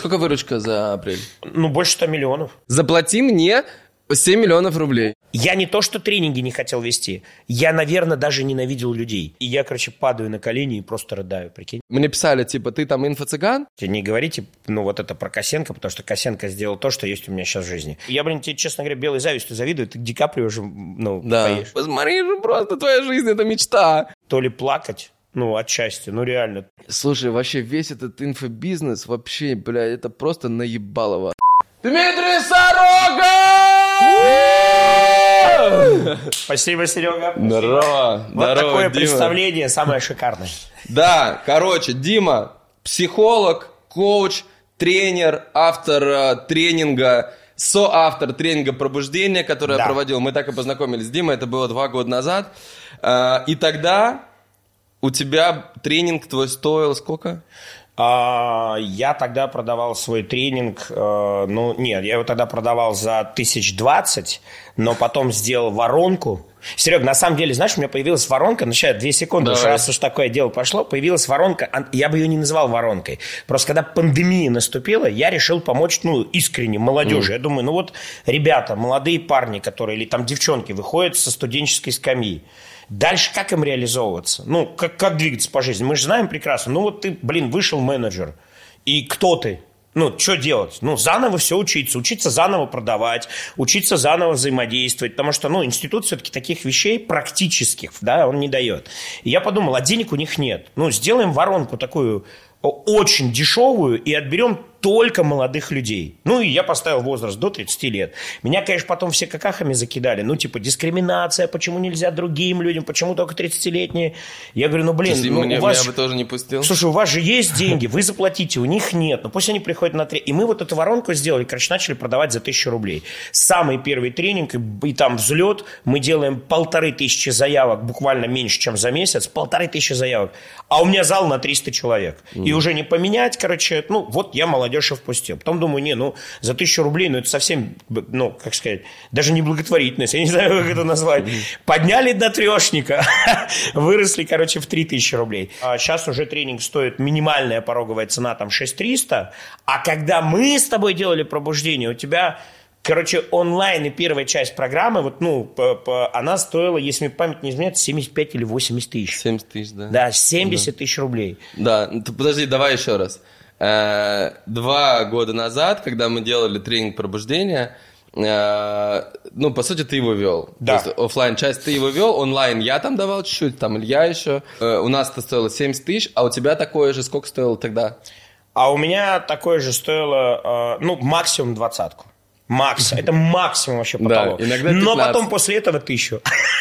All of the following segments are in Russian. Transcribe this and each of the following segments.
Сколько выручка за апрель? Ну, больше 100 миллионов. Заплати мне 7 миллионов рублей. Я не то, что тренинги не хотел вести. Я, наверное, даже ненавидел людей. И я, падаю на колени и просто рыдаю, прикинь. Мне писали, типа, ты там инфо-цыган? Не говорите, вот это про Косенко, потому что Косенко сделал то, что есть у меня сейчас в жизни. Я, тебе, честно говоря, белой завистью завидую. Ты к Ди Каприо уже, да. поешь. Посмотри же, просто твоя жизнь – это мечта. То ли плакать, от счастья, реально. Слушай, вообще весь этот инфобизнес, вообще, это просто наебалово. Дмитрий Сорокин! Спасибо, Серега. Здорово. Вот такое Дима. представление самое шикарное. Да, Дима, психолог, коуч, тренер, автор тренинга, соавтор тренинга «Пробуждение», который я проводил. Мы так и познакомились с Димой, это было 2 года назад. И тогда у тебя тренинг твой стоил сколько? Я тогда продавал свой тренинг, я его тогда продавал за 1020, но потом сделал воронку. Серега, на самом деле, знаешь, у меня появилась воронка, сейчас 2 секунды, раз уж такое дело пошло, появилась воронка, я бы ее не называл воронкой. Просто когда пандемия наступила, я решил помочь, искренне молодежи. Я думаю, ребята, молодые парни, которые, или там девчонки, выходят со студенческой скамьи. Дальше как им реализовываться? Как двигаться по жизни? Мы же знаем прекрасно. Ты, вышел менеджер. И кто ты? Что делать? Заново все учиться. Учиться заново продавать. Учиться заново взаимодействовать. Потому что, институт все-таки таких вещей практических, он не дает. И я подумал, а денег у них нет. Сделаем воронку такую очень дешевую и отберем только молодых людей. И я поставил возраст до 30 лет. Меня, конечно, потом все какахами закидали. Дискриминация, почему нельзя другим людям, почему только 30-летние. Я говорю, меня бы тоже не пустил. Слушай, у вас же есть деньги, вы заплатите, у них нет. Пусть они приходят на тренинг. И мы эту воронку сделали, начали продавать за 1000 рублей. Самый первый тренинг, и там взлет. Мы делаем 1500 заявок, буквально меньше, чем за месяц. 1500 заявок. А у меня зал на 300 человек. И уже не поменять, я молодежь впустил. Потом думаю, за 1000 рублей, это совсем, даже не благотворительность, я не знаю, как это назвать. Подняли до трешника, выросли, в 3000 рублей. А сейчас уже тренинг стоит, минимальная пороговая цена, 6300, а когда мы с тобой делали пробуждение, у тебя... онлайн и первая часть программы, она стоила, если мне память не изменяет, 75 или 80 тысяч. 70 тысяч, да. Да, 70 тысяч рублей. Да, подожди, давай еще раз. 2 года назад, когда мы делали тренинг пробуждения, по сути, ты его вел. Да. То есть офлайн часть ты его вел, онлайн я там давал чуть-чуть, там Илья еще. У нас это стоило 70 тысяч, а у тебя такое же сколько стоило тогда? А у меня такое же стоило, максимум 20-ку. Это максимум вообще потолок. Да, иногда 15. Но потом после этого 1000.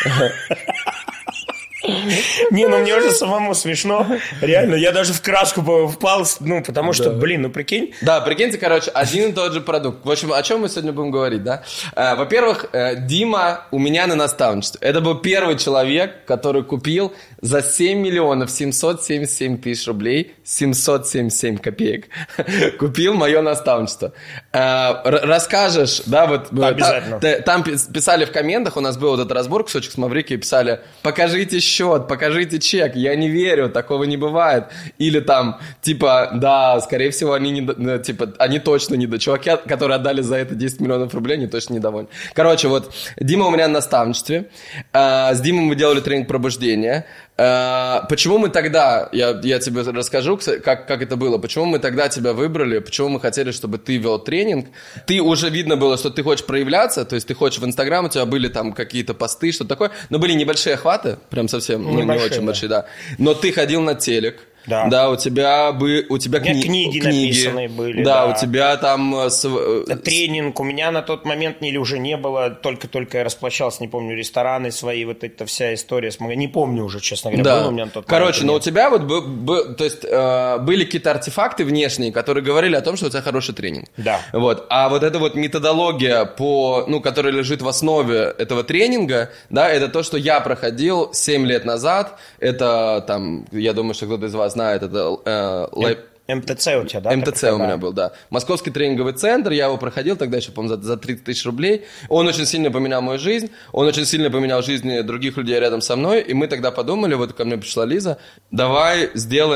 Мне уже самому смешно. Реально, я даже в краску впал, потому что, прикинь. Да, прикиньте, один и тот же продукт. В общем, о чем мы сегодня будем говорить, да? Во-первых, Дима у меня на наставничестве. Это был первый человек, который купил за 7 миллионов 777 тысяч рублей 777 копеек. Купил мое наставничество. Расскажешь, да, обязательно. Там писали в комментах, у нас был этот разбор, кусочек с Маврикией, писали, покажите счет, покажите чек, я не верю, такого не бывает. Или там, да, скорее всего, они точно не... Чуваки, которые отдали за это 10 миллионов рублей, они точно недовольны. Дима у меня на наставничестве. С Димой мы делали тренинг пробуждения. Почему мы тогда, я тебе расскажу, как это было, почему мы тогда тебя выбрали, почему мы хотели, чтобы ты вел тренинг. Ты уже видно было, что ты хочешь проявляться, то есть ты хочешь в Инстаграм, у тебя были там какие-то посты, что-то такое, но были небольшие охваты, прям совсем, не очень большие, да. Но ты ходил на телек. Да, у тебя книги написанные были. Да, у тебя там... Тренинг. У меня на тот момент или уже не было, только я расплощался, не помню, рестораны свои, эта вся история. Не помню уже, честно говоря, было у меня на тот момент. Но у тебя были какие-то артефакты внешние, которые говорили о том, что у тебя хороший тренинг. Да. А эта методология, которая лежит в основе этого тренинга, да, это то, что я проходил 7 лет назад. Это там, я думаю, что кто-то из вас знает, это МТЦ у тебя, да? МТЦ у меня был, да. Московский тренинговый центр, я его проходил тогда еще, по-моему, за 30 тысяч рублей. Он очень сильно поменял мою жизнь, он очень сильно поменял жизни других людей рядом со мной, и мы тогда подумали, ко мне пришла Лиза, давай сделаем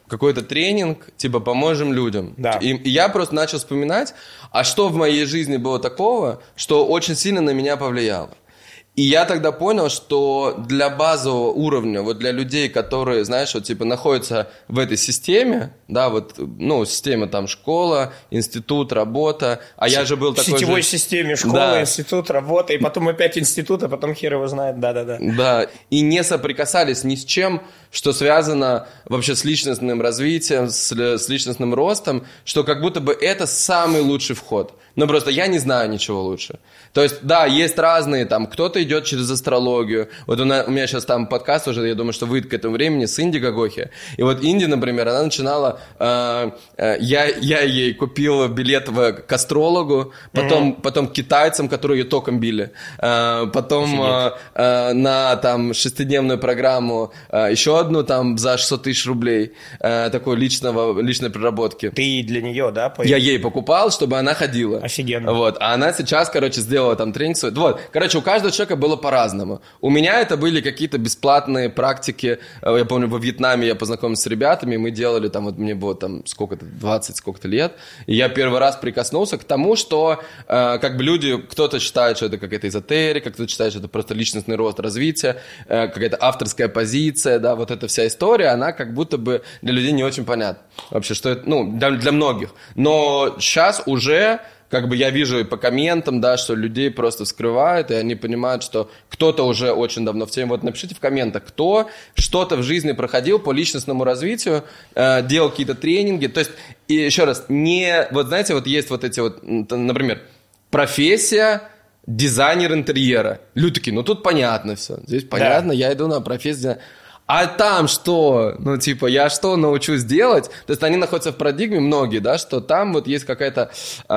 какой-то тренинг, типа, поможем людям. Да. И я просто начал вспоминать, а что в моей жизни было такого, что очень сильно на меня повлияло. И я тогда понял, что для базового уровня, вот для людей, которые, знаешь, вот типа находятся в этой системе, да, вот, ну, система там школа, институт, работа, а я же был такой же... В сетевой системе школа, институт, работа, и потом опять институт, а потом хер его знает, да-да-да. Да, и не соприкасались ни с чем, что связано вообще с личностным развитием, с личностным ростом, что как будто бы это самый лучший вход. Но просто я не знаю ничего лучше. То есть, да, есть разные, там, кто-то идет через астрологию. Вот у меня сейчас там подкаст уже, я думаю, что выйдет к этому времени, с Инди Гагохи. И вот Инди, например, она начинала... я ей купил билет к астрологу, потом к китайцам, которые ее током били. Потом на там 6-дневную программу еще одну там за 600 тысяч рублей такой личной проработки. Ты для нее, да? Я ей покупал, чтобы она ходила. Офигенно. Вот. А она сейчас, короче, сделала там тренинг свой. Вот. Короче, у каждого человека было по-разному. У меня это были какие-то бесплатные практики. Я помню, во Вьетнаме я познакомился с ребятами, мы делали там, вот мне было там сколько-то, 20 сколько-то лет, и я первый раз прикоснулся к тому, что как бы люди, кто-то считает, что это какая-то эзотерика, кто-то считает, что это просто личностный рост, развитие, какая-то авторская позиция, да, вот эта вся история, она как будто бы для людей не очень понятна. Вообще, что это, ну, для многих. Но сейчас уже... Как бы я вижу и по комментам, да, что людей просто вскрывают, и они понимают, что кто-то уже очень давно в теме. Вот напишите в комментах, кто что-то в жизни проходил по личностному развитию, делал какие-то тренинги. То есть, и еще раз, не... Вот знаете, вот есть вот эти вот, например, профессия дизайнер интерьера. Люди такие, ну тут понятно все. Здесь понятно, я иду на профессию. А там что? Ну, типа, я что научусь делать? То есть они находятся в парадигме, многие, да, что там вот есть какая-то...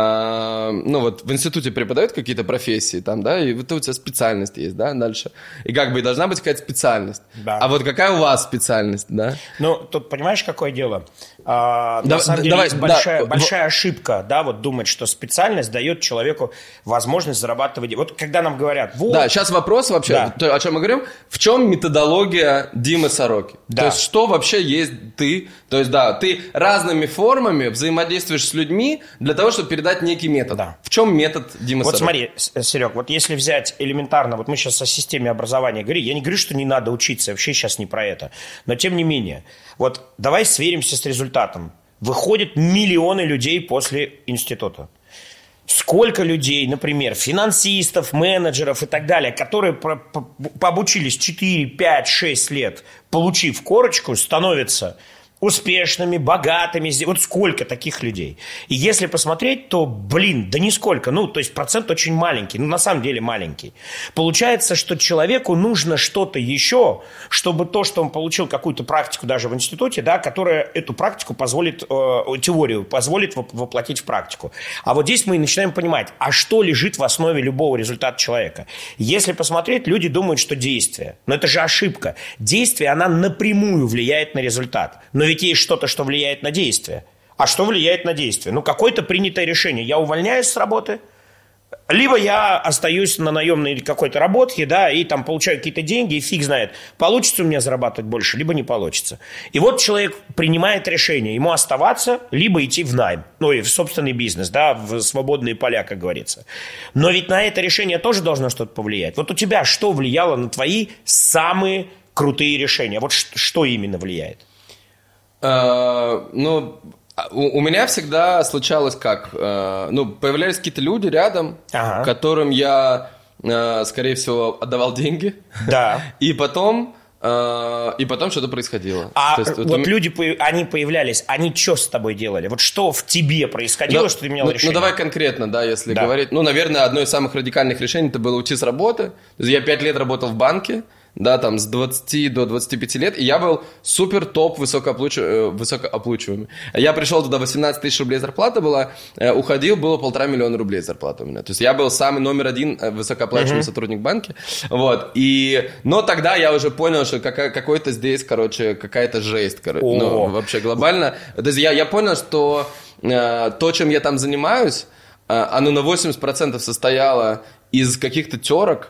ну, вот в институте преподают какие-то профессии, там, да, и вот у тебя специальность есть, да, дальше. И как бы и должна быть какая-то специальность. Да. А вот какая у вас специальность, да? Ну, тут понимаешь, какое дело? На самом деле есть большая ошибка, да, вот думать, что специальность дает человеку возможность зарабатывать. Вот когда нам говорят... Вот, да, сейчас вопрос вообще, о чем мы говорим. В чем методология Димы Сороки? Да. То есть, что вообще есть ты? То есть, да, ты разными формами взаимодействуешь с людьми для того, чтобы передать некий метод. Да. В чем метод Димы Сороки? Вот смотри, Серег, вот если взять элементарно, вот мы сейчас о системе образования говорим, я не говорю, что не надо учиться, вообще сейчас не про это. Но тем не менее, вот давай сверимся с результатом. Выходят миллионы людей после института. Сколько людей, например, финансистов, менеджеров и так далее, которые пообучились 4, 5, 6 лет, получив корочку, становятся успешными, богатыми. Вот сколько таких людей. И если посмотреть, то, да нисколько. Ну, то есть процент очень маленький. Ну, на самом деле маленький. Получается, что человеку нужно что-то еще, чтобы то, что он получил какую-то практику даже в институте, да, которая эту практику позволит, теорию позволит воплотить в практику. А вот здесь мы начинаем понимать, а что лежит в основе любого результата человека. Если посмотреть, люди думают, что действие. Но это же ошибка. Действие, она напрямую влияет на результат. Но ведь есть что-то, что влияет на действие. А что влияет на действие? Ну, какое-то принятое решение. Я увольняюсь с работы, либо я остаюсь на наемной какой-то работе, да, и там получаю какие-то деньги, и фиг знает, получится у меня зарабатывать больше, либо не получится. И вот человек принимает решение, ему оставаться, либо идти в найм, ну, и в собственный бизнес, да, в свободные поля, как говорится. Но ведь на это решение тоже должно что-то повлиять. Вот у тебя что влияло на твои самые крутые решения? Вот что именно влияет? Ну, у меня всегда случалось как? Ну, появлялись какие-то люди рядом, которым я, скорее всего, отдавал деньги. Да. И потом что-то происходило. А то есть, вот люди, они появлялись, они что с тобой делали? Вот что в тебе происходило, что ты менял решение? Ну, давай конкретно, да, если говорить. Ну, наверное, одно из самых радикальных решений это было уйти с работы. То есть я 5 лет работал в банке. Да, там с 20 до 25 лет, и я был супер топ высокооплачиваемый. Я пришел туда, 18 тысяч рублей зарплата была, уходил, было 1,5 миллиона рублей зарплата у меня. То есть я был самый номер 1 высокооплачиваемый сотрудник банка. Вот, но тогда я уже понял, что какой-то здесь, короче, какая-то жесть, ну, вообще глобально. То есть я понял, что то, чем я там занимаюсь, оно на 80% состояло из каких-то терок,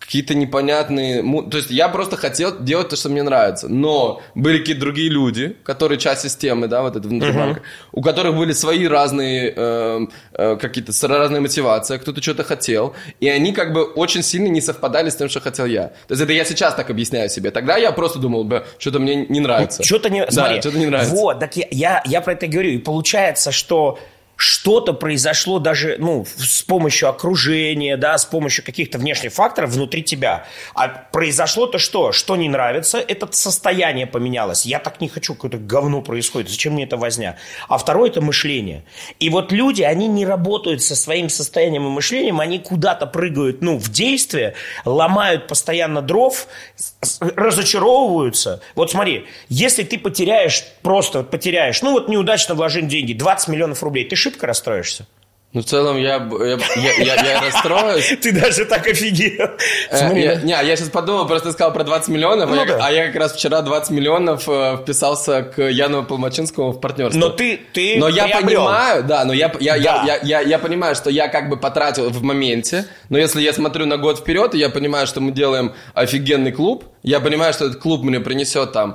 какие-то непонятные... То есть я просто хотел делать то, что мне нравится. Но были какие-то другие люди, которые часть системы, да, вот это внутри банка, у которых были свои разные какие-то разные мотивации, кто-то что-то хотел, и они как бы очень сильно не совпадали с тем, что хотел я. То есть это я сейчас так объясняю себе. Тогда я просто думал, что-то мне не нравится. Что-то не... Да, Смотри, что-то не нравится. Вот, так я про это говорю. И получается, что что-то произошло даже, с помощью окружения, да, с помощью каких-то внешних факторов внутри тебя. А произошло-то что? Что не нравится? Это состояние поменялось. Я так не хочу, какое-то говно происходит. Зачем мне эта возня? А второе – это мышление. И вот люди, они не работают со своим состоянием и мышлением, они куда-то прыгают, в действие, ломают постоянно дров, разочаровываются. Вот смотри, если ты потеряешь, неудачно вложил деньги, 20 миллионов рублей, ты шибко расстроишься. В целом я расстроюсь. Ты даже так офигел. Я сейчас подумал, просто сказал про 20 миллионов, а я как раз вчера 20 миллионов вписался к Яну Полмачинскому в партнерство. Но ты Но я понимаю, да, но я понимаю, что я как бы потратил в моменте, но если я смотрю на год вперед, и я понимаю, что мы делаем офигенный клуб, я понимаю, что этот клуб мне принесет там,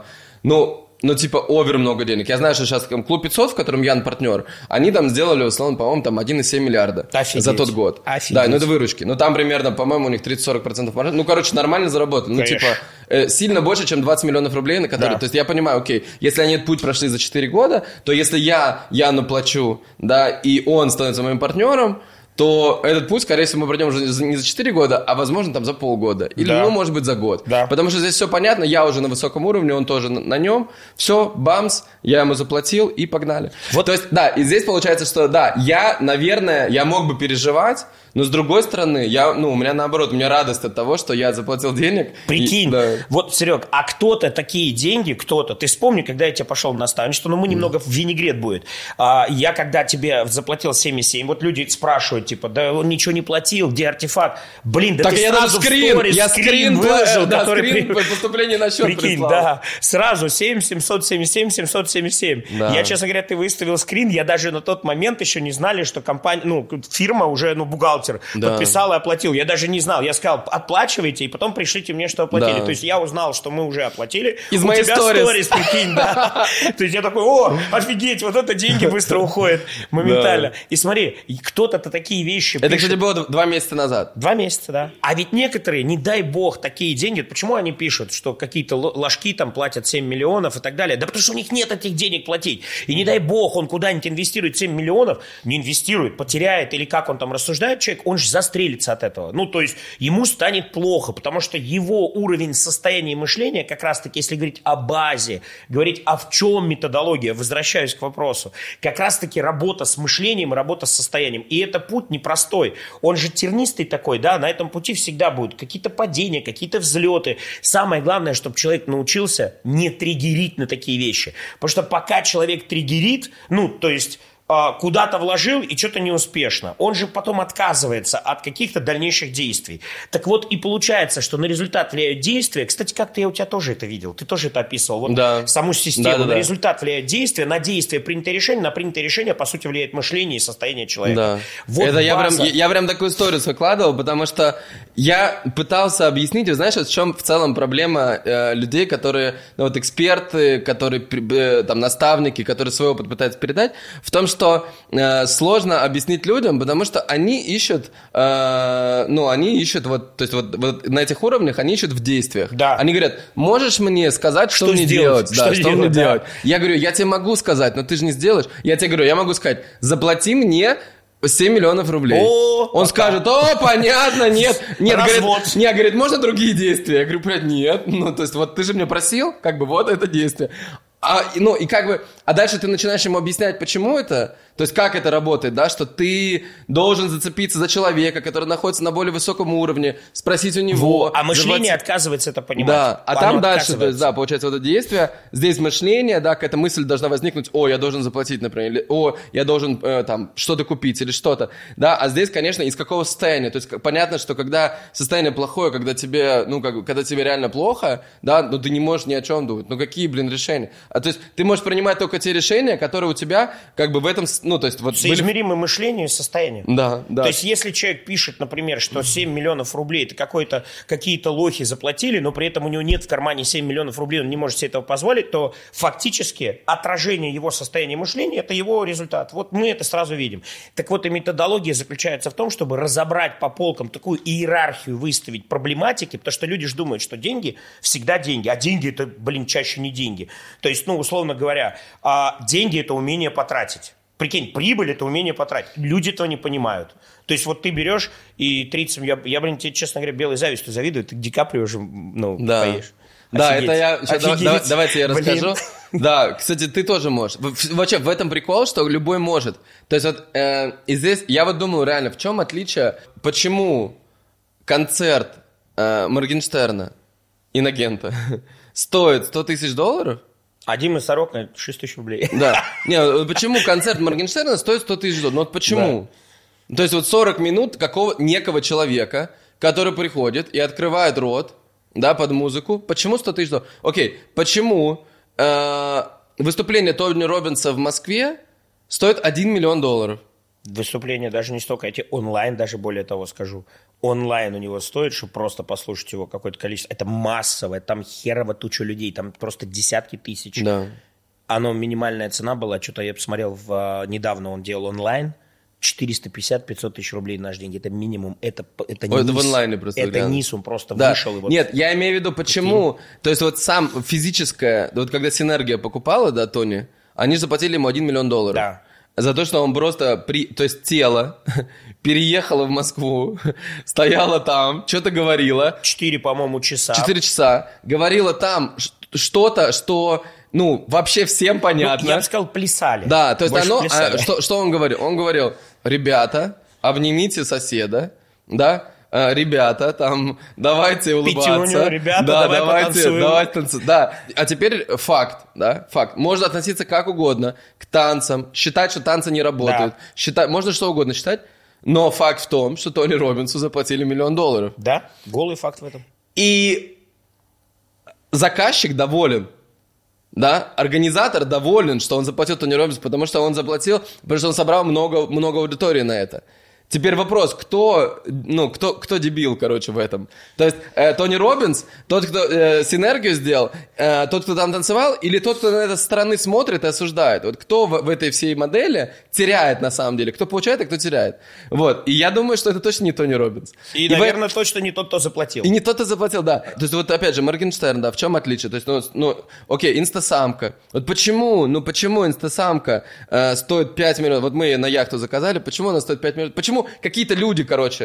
овер много денег. Я знаю, что сейчас клуб 500, в котором Ян партнер, они там сделали, в основном, по-моему, там 1,7 миллиарда. Офигеть. За тот год. Офигеть. Да, это выручки. Там примерно, по-моему, у них 30-40% маржи. Нормально заработали. Сильно больше, чем 20 миллионов рублей, на которые... Да. То есть я понимаю, окей, если они этот путь прошли за 4 года, то если я Яну плачу, да, и он становится моим партнером, то этот путь, скорее всего, мы пройдем уже не за 4 года, а, возможно, там за полгода. Или, может быть, за год. Да. Потому что здесь все понятно, я уже на высоком уровне, он тоже на нем. Все, бамс, я ему заплатил, и погнали. Вот. То есть, да, и здесь получается, что, да, я, наверное, я мог бы переживать, но, с другой стороны, у меня наоборот, у меня радость от того, что я заплатил денег. Прикинь, вот, Серег, а кто-то такие деньги, ты вспомни, когда я тебе пошел наставить, что мы немного в винегрет будет. Я, когда тебе заплатил 7,7, вот люди спрашивают, да он ничего не платил, где артефакт? Блин, да так ты я сразу скрин выложил, скрин поступление на счет прикинь, прислал. Да, сразу 777, 777. Да. Я, честно говоря, ты выставил скрин, я даже на тот момент еще не знали, что компания, фирма уже, бухгалтер подписал и оплатил. Я даже не знал. Я сказал, оплачивайте, и потом пришлите мне, что оплатили. Да. То есть я узнал, что мы уже оплатили. Из моей сторис, прикинь, да. То есть я такой, офигеть, вот это деньги быстро уходят моментально. И смотри, кто-то такие вещи это, кстати, было 2 месяца назад. 2 месяца, да. А ведь некоторые, не дай бог, такие деньги, почему они пишут, что какие-то ложки там платят 7 миллионов и так далее? Да потому что у них нет этих денег платить. И не дай бог, он куда-нибудь инвестирует 7 миллионов, не инвестирует, потеряет, или как он там рассуждает, человек, он же застрелится от этого. То есть ему станет плохо, потому что его уровень состояния и мышления, как раз-таки, если говорить о базе, говорить в чем методология, возвращаюсь к вопросу, как раз-таки работа с мышлением, работа с состоянием. И это путь непростой. Он же тернистый такой, да, на этом пути всегда будут какие-то падения, какие-то взлеты. Самое главное, чтобы человек научился не триггерить на такие вещи. Потому что пока человек триггерит, то есть куда-то вложил и что-то неуспешно. Он же потом отказывается от каких-то дальнейших действий. Так вот и получается, что на результат влияют действия. Кстати, как-то я у тебя тоже это видел. Ты тоже это описывал. Вот саму систему. На результат влияют действия, на действие принятое решение, на принятое решение, по сути, влияет мышление и состояние человека. Да. Вот это я прям такую историю выкладывал, потому что я пытался объяснить, знаешь, в чем в целом проблема людей, которые, эксперты, которые там наставники, которые свой опыт пытаются передать, в том, что сложно объяснить людям, потому что они ищут, вот на этих уровнях они ищут в действиях. Да. Они говорят, можешь мне сказать, что мне делать? Что мне делать? Я говорю, я тебе могу сказать, но ты же не сделаешь. Я тебе говорю, я могу сказать, заплати мне 7 миллионов рублей. Он скажет, понятно, нет. Говорит, можно другие действия? Я говорю, блядь, нет. То есть, вот ты же меня просил, вот это действие. А дальше ты начинаешь ему объяснять, почему это, то есть как это работает, да, что ты должен зацепиться за человека, который находится на более высоком уровне, спросить у него. А мышление отказывается это понимать. Да, там дальше, то есть, получается, вот это действие, здесь мышление, да, какая-то мысль должна возникнуть, я должен заплатить, например, или, я должен там что-то купить или что-то, да, а здесь, конечно, из какого состояния, то есть понятно, что когда состояние плохое, когда тебе, когда тебе реально плохо, да, ты не можешь ни о чем думать, какие, решения? то есть ты можешь принимать только те решения, которые у тебя как бы в этом... Ну, то есть вот... Соизмеримое мышление и состояние. Да. То есть если человек пишет, например, что 7 миллионов рублей это какие-то лохи заплатили, но при этом у него нет в кармане 7 миллионов рублей, он не может себе этого позволить, то фактически отражение его состояния мышления – это его результат. Вот мы это сразу видим. Так вот, и методология заключается в том, чтобы разобрать по полкам такую иерархию, выставить проблематики, потому что люди же думают, что деньги всегда деньги, а деньги – это, чаще не деньги. То есть, условно говоря, деньги – это умение потратить. Прикинь, прибыль – это умение потратить. Люди этого не понимают. То есть вот ты берешь и 30... Я тебе, честно говоря, белой завистью завидую. Ты Ди Каприо уже, поешь. Да, Офигеть. это я... Давайте я расскажу. Да, кстати, ты тоже можешь. Вообще, в этом прикол, что любой может. То есть вот и здесь я вот думаю реально, в чем отличие, почему концерт Моргенштерна, Инногента, стоит $100 000, а Дима Сорока 6 тысяч рублей. Да. Не, почему концерт Моргенштерна стоит $100 000? Ну вот почему? Да. То есть вот 40 минут некого человека, который приходит и открывает рот, да, под музыку. Почему $100 000? Окей, почему выступление Тони Роббинса в Москве стоит $1 миллион? Выступление даже не столько, эти онлайн, даже более того скажу. Онлайн у него стоит, чтобы просто послушать его какое-то количество. Это массовое, там херово туча людей, там просто десятки тысяч. Да. Минимальная цена была, что-то я посмотрел, недавно он делал онлайн, 450-500 тысяч рублей на наш деньги. Это минимум, это низ. Это в онлайне просто. Это реально. низ, он просто вышел. И Нет, я имею в виду, почему. То есть вот сам физическое, вот когда Синергия покупала, да, Тони, они заплатили ему $1 миллион. Да. За то, что он просто, то есть тело переехало в Москву, стояло там, что-то говорило. 4, по-моему, часа. 4 часа. Говорила там что-то, что, вообще всем понятно. Я бы сказал, плясали. Да, то есть плясали. Что он говорил? Он говорил, ребята, обнимите соседа, да, ребята, там, давайте улыбаться. Пятюню, ребята, да, давайте танцуем. Да, а теперь факт. Можно относиться как угодно к танцам, считать, что танцы не работают. Да. Можно что угодно считать, но факт в том, что Тони Роббинсу заплатили $1 миллион. Да, голый факт в этом. И заказчик доволен. Да, организатор доволен, что он заплатил Тони Роббинсу, потому что он он собрал много аудитории на это. Теперь вопрос, кто дебил, в этом? То есть Тони Роббинс, тот, кто Синергию сделал, тот, кто там танцевал, или тот, кто на это со стороны смотрит и осуждает? Вот кто в этой всей модели теряет на самом деле? Кто получает, а кто теряет? Вот. И я думаю, что это точно не Тони Роббинс. И наверное, точно не тот, кто заплатил. И не тот, кто заплатил, да. То есть вот опять же, Моргенштерн, да, в чем отличие? То есть, окей, инстасамка. Вот почему инстасамка стоит 5 миллионов? Вот мы на яхту заказали, почему она стоит 5 миллионов? Почему какие-то люди,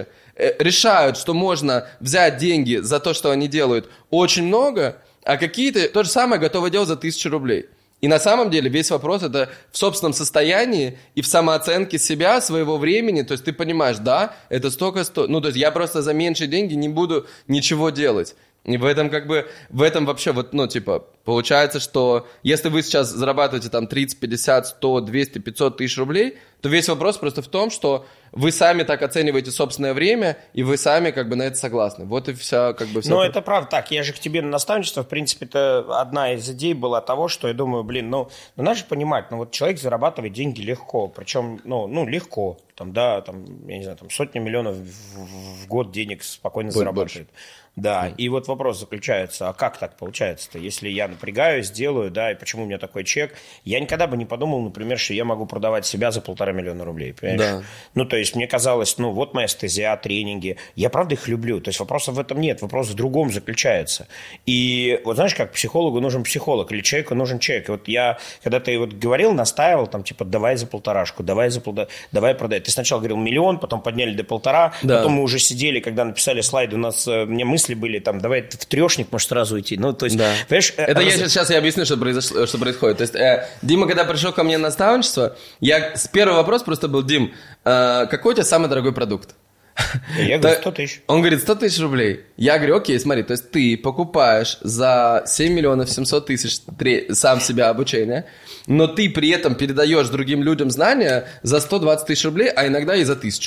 решают, что можно взять деньги за то, что они делают, очень много, а какие-то то же самое готовы делать за 1000 рублей. И на самом деле весь вопрос это в собственном состоянии и в самооценке себя, своего времени. То есть ты понимаешь, да, это столько стоит. То есть я просто за меньшие деньги не буду ничего делать. И в этом вообще получается, что если вы сейчас зарабатываете там 30, 50, 100, 200, 500 тысяч рублей, то весь вопрос просто в том, что вы сами так оцениваете собственное время, и вы сами на это согласны. Вот и вся вся... Ну, это правда так. Я же к тебе на наставничество, в принципе, это одна из идей была того, что я думаю, надо же понимать, человек зарабатывает деньги легко, причем, легко. Я не знаю, сотни миллионов в год денег спокойно зарабатывает. Да, и вот вопрос заключается, а как так получается-то, если я напрягаюсь, делаю, да, и почему у меня такой чек? Я никогда бы не подумал, например, что я могу продавать себя за 1,5 миллиона рублей, понимаешь? Да. То есть мне казалось, вот моя стезя, тренинги, я правда их люблю, то есть вопроса в этом нет, вопрос в другом заключается. И вот знаешь, как психологу нужен психолог, или человеку нужен человек. И вот я, когда ты говорил, настаивал, давай за 1,5, давай продай. Ты сначала говорил 1 миллион, потом подняли до 1,5, да. Потом мы уже сидели, когда написали слайды, у нас, мне мысли были, давай в трешник, может, сразу идти. То есть, да. Понимаешь... Это сейчас я объясню, что происходит. То есть, Дима, когда пришел ко мне на наставничество, первый вопрос просто был, Дим, какой у тебя самый дорогой продукт? Я говорю, 100 тысяч. Он говорит, 100 тысяч рублей. Я говорю, окей, смотри, то есть ты покупаешь за 7 миллионов 700 тысяч сам себя обучение, но ты при этом передаешь другим людям знания за 120 тысяч рублей, а иногда и за 1000.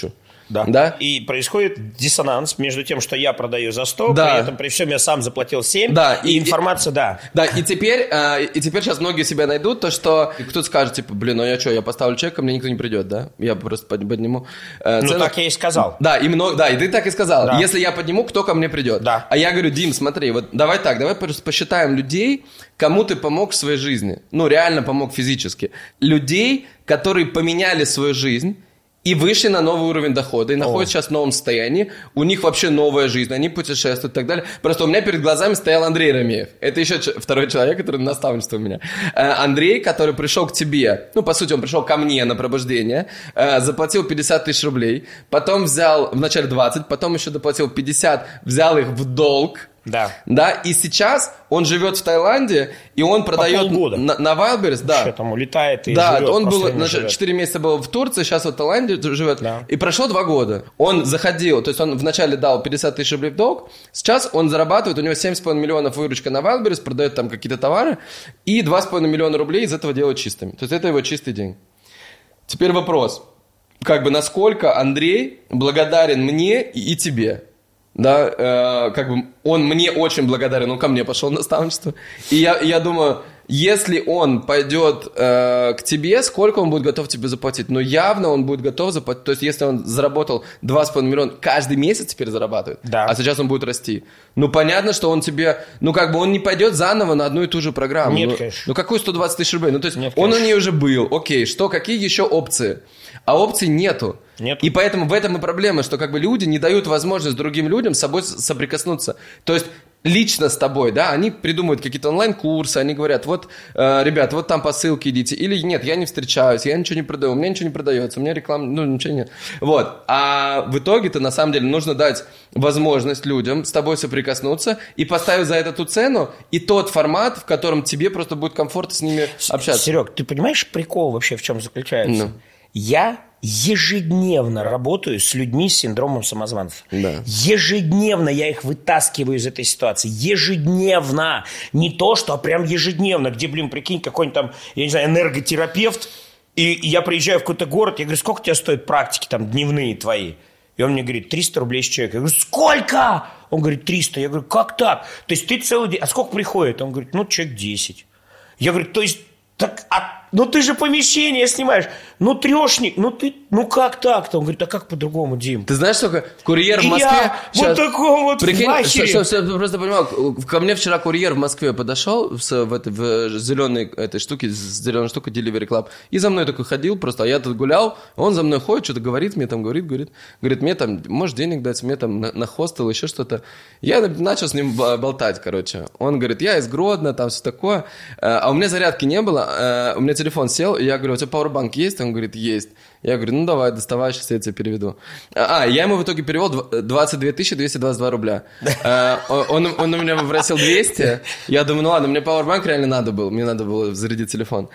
Да. И происходит диссонанс между тем, что я продаю за 100, при этом при всем я сам заплатил 7, и информация, Да, и теперь сейчас многие себя найдут, то, что кто-то скажет, типа, блин, ну я что, я поставлю чек, ко мне никто не придет, да? Я просто подниму цену. Ну, так я и сказал. Да, и ты так и сказал. Да. Если я подниму, кто ко мне придет? Да. А я говорю, Дим, смотри, вот давай просто посчитаем людей, кому ты помог в своей жизни. Ну, реально помог физически. Людей, которые поменяли свою жизнь и вышли на новый уровень дохода, и находятся сейчас в новом состоянии, у них вообще новая жизнь, они путешествуют и так далее. Просто у меня перед глазами стоял Андрей Ромеев. Это еще второй человек, который наставничество у меня. Андрей, который пришел к тебе, ну, по сути, он пришел ко мне на пробуждение, заплатил 50 тысяч рублей, потом взял, вначале 20, потом еще доплатил 50, взял их в долг. Да, и сейчас он живет в Таиланде, и он продает на Wildberries, Что там улетает и да, живет. Он был, 4 месяца был в Турции, сейчас в Таиланде живет, и прошло 2 года. Он заходил, то есть он вначале дал 50 тысяч рублей в долг, сейчас он зарабатывает, у него 7,5 миллионов выручка на Wildberries, продает там какие-то товары, и 2,5 миллиона рублей из этого делает чистыми. То есть это его чистый день. Теперь вопрос, насколько Андрей благодарен мне и тебе? Да, он мне очень благодарен, он ко мне пошел на наставничество. И я думаю, если он пойдет к тебе, сколько он будет готов тебе заплатить? Ну, явно он будет готов заплатить. То есть, если он заработал 2,5 миллиона, каждый месяц теперь зарабатывает, а сейчас он будет расти. Ну, понятно, что он тебе... он не пойдет заново на одну и ту же программу. Нет, конечно. Ну, какую 120 тысяч рублей? Ну, то есть, он на ней уже был. Окей, какие еще опции? А опций нету. И поэтому в этом и проблема, что люди не дают возможность другим людям с собой соприкоснуться. То есть лично с тобой, да, они придумывают какие-то онлайн-курсы, они говорят, вот, ребят, вот там по ссылке идите. Или нет, я не встречаюсь, я ничего не продаю, у меня ничего не продается, у меня реклама, ничего нет. Вот. А в итоге-то, на самом деле, нужно дать возможность людям с тобой соприкоснуться и поставить за это ту цену и тот формат, в котором тебе просто будет комфортно с ними общаться. Серег, ты понимаешь, прикол вообще в чем заключается? Я ежедневно работаю с людьми с синдромом самозванца. Ежедневно я их вытаскиваю из этой ситуации. Ежедневно. Не то, что, а прям ежедневно. Где, прикинь, какой-нибудь там, я не знаю, энерготерапевт. И я приезжаю в какой-то город, я говорю, сколько тебе стоят практики там дневные твои? И он мне говорит, 300 рублей с человека. Я говорю, сколько? Он говорит, 300. Я говорю, как так? То есть ты целый день... А сколько приходит? Он говорит, человек 10. Я говорю, то есть... ты же помещение снимаешь. Трешник, как так-то? Он говорит, а как по-другому, Дим? Ты знаешь, сколько курьер в Москве... Я вот таком вот прикинь, вахере. Ты просто понимал, ко мне вчера курьер в Москве подошел в зеленой этой штуке, зеленой штукой Delivery Club, и за мной такой ходил просто, а я тут гулял, он за мной ходит, что-то говорит, мне там говорит, мне там, можешь денег дать, мне там на хостел, еще что-то. Я начал с ним болтать, короче. Он говорит, я из Гродно, там все такое, а у меня зарядки не было, у меня телефон сел, и я говорю, у тебя пауэрбанк есть? Он говорит, есть. Я говорю, давай, доставай, сейчас я тебе переведу. Я ему в итоге перевел 22 222 рубля. Он у меня попросил 200. Я думаю, ладно, мне пауэрбанк реально надо был. Мне надо было зарядить телефон.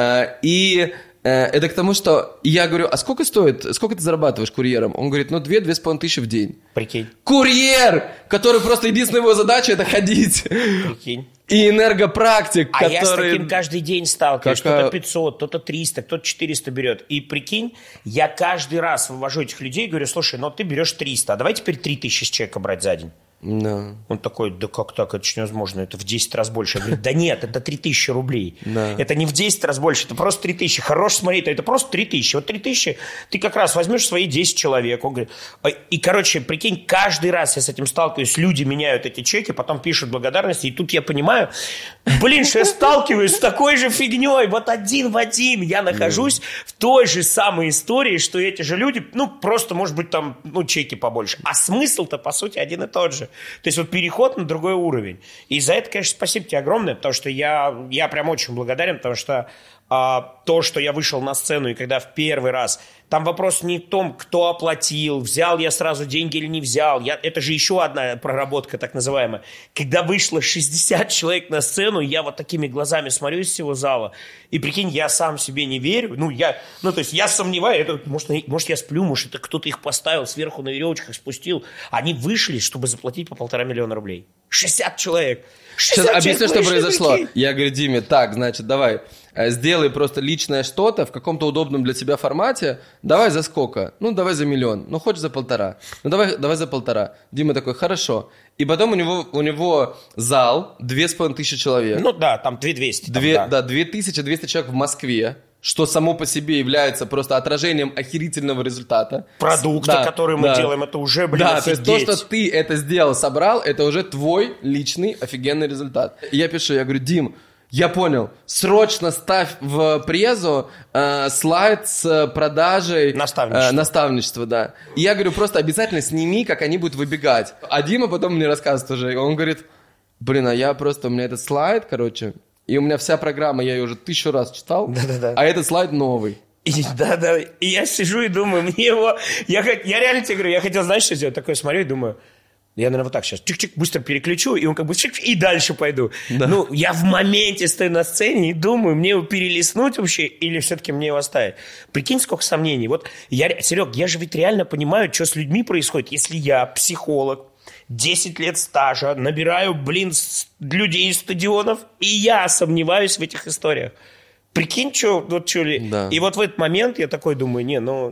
И это к тому, что я говорю, а сколько стоит, сколько ты зарабатываешь курьером? Он говорит, 2-2,5 тысячи в день. Прикинь. Курьер, который просто единственная его задача это ходить. Прикинь. И энергопрактик, который... я с таким каждый день сталкиваюсь. Кто-то 500, кто-то 300, кто-то 400 берет. И прикинь, я каждый раз вывожу этих людей и говорю, слушай, ты берешь 300, а давай теперь 3000 с человека брать за день. Да. Он такой, да как так, это же невозможно, это в 10 раз больше. Я говорю, да нет, это 3000 рублей. Да. Это не в 10 раз больше, это просто 3000. Хорош смотреть, это просто 3000. Вот 3000 ты как раз возьмешь свои 10 человек. Он говорит, и, прикинь, каждый раз я с этим сталкиваюсь, люди меняют эти чеки, потом пишут благодарности, и тут я понимаю, что я сталкиваюсь с такой же фигней, вот один в один я нахожусь в той же самой истории, что эти же люди, просто, может быть, там, чеки побольше. А смысл-то, по сути, один и тот же. То есть вот переход на другой уровень. И за это, конечно, спасибо тебе огромное, потому что я прям очень благодарен, потому что то, что я вышел на сцену, и когда в первый раз... Там вопрос не в том, кто оплатил, взял я сразу деньги или не взял. Это же еще одна проработка, так называемая. Когда вышло 60 человек на сцену, я вот такими глазами смотрю из всего зала. И прикинь, я сам себе не верю. То есть я сомневаюсь. Может, я сплю, может, это кто-то их поставил сверху на веревочках, спустил. Они вышли, чтобы заплатить по 1,5 миллиона рублей. 60 человек. Сейчас объясню, что произошло. Я говорю, Диме, так, значит, давай. сделай просто личное что-то в каком-то удобном для тебя формате, давай за сколько? Ну, давай за 1 миллион, ну, хочешь за 1,5, ну, давай за 1,5. Дима такой, хорошо. И потом у него зал 2500 человек. Ну, да, там 2200. 2200 человек в Москве. Что само по себе является просто отражением охерительного результата. Продукта, который мы делаем, это уже, блин, да, офигеть. То есть то, что ты это сделал, собрал, это уже твой личный офигенный результат. И я пишу, я говорю, Дим, я понял, срочно ставь в презу слайд с продажей наставничества, да. И я говорю, просто обязательно сними, как они будут выбегать. А Дима потом мне рассказывает уже, он говорит, блин, у меня этот слайд, короче... И у меня вся программа, я ее уже 1000 раз читал, а этот слайд новый. Да. И я сижу и думаю, мне его... Я реально тебе говорю, я хотел, знаешь, что сделать? Такое смотрю и думаю, я, наверное, вот так сейчас чик-чик быстро переключу, и он как бы чик и дальше пойду. Да. Ну, я в моменте стою на сцене и думаю, мне его перелистнуть вообще или все-таки мне его оставить. Прикинь, сколько сомнений. Вот, Серег, я же ведь реально понимаю, что с людьми происходит, если я психолог, 10 лет стажа, набираю, людей из стадионов, и я сомневаюсь в этих историях. Прикинь, что ли. Да. И вот в этот момент я такой думаю,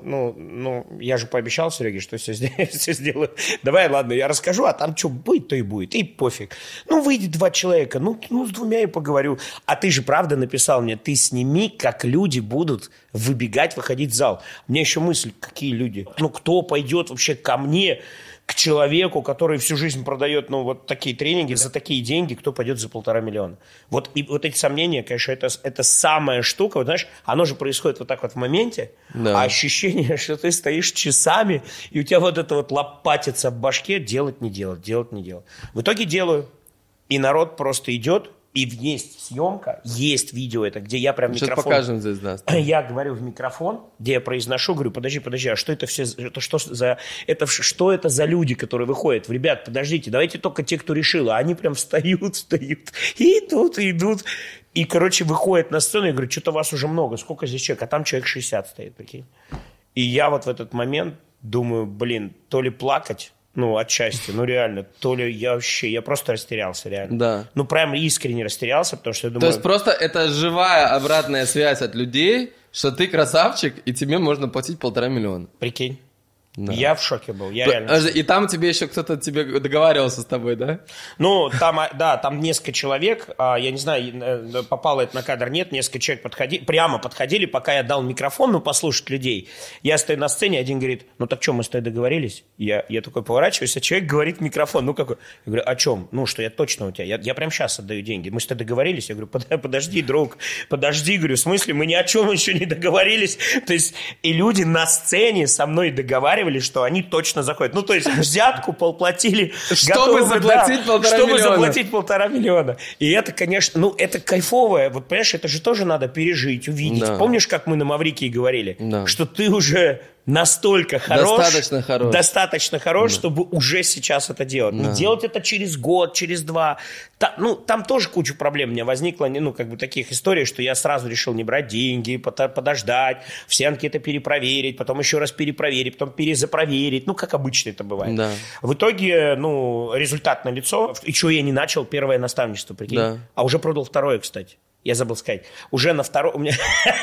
я же пообещал Сереге, что все сделаю. Давай, ладно, я расскажу, а там что будет, то и будет, и пофиг. Ну, выйдет 2 человека, с 2 я поговорю. А ты же правда написал мне, ты сними, как люди будут выбегать, выходить в зал. У меня еще мысль, какие люди? Кто пойдет вообще ко мне, к человеку, который всю жизнь продает, вот такие тренинги за такие деньги, кто пойдет за 1,5 миллиона. И вот эти сомнения, конечно, это самая штука. Вот знаешь, оно же происходит вот так вот в моменте, а ощущение, что ты стоишь часами, и у тебя вот это вот лопатится в башке, делать, не делать. В итоге делаю. И народ просто идет, и есть съемка, есть видео это, где я прям сейчас микрофон... покажем здесь, да. Я говорю в микрофон, где я произношу, говорю, подожди, а что это все... Что это за люди, которые выходят? Ребят, подождите, давайте только те, кто решил. А они прям встают, и идут. И, короче, выходят на сцену, я говорю, что-то вас уже много, сколько здесь человек? А там человек 60 стоит, прикинь. И я вот в этот момент думаю, то ли плакать, отчасти, реально, то ли я просто растерялся, реально. Да. Прям искренне растерялся, потому что я думаю... То есть просто это живая обратная связь от людей, что ты красавчик, и тебе можно платить 1,5 миллиона. Прикинь. Да. Я в шоке был, я реально. И там тебе еще кто-то договаривался с тобой, да? Там несколько человек, я не знаю, попало это на кадр, нет, несколько человек подходили, пока я дал микрофон, послушать людей. Я стою на сцене, один говорит, так что, мы с тобой договорились? Я такой поворачиваюсь, а человек говорит в микрофон, какой? Я говорю, о чем? Что я точно у тебя, я прям сейчас отдаю деньги. Мы с тобой договорились? Я говорю, подожди, друг, говорю, в смысле, мы ни о чем еще не договорились. То есть, и люди на сцене со мной договаривались, что они точно заходят. То есть взятку платили, чтобы заплатить 1,5 миллиона. И это, конечно, это кайфовое. Вот, понимаешь, это же тоже надо пережить, увидеть. Да. Помнишь, как мы на Маврикии говорили? Да. Что ты уже настолько достаточно хорош, чтобы уже сейчас это делать. Не делать это через год, через 2. Там тоже куча проблем у меня возникла, таких историй, что я сразу решил не брать деньги, подождать, все анкеты перепроверить, потом еще раз перепроверить, потом перезапроверить, как обычно это бывает. Да. В итоге, результат налицо. Еще я не начал первое наставничество, прикинь. Да. А уже продал второе, кстати. Я забыл сказать. Уже на втором... У меня...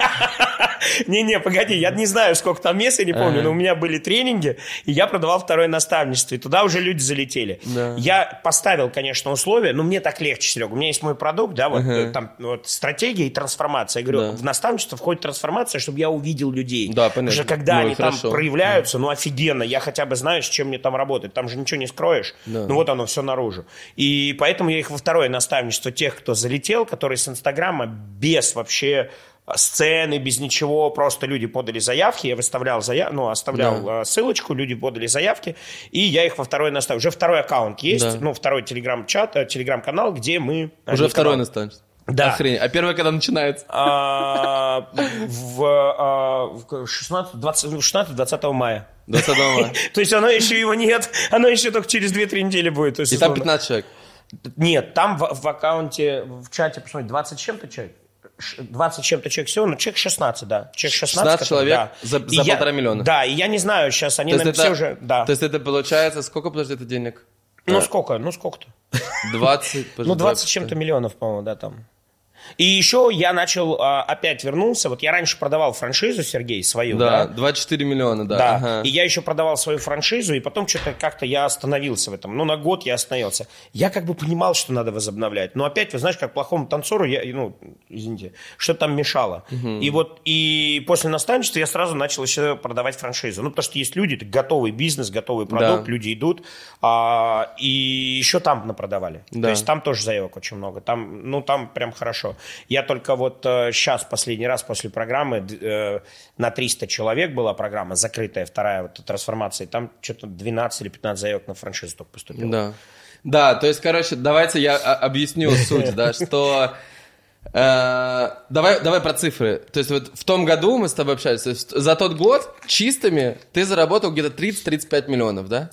Не, погоди, я не знаю, сколько там мест, я не помню, но у меня были тренинги, и я продавал второе наставничество, и туда уже люди залетели. Да. Я поставил, конечно, условия, но мне так легче, Серега. У меня есть мой продукт, да, там стратегия и трансформация. Я говорю, в наставничество входит трансформация, чтобы я увидел людей. Да, понятно. Потому что когда они там проявляются, офигенно, я хотя бы знаю, с чем мне там работать. Там же ничего не скроешь. Да. Вот оно все наружу. И поэтому я их во второе наставничество тех, кто залетел, которые с Инстаграма без вообще сцены, без ничего, просто люди подали заявки, я выставлял оставлял ссылочку, люди подали заявки, и я их во второй наставил. Уже второй аккаунт есть, второй телеграм-канал, где мы... Уже второй наставничество. Да. Охренеть. А первое когда начинается? В 16-20 мая. 20 мая. То есть оно еще его нет, оно еще только через 2-3 недели будет. И там 15 человек? Нет, там в аккаунте, в чате, посмотрите, 20 с чем-то человек. 20 с чем-то человек всего, человек 16, да. Человек 16 человек за 1,5 миллиона. Да, и я не знаю, сейчас они нам все уже... Да. То есть это получается, сколько, подожди, это денег? Сколько-то. 20? 20 с чем-то миллионов, по-моему, да, там. И еще я начал, опять вернулся, вот я раньше продавал франшизу, Сергей, свою, да? 24 миллиона, да. Да, Ага. и я еще продавал свою франшизу, и потом что-то как-то я остановился в этом. Ну, на год я остановился. Я как бы понимал, что надо возобновлять, но опять, вы знаете, как плохому танцору, извините, что-то там мешало. И после наставничества я сразу начал еще продавать франшизу. Ну, потому что есть люди, это готовый бизнес, готовый продукт, люди идут, и еще там напродавали. То есть там тоже заявок очень много, там прям хорошо. Я только вот сейчас, последний раз после программы, на 300 человек была программа, закрытая, вторая вот трансформация, там что-то 12 или 15 заявок на франшизу только поступило. Да, то есть, короче, давайте я объясню суть, да, что... Давай про цифры. То есть вот в том году мы с тобой общались, то есть за тот год чистыми ты заработал где-то 30-35 миллионов, да?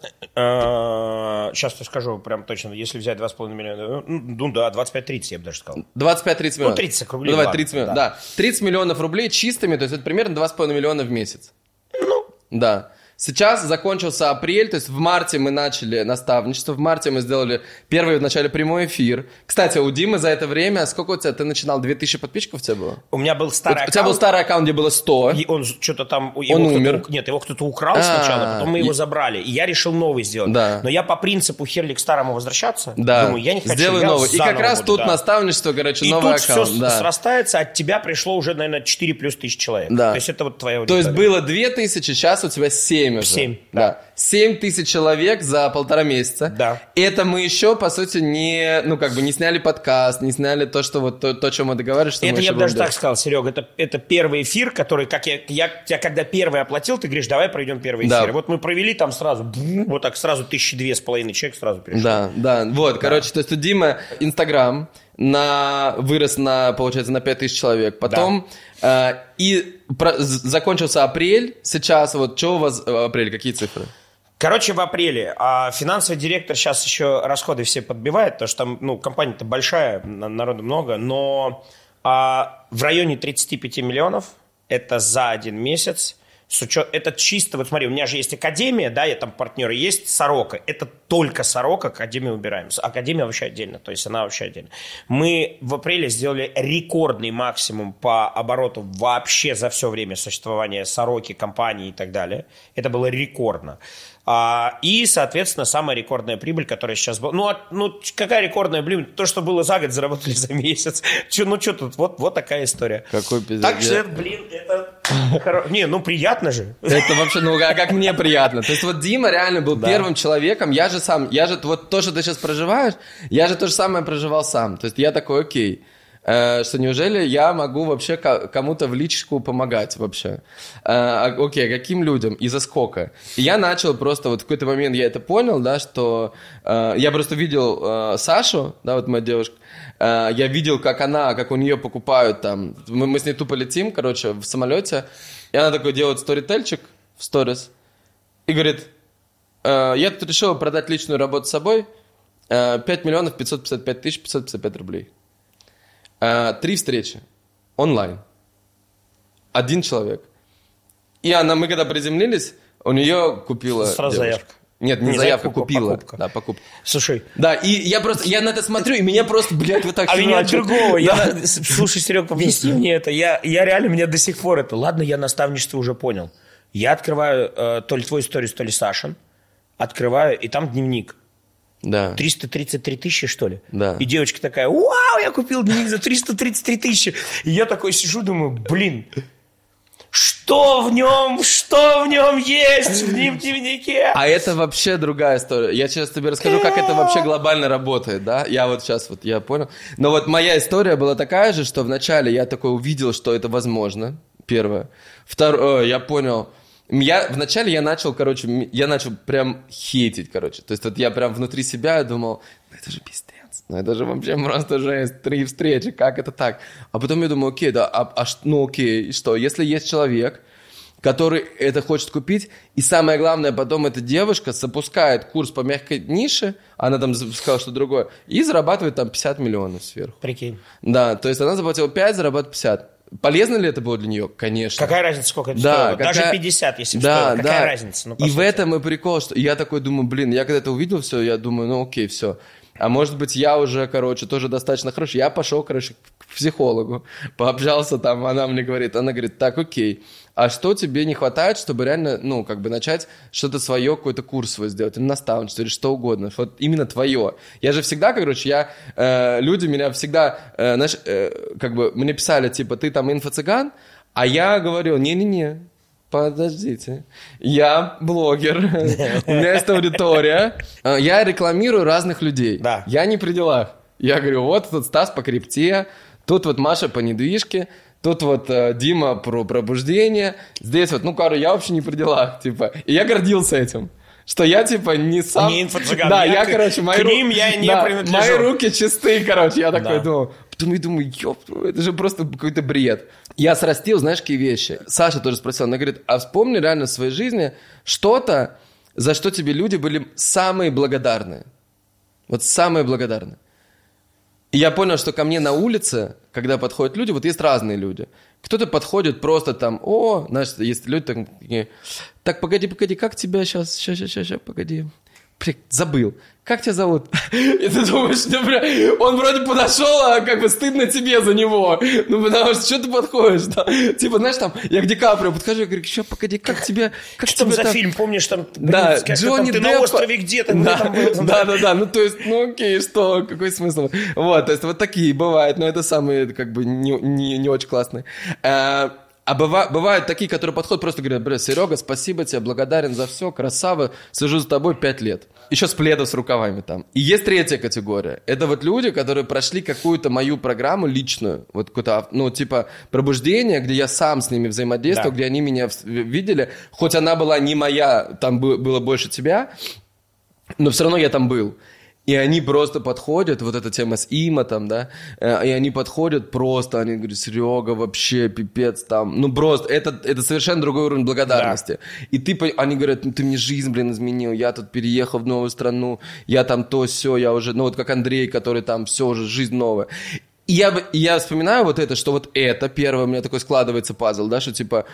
Сейчас я скажу прям точно, если взять 2,5 миллиона, ну да, 25-30 я бы даже сказал. 25-30 миллионов. Ну 30 рублей. Ну, давай, 30 миллионов, да. 30 миллионов рублей чистыми, то есть это примерно 2,5 миллиона в месяц. Ну. Да. Сейчас закончился апрель, то есть в марте мы начали наставничество, в марте мы сделали первый в начале прямой эфир. Кстати, у Димы за это время, сколько у тебя, ты начинал, 2000 подписчиков у тебя было? У меня был старый аккаунт. У тебя был старый аккаунт, где было 100. И он что-то там... Он умер. Нет, его кто-то украл сначала, потом мы его забрали. И я решил новый сделать. Да. Но я по принципу хер к старому возвращаться. Да. Думаю, я не хочу. Сделаю новый. И как раз тут наставничество, короче, новый аккаунт. И тут все срастается, от тебя пришло уже, наверное, 4 плюс тысяч человек. Да. То есть это вот твоя аудитория. То есть было 2000, сейчас у тебя 7 уже. 7, да. 7 тысяч человек за 1,5 месяца. Да. Это мы еще, по сути, не сняли подкаст, не сняли то, что вот то, о чем мы договаривались, что это мы я еще бы даже будем так сказал, Серега, это первый эфир, который, как я тебя когда первый оплатил, ты говоришь, давай пройдем первый эфир. Да. Вот мы провели там сразу, вот так сразу 2,5 человек сразу пришли. Да, вот, короче, то есть у Димы Инстаграм вырос получается, на 5000 человек. Потом закончился апрель. Сейчас, вот, что у вас апрель, какие цифры? Короче, в апреле финансовый директор сейчас еще расходы все подбивает, потому что там, компания-то большая, народу много, но в районе 35 миллионов это за один месяц. Это чисто, вот смотри, у меня же есть Академия, да, я там партнеры, есть Сорока, это только Сорока, Академию убираем. Академия вообще отдельно, то есть она вообще отдельно. Мы в апреле сделали рекордный максимум по обороту вообще за все время существования Сороки, компании и так далее. Это было рекордно. И, соответственно, самая рекордная прибыль, которая сейчас была... какая рекордная прибыль? То, что было за год, заработали за месяц. Что тут? Вот такая история. Какой пиздец. Так что, это... Не, приятно же. Это вообще, как мне приятно. То есть вот Дима реально был первым человеком. Я же вот то, что ты сейчас проживаешь, я же то же самое проживал сам. То есть я такой, окей. Что неужели я могу вообще кому-то в личку помогать вообще? Окей, каким людям и за сколько? И я начал просто, вот в какой-то момент я это понял, да, что я просто видел Сашу, да, вот моя девушка, я видел, как у нее покупают там, мы с ней тупо летим, короче, в самолете, и она такой делает сторителчик в сторис и говорит, я тут решил продать личную работу с собой, 5 миллионов 555 тысяч 555 рублей. 3 встречи онлайн. 1 человек. И мы когда приземлились, у нее купила сразу девушка. заявка. Нет, не заявка, купила. Покупка. Да, покупка. Слушай. Да, и я на это смотрю, и меня просто, блядь, вот так... А меня от другого. Слушай, Серег, объясни мне это. Я реально, меня до сих пор это... Ладно, я наставничество уже понял. Я открываю то ли твой сторис, то ли Сашин. Открываю, и там дневник. Да. 333 тысячи, что ли? Да. И девочка такая, вау, я купил дневник за 333 тысячи. И я такой сижу, думаю, блин, что в нем есть в дневнике? А это вообще другая история. Я сейчас тебе расскажу, как это вообще глобально работает, да? Я вот сейчас я понял. Но вот моя история была такая же, что вначале я такой увидел, что это возможно. Первое. Второе, я понял... Вначале я начал прям хейтить, короче. То есть вот я прям внутри себя думал, это же пиздец, это же вообще просто жесть, 3 встречи, как это так? А потом я думаю, окей, да, окей, что? Если есть человек, который это хочет купить, и самое главное, потом эта девушка запускает курс по мягкой нише, она там сказала, что другое, и зарабатывает там 50 миллионов сверху. Прикинь. Да, то есть она заплатила 5, зарабатывает 50. Полезно ли это было для нее? Конечно. Какая разница, сколько это стоило? Даже 50, если бы стоило. Какая разница? И в этом и прикол, что я такой думаю, я когда это увидел все, я думаю, окей, все. А может быть, я уже, тоже достаточно хороший. Я пошел, психологу, пообщался там, она говорит, так, окей, а что тебе не хватает, чтобы реально, начать что-то свое, какой-то курс свой сделать, или наставничество, или что угодно, вот именно твое. Я же всегда, люди меня всегда, мне писали, типа, ты там инфо-цыган, а я говорю, не-не-не, подождите, я блогер, у меня есть аудитория, я рекламирую разных людей, я не при делах. Я говорю, вот тут Стас по крипте, тут вот Маша по недвижке, тут вот Дима про пробуждение, здесь вот, я вообще не при делах, типа. И я гордился этим, что я, типа, не сам... Не инфо-цыган. Да, я принадлежу. Мои руки чистые, я такой думал. Потом я думаю, это же просто какой-то бред. Я срастил, знаешь, какие вещи. Саша тоже спросила, она говорит, а вспомни реально в своей жизни что-то, за что тебе люди были самые благодарные. Вот самые благодарные. И я понял, что ко мне на улице, когда подходят люди, вот есть разные люди. Кто-то подходит просто там, знаешь, есть люди такие, так, погоди, как тебя сейчас, погоди. Забыл. Как тебя зовут? И ты думаешь, он вроде подошел, а стыдно тебе за него. Потому что ты подходишь? Да? Типа, знаешь, там, я к Ди Каприо подхожу, я говорю, погоди, как тебя... Что за фильм, помнишь, там, да, Джонни Депп... Ты на острове где-то? Да, то есть, окей, что, какой смысл? Вот, то есть, вот такие бывают, но это самые, не очень классные. А бывают такие, которые подходят, просто говорят, Серега, спасибо тебе, благодарен за все, красава, сижу за тобой 5 лет. Еще с пледом, с рукавами там. И есть третья категория. Это вот люди, которые прошли какую-то мою программу личную, вот какое-то, пробуждение, где я сам с ними взаимодействовал, где они меня видели, хоть она была не моя, там было больше тебя, но все равно я там был. И они просто подходят, вот эта тема с имотом, да, и они подходят просто, они говорят, Серега, вообще, пипец, там, просто, это совершенно другой уровень благодарности. Да. И они говорят, ты мне жизнь, изменил, я тут переехал в новую страну, я там то, сё, я уже, вот как Андрей, который там, все уже, жизнь новая. И я вспоминаю вот это, что вот это первое, у меня такой складывается пазл, да, что типа,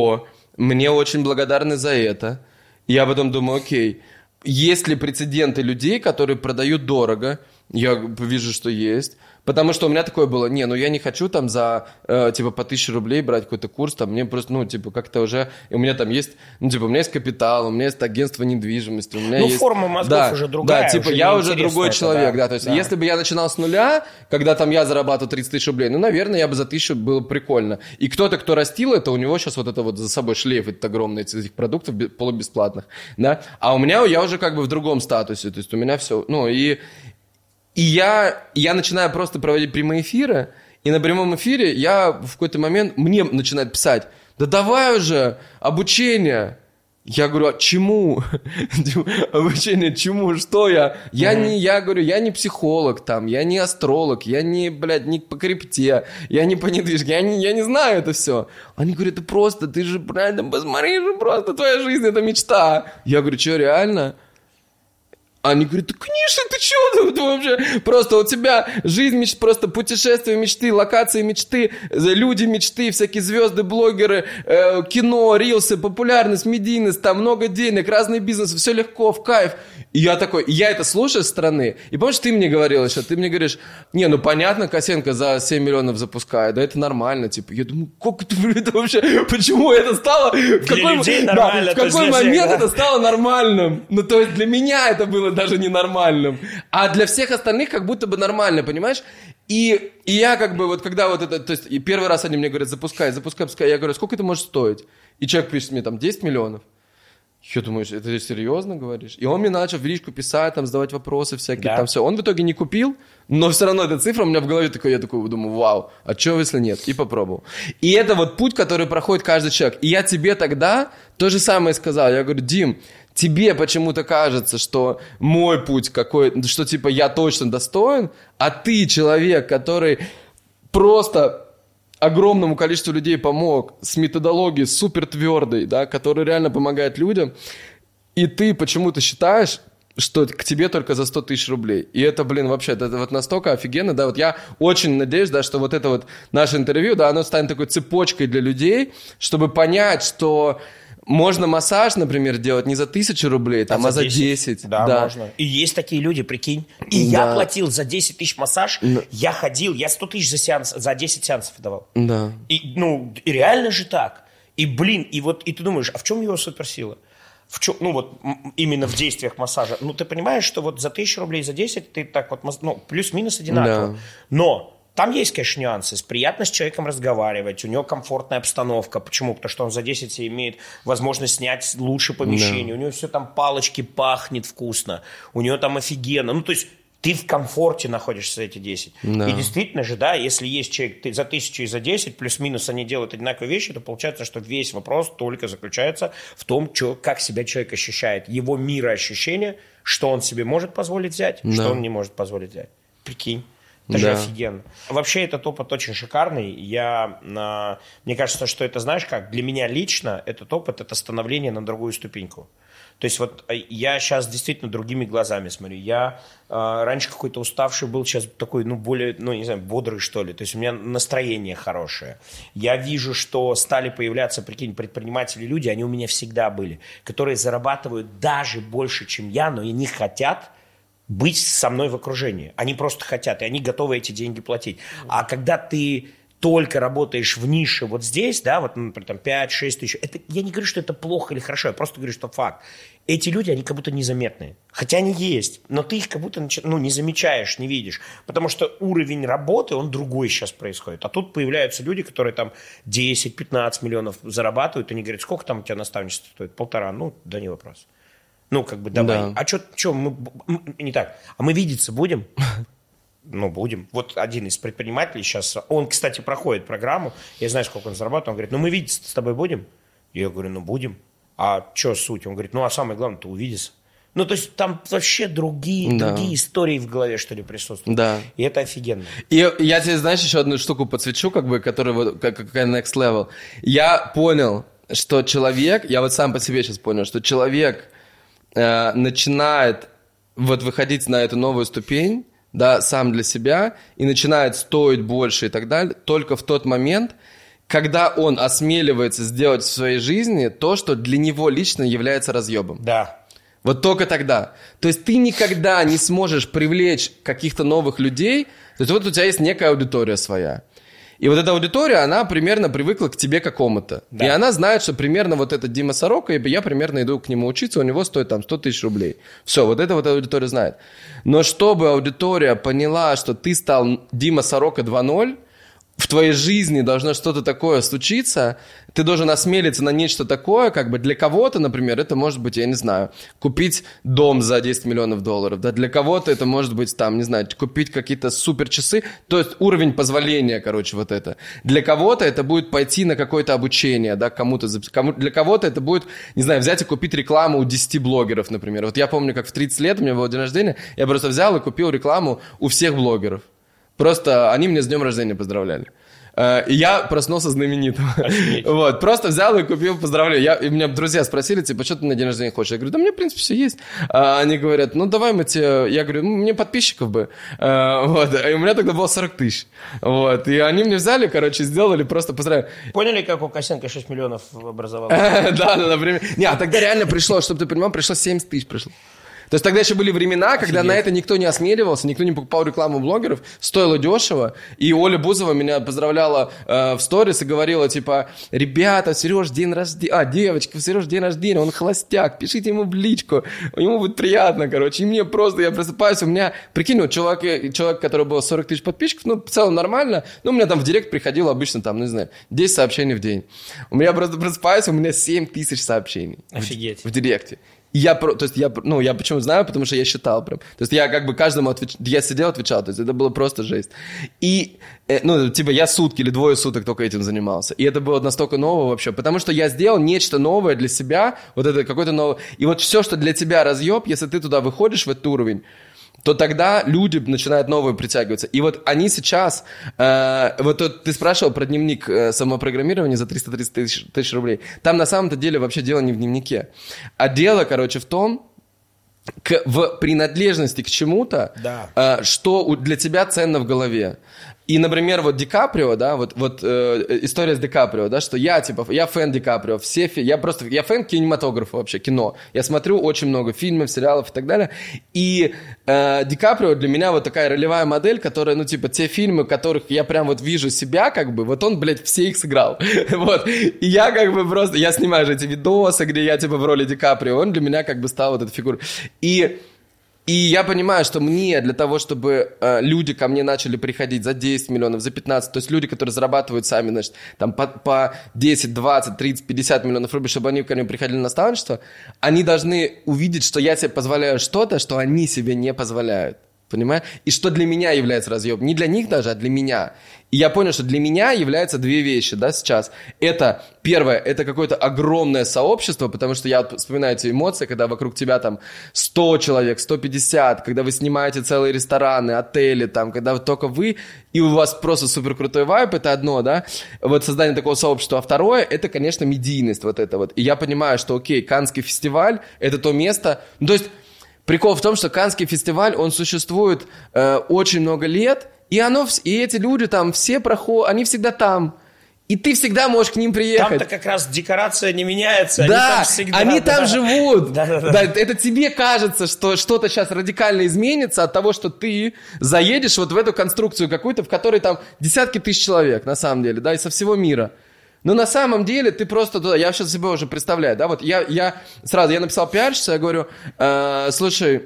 мне очень благодарны за это. И я потом думаю, окей, есть ли прецеденты людей, которые продают дорого? Я вижу, что есть. Потому что у меня такое было, я не хочу там за, по 1000 рублей брать какой-то курс, там, мне просто, как-то уже, и у меня там есть, у меня есть капитал, у меня есть агентство недвижимости, у меня есть... форма мозгов уже другая. Да, я уже другой человек, да, то есть, если бы я начинал с нуля, когда там я зарабатывал 30 тысяч рублей, наверное, я бы за 1000 было прикольно. И кто-то, кто растил это, у него сейчас вот это вот за собой шлейф этот огромный этих продуктов полубесплатных, да, а у меня, я уже в другом статусе, то есть, у меня все, И я начинаю просто проводить прямые эфиры, и на прямом эфире я в какой-то момент, мне начинают писать, да давай уже, обучение. Я говорю, а чему? Обучение чему? Что я? Я говорю, я не психолог там, я не астролог, я не по крипте, я не по недвижке, я не знаю это все. Они говорят, ты же правильно, посмотри, просто твоя жизнь, это мечта. Я говорю, что, реально? Они говорят, да, конечно, ты что ты вообще? Просто у тебя жизнь мечты, просто путешествия мечты, локации мечты, люди мечты, всякие звезды, блогеры, кино, рилсы, популярность, медийность, там много денег, разные бизнесы, все легко, в кайф. И я такой, я это слушаю со стороны. И помнишь, ты мне говорил еще, ты мне говоришь, понятно, Косенко за 7 миллионов запускает, да это нормально, Я думаю, как это вообще, почему это стало, в какой момент это стало нормальным? То есть для меня это было даже ненормальным, а для всех остальных как будто бы нормально, понимаешь? И я когда то есть и первый раз они мне говорят, запускай, я говорю, сколько это может стоить? И человек пишет мне 10 миллионов. Я думаю, это ты серьезно говоришь? И он мне начал в личку писать, задавать вопросы всякие, там все. Он в итоге не купил, но все равно эта цифра у меня в голове я такой думаю, вау, а что если нет? И попробовал. И это путь, который проходит каждый человек. И я тебе тогда то же самое сказал. Я говорю, Дим, тебе почему-то кажется, что мой путь что я точно достоин, а ты человек, который просто огромному количеству людей помог с методологией супер твердой, да, который реально помогает людям, и ты почему-то считаешь, что к тебе только за 100 тысяч рублей. И это, вообще, это настолько офигенно, да, я очень надеюсь, да, что это наше интервью, да, оно станет такой цепочкой для людей, чтобы понять, что Можно массаж, например, делать не за 1000 рублей, там, а за 10. Да, можно. И есть такие люди, прикинь. И я платил за 10 тысяч массаж, я ходил, я 100 тысяч за 10 сеансов давал. Да. И реально же так. И, и ты думаешь, а в чем его суперсила? Именно в действиях массажа. Ты понимаешь, что вот за 1000 рублей, за 10 ты так вот, плюс-минус одинаково. Да. Но там есть, конечно, нюансы. Приятно с человеком разговаривать, у него комфортная обстановка. Почему? Потому что он за 10 себе имеет возможность снять лучше помещение. У него все там палочки пахнет вкусно. У него там офигенно. То есть ты в комфорте находишься за эти 10. Да. И действительно же, да, если есть человек ты за 1000 и за 10, плюс-минус они делают одинаковые вещи, то получается, что весь вопрос только заключается в том, как себя человек ощущает. Его мироощущение, что он себе может позволить взять, что он не может позволить взять. Прикинь. Это же офигенно. Вообще этот опыт очень шикарный. Мне кажется, что это, знаешь как, для меня лично этот опыт – это становление на другую ступеньку. То есть вот я сейчас действительно другими глазами смотрю. Я раньше какой-то уставший был, сейчас такой, более, не знаю, бодрый, что ли. То есть у меня настроение хорошее. Я вижу, что стали появляться, прикинь, предприниматели, люди, они у меня всегда были, которые зарабатывают даже больше, чем я, но они хотят быть со мной в окружении. Они просто хотят, и они готовы эти деньги платить. А когда ты только работаешь в нише вот здесь, да, вот, например, там 5-6 тысяч, я не говорю, что это плохо или хорошо, я просто говорю, что факт. Эти люди, они как будто незаметные. Хотя они есть, но ты их как будто не замечаешь, не видишь. Потому что уровень работы, он другой сейчас происходит. А тут появляются люди, которые там 10-15 миллионов зарабатывают, они говорят, сколько там у тебя наставничество стоит? 1,5, да не вопрос. Давай. Да. А что, мы не так. А мы видеться будем? Будем. Вот один из предпринимателей сейчас, он, кстати, проходит программу, я знаю, сколько он зарабатывает, он говорит, мы видеться с тобой будем? Я говорю, будем. А что суть? Он говорит, а самое главное, ты увидеться. То есть там вообще другие истории в голове, что ли, присутствуют. Да. И это офигенно. И я тебе, знаешь, еще одну штуку подсвечу, которая вот какая next level. Я понял, что человек, я вот сам по себе сейчас понял, что человек начинает вот выходить на эту новую ступень, да, сам для себя, и начинает стоить больше и так далее, только в тот момент, когда он осмеливается сделать в своей жизни то, что для него лично является разъебом. Да. Вот только тогда. То есть ты никогда не сможешь привлечь каких-то новых людей, то есть вот у тебя есть некая аудитория своя. И вот эта аудитория, она примерно привыкла к тебе какому-то. Да. И она знает, что примерно вот этот Дима Сорока, и я примерно иду к нему учиться, у него стоит там 100 тысяч рублей. Все, вот это вот аудитория знает. Но чтобы аудитория поняла, что ты стал Дима Сорока 2.0, в твоей жизни должно что-то такое случиться, ты должен осмелиться на нечто такое, как бы для кого-то, например, это может быть, я не знаю, купить дом за 10 миллионов долларов, да, для кого-то это может быть, там, не знаю, купить какие-то суперчасы, то есть уровень позволения, вот это. Для кого-то это будет пойти на какое-то обучение, да, для кого-то это будет, не знаю, взять и купить рекламу у 10 блогеров, например. Вот я помню, как в 30 лет, у меня был день рождения, я просто взял и купил рекламу у всех блогеров. Просто они меня с днем рождения поздравляли. И я проснулся знаменитым. Вот, просто взял и купил поздравления. И меня друзья спросили, что ты на день рождения хочешь? Я говорю, да мне, в принципе, все есть. Они говорят, давай мы тебе... Я говорю, мне подписчиков бы. Вот, и у меня тогда было 40 тысяч. Вот, и они мне взяли, сделали, просто поздравили. Поняли, как у Косенко 6 миллионов образовалось? Да, например. Не, а тогда реально пришло, чтобы ты понимал, пришло 70 тысяч пришло. То есть тогда еще были времена, когда на это никто не осмеливался, никто не покупал рекламу блогеров, стоило дешево. И Оля Бузова меня поздравляла в сторис и говорила, ребята, Сереж день рождения, девочка, у Сереж день рождения, он холостяк, пишите ему в личку, ему будет приятно, И мне просто, я просыпаюсь, у меня, прикинь, вот человек, который был 40 тысяч подписчиков, в целом нормально, но у меня там в директ приходило обычно, 10 сообщений в день. У меня просто просыпаюсь, у меня 7 тысяч сообщений. Офигеть. В директе. Я почему знаю, потому что я считал прям. То есть я каждому я сидел, отвечал, то есть это было просто жесть. И, я сутки или 2 суток только этим занимался. И это было настолько ново вообще, потому что я сделал нечто новое для себя, вот это какой-то новый... И вот все, что для тебя разъеб, если ты туда выходишь в этот уровень, то тогда люди начинают новые притягиваться. И вот они сейчас... ты спрашивал про дневник самопрограммирования за 330 тысяч рублей. Там на самом-то деле вообще дело не в дневнике. А дело, в том, в принадлежности к чему-то, что для тебя ценно в голове. И, например, вот Ди Каприо, да, вот история с Ди Каприо, да, что я фэн Ди Каприо, я фэн кинематографа вообще, кино. Я смотрю очень много фильмов, сериалов и так далее. И Ди Каприо для меня вот такая ролевая модель, которая, ну, типа, те фильмы, в которых я прям вот вижу себя, как бы, вот он, блядь, все их сыграл. Вот. И я как бы просто, я снимаю же эти видосы, где я, типа, в роли Ди Каприо, он для меня как бы стал вот этой фигурой. И я понимаю, что мне для того, чтобы люди ко мне начали приходить за 10 миллионов, за 15, то есть люди, которые зарабатывают сами, значит, там по 10, 20, 30, 50 миллионов рублей, чтобы они ко мне приходили на наставничество, они должны увидеть, что я себе позволяю что-то, что они себе не позволяют. Понимаешь? И что для меня является разъебом. Не для них даже, а для меня. И я понял, что для меня являются две вещи, да, сейчас. Это, первое, это какое-то огромное сообщество, потому что я вспоминаю эти эмоции, когда вокруг тебя там 100 человек, 150, когда вы снимаете целые рестораны, отели, там, когда вот только вы, и у вас просто супер крутой вайб, это одно, да, вот создание такого сообщества. А второе, это, конечно, медийность вот это вот. И я понимаю, что, окей, Каннский фестиваль, это то место, ну, то есть прикол в том, что Каннский фестиваль, он существует очень много лет, и эти люди там все проходят, они всегда там. И ты всегда можешь к ним приехать. Там-то как раз декорация не меняется. Да, они там живут. Да. Это тебе кажется, что что-то сейчас радикально изменится от того, что ты заедешь вот в эту конструкцию какую-то, в которой там десятки тысяч человек, на самом деле, да, и со всего мира. Но на самом деле ты просто туда, я сейчас себе уже представляю, да, вот я написал пиарщице, я говорю, слушай,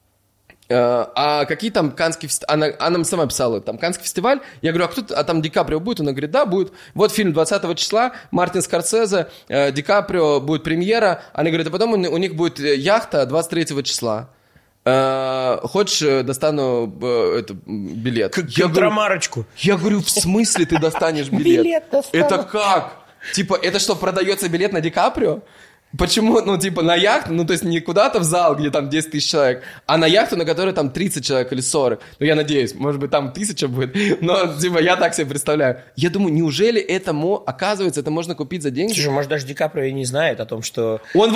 а какие там Каннский фестиваль, она нам сама писала, там Каннский фестиваль, я говорю, а там Ди Каприо будет? Она говорит, да, будет, вот фильм 20 числа, Мартин Скорсезе, Ди Каприо, будет премьера, она говорит, а потом у них будет яхта 23 числа. Хочешь, достану билет? Контрамарочку. Я говорю, в смысле ты достанешь билет? Билет достану. Это как? Типа, это что, продается билет на Ди Каприо? Почему, ну, типа, на яхту, ну, то есть не куда-то в зал, где там 10 тысяч человек, а на яхту, на которой там 30 человек или 40. Ну, я надеюсь, может быть, там 1000 будет, но, типа, я так себе представляю. Я думаю, неужели оказывается, это можно купить за деньги? Слушай, может, даже Ди Каприо и не знает о том, что... Он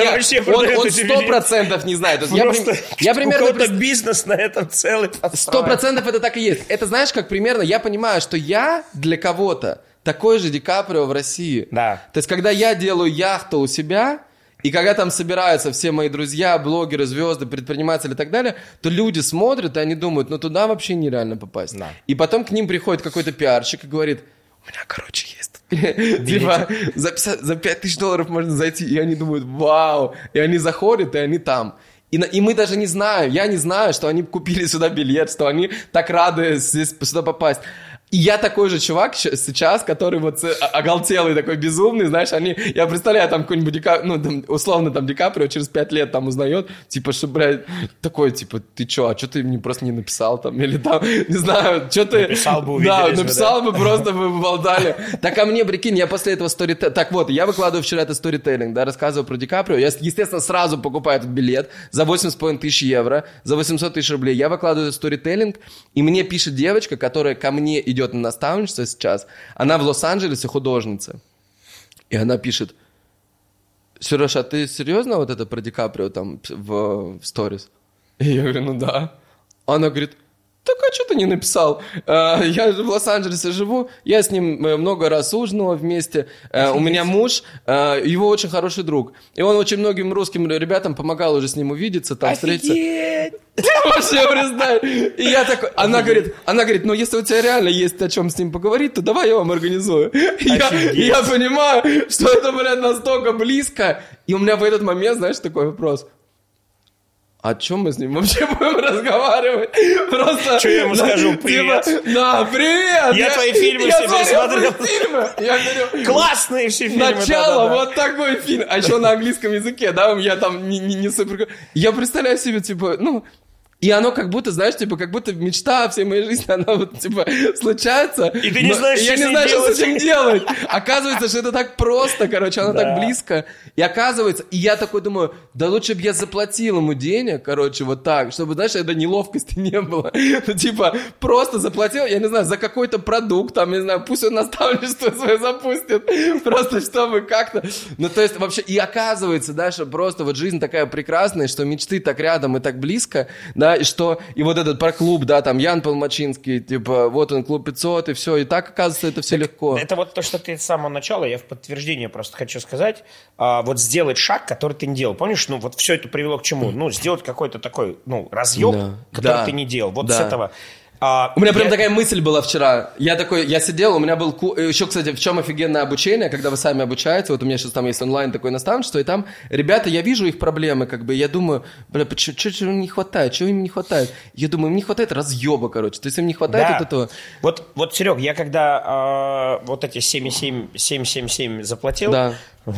100% не знает. Я примерно... У кого-то бизнес на этом целый построен. 100% это так и есть. Это знаешь, как примерно, я понимаю, что я для кого-то такой же Ди Каприо в России. Да. То есть, когда я делаю яхту у себя, и когда там собираются все мои друзья, блогеры, звезды, предприниматели и так далее, то люди смотрят, и они думают, ну туда вообще нереально попасть. Да. И потом к ним приходит какой-то пиарщик и говорит, у меня, короче, есть. Типа, за $5000 можно зайти. И они думают, вау. И они заходят, и они там. И мы даже не знаем, я не знаю, что они купили сюда билет, что они так рады здесь сюда попасть. И я такой же чувак сейчас, который вот оголтелый, такой безумный, знаешь, я представляю, там какой-нибудь, условно, там, Ди Каприо через 5 лет там узнает, типа, что, блядь, такой, типа, ты чё, а чё ты мне просто не написал там, или там, не знаю, чё ты... Написал бы, увиделись. Да, написал бы, просто бы болтали. Так, а мне, прикинь, я после этого так вот, я выкладываю вчера это сторителлинг, да, рассказываю про Ди Каприо, я, естественно, сразу покупаю этот билет за 8,5 тысяч евро, за 800 тысяч рублей, я выкладываю этот сторителлинг, и мне пишет девочка, которая ко мне идет на наставничество сейчас, она в Лос-Анджелесе художница. И она пишет, Сереж, а ты серьезно вот это про Ди Каприо там в сторис? И я говорю, ну да. Она говорит, так а что ты не написал? Я в Лос-Анджелесе живу, я с ним много раз ужинала вместе. У меня муж, его очень хороший друг. И он очень многим русским ребятам помогал уже с ним увидеться, там встретиться. Вообще, представь. И я такой, она говорит, ну если у тебя реально есть о чем с ним поговорить, то давай я вам организую. Я понимаю, что это, блядь, настолько близко. И у меня в этот момент, знаешь, такой вопрос. О чем мы с ним вообще будем разговаривать? Просто... Что я ему скажу? Привет. Типа, да, привет. Я твои фильмы себе смотрел. Я говорю, классные все фильмы. Начало, вот такой фильм. А еще на английском языке, да, я там не супер... Я представляю себе, типа, и оно как будто, знаешь, типа, как будто мечта всей моей жизни, она вот, типа, случается. И ты не знаешь, я не знаю, что с этим делать. Оказывается, что это так просто, короче, оно так близко. И оказывается, и я такой думаю, да лучше бы я заплатил ему денег, короче, вот так, чтобы, знаешь, этой неловкости не было. Ну, типа, просто заплатил, я не знаю, за какой-то продукт, там, не знаю, пусть он наставничество свое запустит, просто чтобы как-то... Ну, то есть, вообще, и оказывается, да, что просто вот жизнь такая прекрасная, что мечты так рядом и так близко, да, да, и что, и вот этот про клуб, да, там Ян Полмачинский, типа, вот он, клуб 500, и все, и так, оказывается, это все легко. Это вот то, что ты с самого начала, я в подтверждение просто хочу сказать, вот сделать шаг, который ты не делал, помнишь, ну, вот все это привело к чему? Ну, сделать какой-то такой, ну, разъеб, который ты не делал, вот с этого... У меня прям такая мысль была вчера. Я сидел, у меня был... Еще, кстати, в чем офигенное обучение, когда вы сами обучаете. Вот у меня сейчас там есть онлайн такое наставничество, и там ребята, я вижу их проблемы, как бы, я думаю, что им не хватает, чего им не хватает? Я думаю, им не хватает разъеба, короче. То есть им не хватает вот этого... Вот, Серег, я когда вот эти 777 заплатил... Да.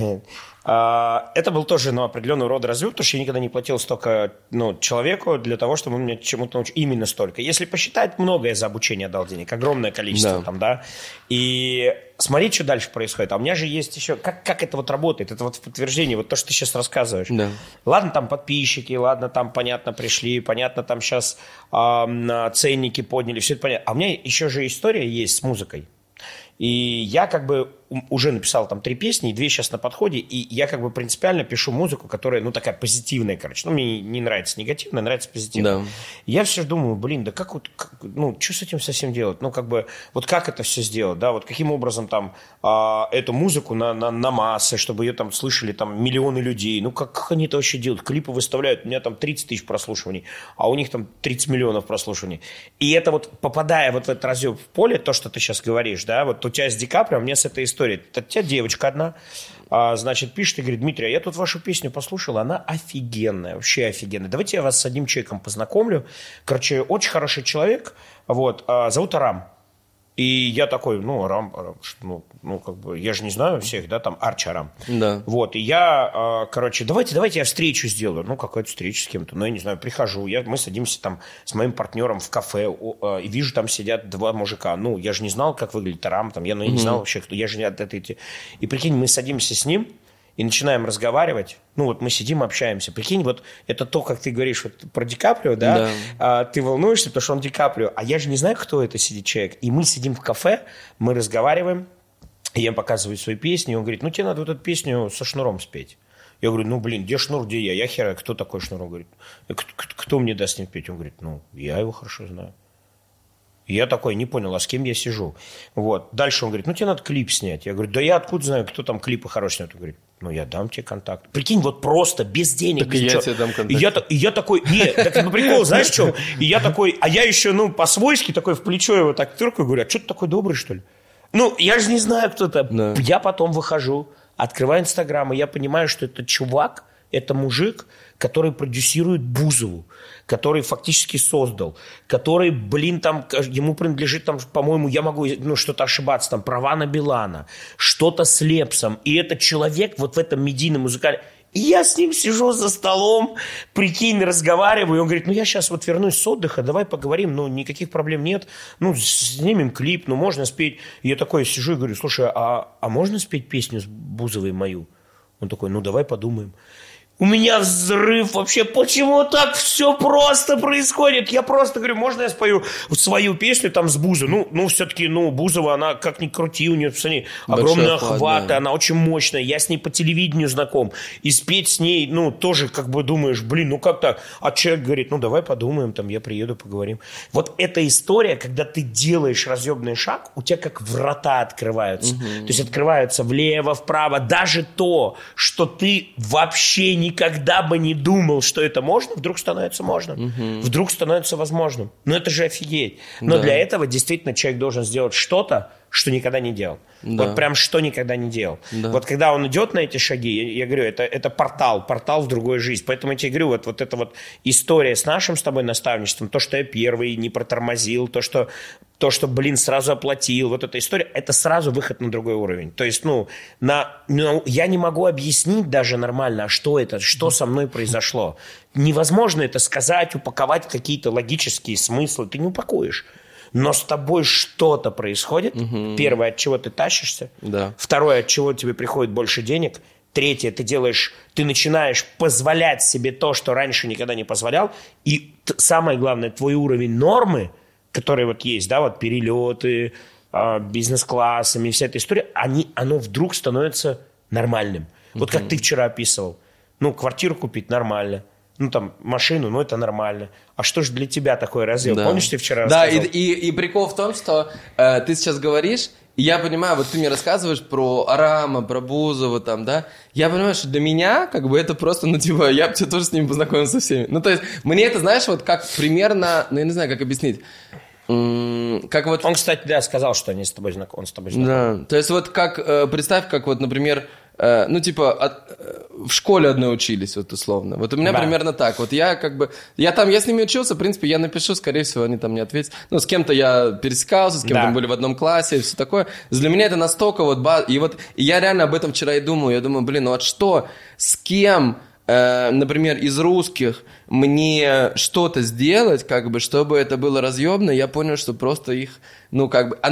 Это был тоже определенного рода развод, потому что я никогда не платил столько человеку для того, чтобы он меня чему-то научил. Именно столько. Если посчитать, много я за обучение дал денег. Огромное количество там, да. И смотри, что дальше происходит. А у меня же есть еще... Как это вот работает? Это вот в подтверждение, вот то, что ты сейчас рассказываешь. Да. Ладно, там подписчики, ладно, там, понятно, пришли, понятно, там сейчас ценники подняли, все это понятно. А у меня еще же история есть с музыкой. И я как бы уже написал там 3 песни, и 2 сейчас на подходе, и я как бы принципиально пишу музыку, которая, ну, такая позитивная, короче. Ну, мне не нравится негативная, нравится позитивная. Да. Я все думаю, блин, да как вот, ну, что с этим совсем делать? Ну, как бы, вот как это все сделать, да, вот каким образом там эту музыку на массы, чтобы ее там слышали там миллионы людей, ну, как они это вообще делают? Клипы выставляют, у меня там 30 тысяч прослушиваний, а у них там 30 миллионов прослушиваний. И это вот, попадая вот в этот разъем в поле, то, что ты сейчас говоришь, да, вот у тебя с Ди Каприо, у меня с этой историей. У тебя девочка одна, значит, пишет и говорит: Дмитрий, а я тут вашу песню послушал, она офигенная, вообще офигенная. Давайте я вас с одним человеком познакомлю. Короче, очень хороший человек, вот, зовут Арам. И я такой, ну, Арам, ну, как бы, я же не знаю всех, да, там, Арчи Арам. Да. Вот, и я, короче, давайте я встречу сделаю. Ну, какую-то встречу с кем-то, ну, я не знаю, прихожу, мы садимся там с моим партнером в кафе, и вижу, там сидят 2 мужика. Ну, я же не знал, как выглядит Арам, там, я не знал вообще, кто, я же не от этой... И прикинь, мы садимся с ним, и начинаем разговаривать. Ну, вот мы сидим, общаемся. Прикинь, вот это то, как ты говоришь вот про Ди Каприо, да? Ты волнуешься, потому что он Ди Каприо. А я же не знаю, кто это сидит человек. И мы сидим в кафе, мы разговариваем, и я показываю свои песни, и он говорит: ну, тебе надо вот эту песню со Шнуром спеть. Я говорю: ну, блин, где Шнур, где я? Я хера, кто такой Шнур? Он говорит: кто мне даст с ним петь? Он говорит: ну, я его хорошо знаю. И я такой не понял, а с кем я сижу? Вот. Дальше он говорит: ну, тебе надо клип снять. Я говорю: да я откуда знаю, кто там клипы хорошие снимает? Он говорит: ну, я дам тебе контакт. Прикинь, вот просто, без денег, так без и ничего. Я тебе дам контакт. И я такой, нет, так прикол, знаешь, в чем? И я такой, а я еще, ну, по-свойски такой в плечо его так тыркаю, говорю: а что ты такой добрый, что ли? Ну, я же не знаю, кто это. Да. Я потом выхожу, открываю Инстаграм, и я понимаю, что это чувак, это мужик, который продюсирует Бузову, который фактически создал, который, блин, там, ему принадлежит, там, по-моему, я могу, ну, что-то ошибаться, там, права на Билана, что-то с Лепсом, и этот человек вот в этом медийном музыкальном... И я с ним сижу за столом, прикинь, разговариваю, и он говорит: ну, я сейчас вот вернусь с отдыха, давай поговорим, ну, никаких проблем нет, ну, снимем клип, ну, можно спеть. И я такой сижу и говорю: слушай, а можно спеть песню с Бузовой мою? Он такой: ну, давай подумаем. У меня взрыв вообще. Почему так все просто происходит? Я просто говорю: можно я спою свою песню там с Бузовой? Ну, все-таки, ну, Бузова, она как ни крути, у нее, посмотри, огромный охват, да. Она очень мощная. Я с ней по телевидению знаком. И спеть с ней, ну, тоже как бы думаешь: блин, ну как так? А человек говорит: ну, давай подумаем, там, я приеду, поговорим. Вот эта история, когда ты делаешь разъебный шаг, у тебя как врата открываются. То есть открываются влево, вправо. Даже то, что ты вообще никогда бы не думал, что это можно, вдруг становится можно. Вдруг становится возможным. Но это же офигеть. Но для этого действительно человек должен сделать что-то, что никогда не делал. Да. Вот прям что никогда не делал. Да. Вот когда он идет на эти шаги, я говорю, это портал в другую жизнь. Поэтому я тебе говорю, вот эта вот история с нашим с тобой наставничеством, то, что я первый не протормозил, то, что, блин, сразу оплатил, вот эта история, это сразу выход на другой уровень. То есть, я не могу объяснить даже нормально, что это, что со мной произошло. Невозможно это сказать, упаковать в какие-то логические смыслы. Ты не упакуешь. Но с тобой что-то происходит. Первое, от чего ты тащишься. Да. Второе, от чего тебе приходит больше денег. Третье, ты начинаешь позволять себе то, что раньше никогда не позволял. И самое главное, твой уровень нормы, который вот есть, да, вот перелеты, бизнес-классами, вся эта история, оно вдруг становится нормальным. Вот как ты вчера описывал. Квартиру купить нормально. ну, там, машину, ну, это нормально. А что же для тебя такое раздел? Да. Помнишь, ты вчера да, рассказал? и прикол в том, что ты сейчас говоришь, и я понимаю, вот ты мне рассказываешь про Арама, про Бузова там, да, я понимаю, что для меня, как бы, это просто, ну, типа, я бы тоже с ними познакомился со всеми. Ну, то есть, мне это, знаешь, вот как примерно, ну, я не знаю, как объяснить. Как вот... Он, кстати, да, сказал, что они с тобой знакомы. Да, то есть вот как, представь, как вот, например, ну, типа, в школе одной учились, вот условно. Вот у меня примерно так. Вот я как бы, я с ними учился, в принципе, я напишу, скорее всего, они там не ответят. Ну, с кем-то я пересекался, с кем-то мы были в одном классе и все такое. Для меня это настолько вот, и я реально об этом вчера и думал. Я думаю, блин, ну вот что, с кем... например, из русских мне что-то сделать, как бы, чтобы это было разъемно, я понял, что просто их, ну, как бы,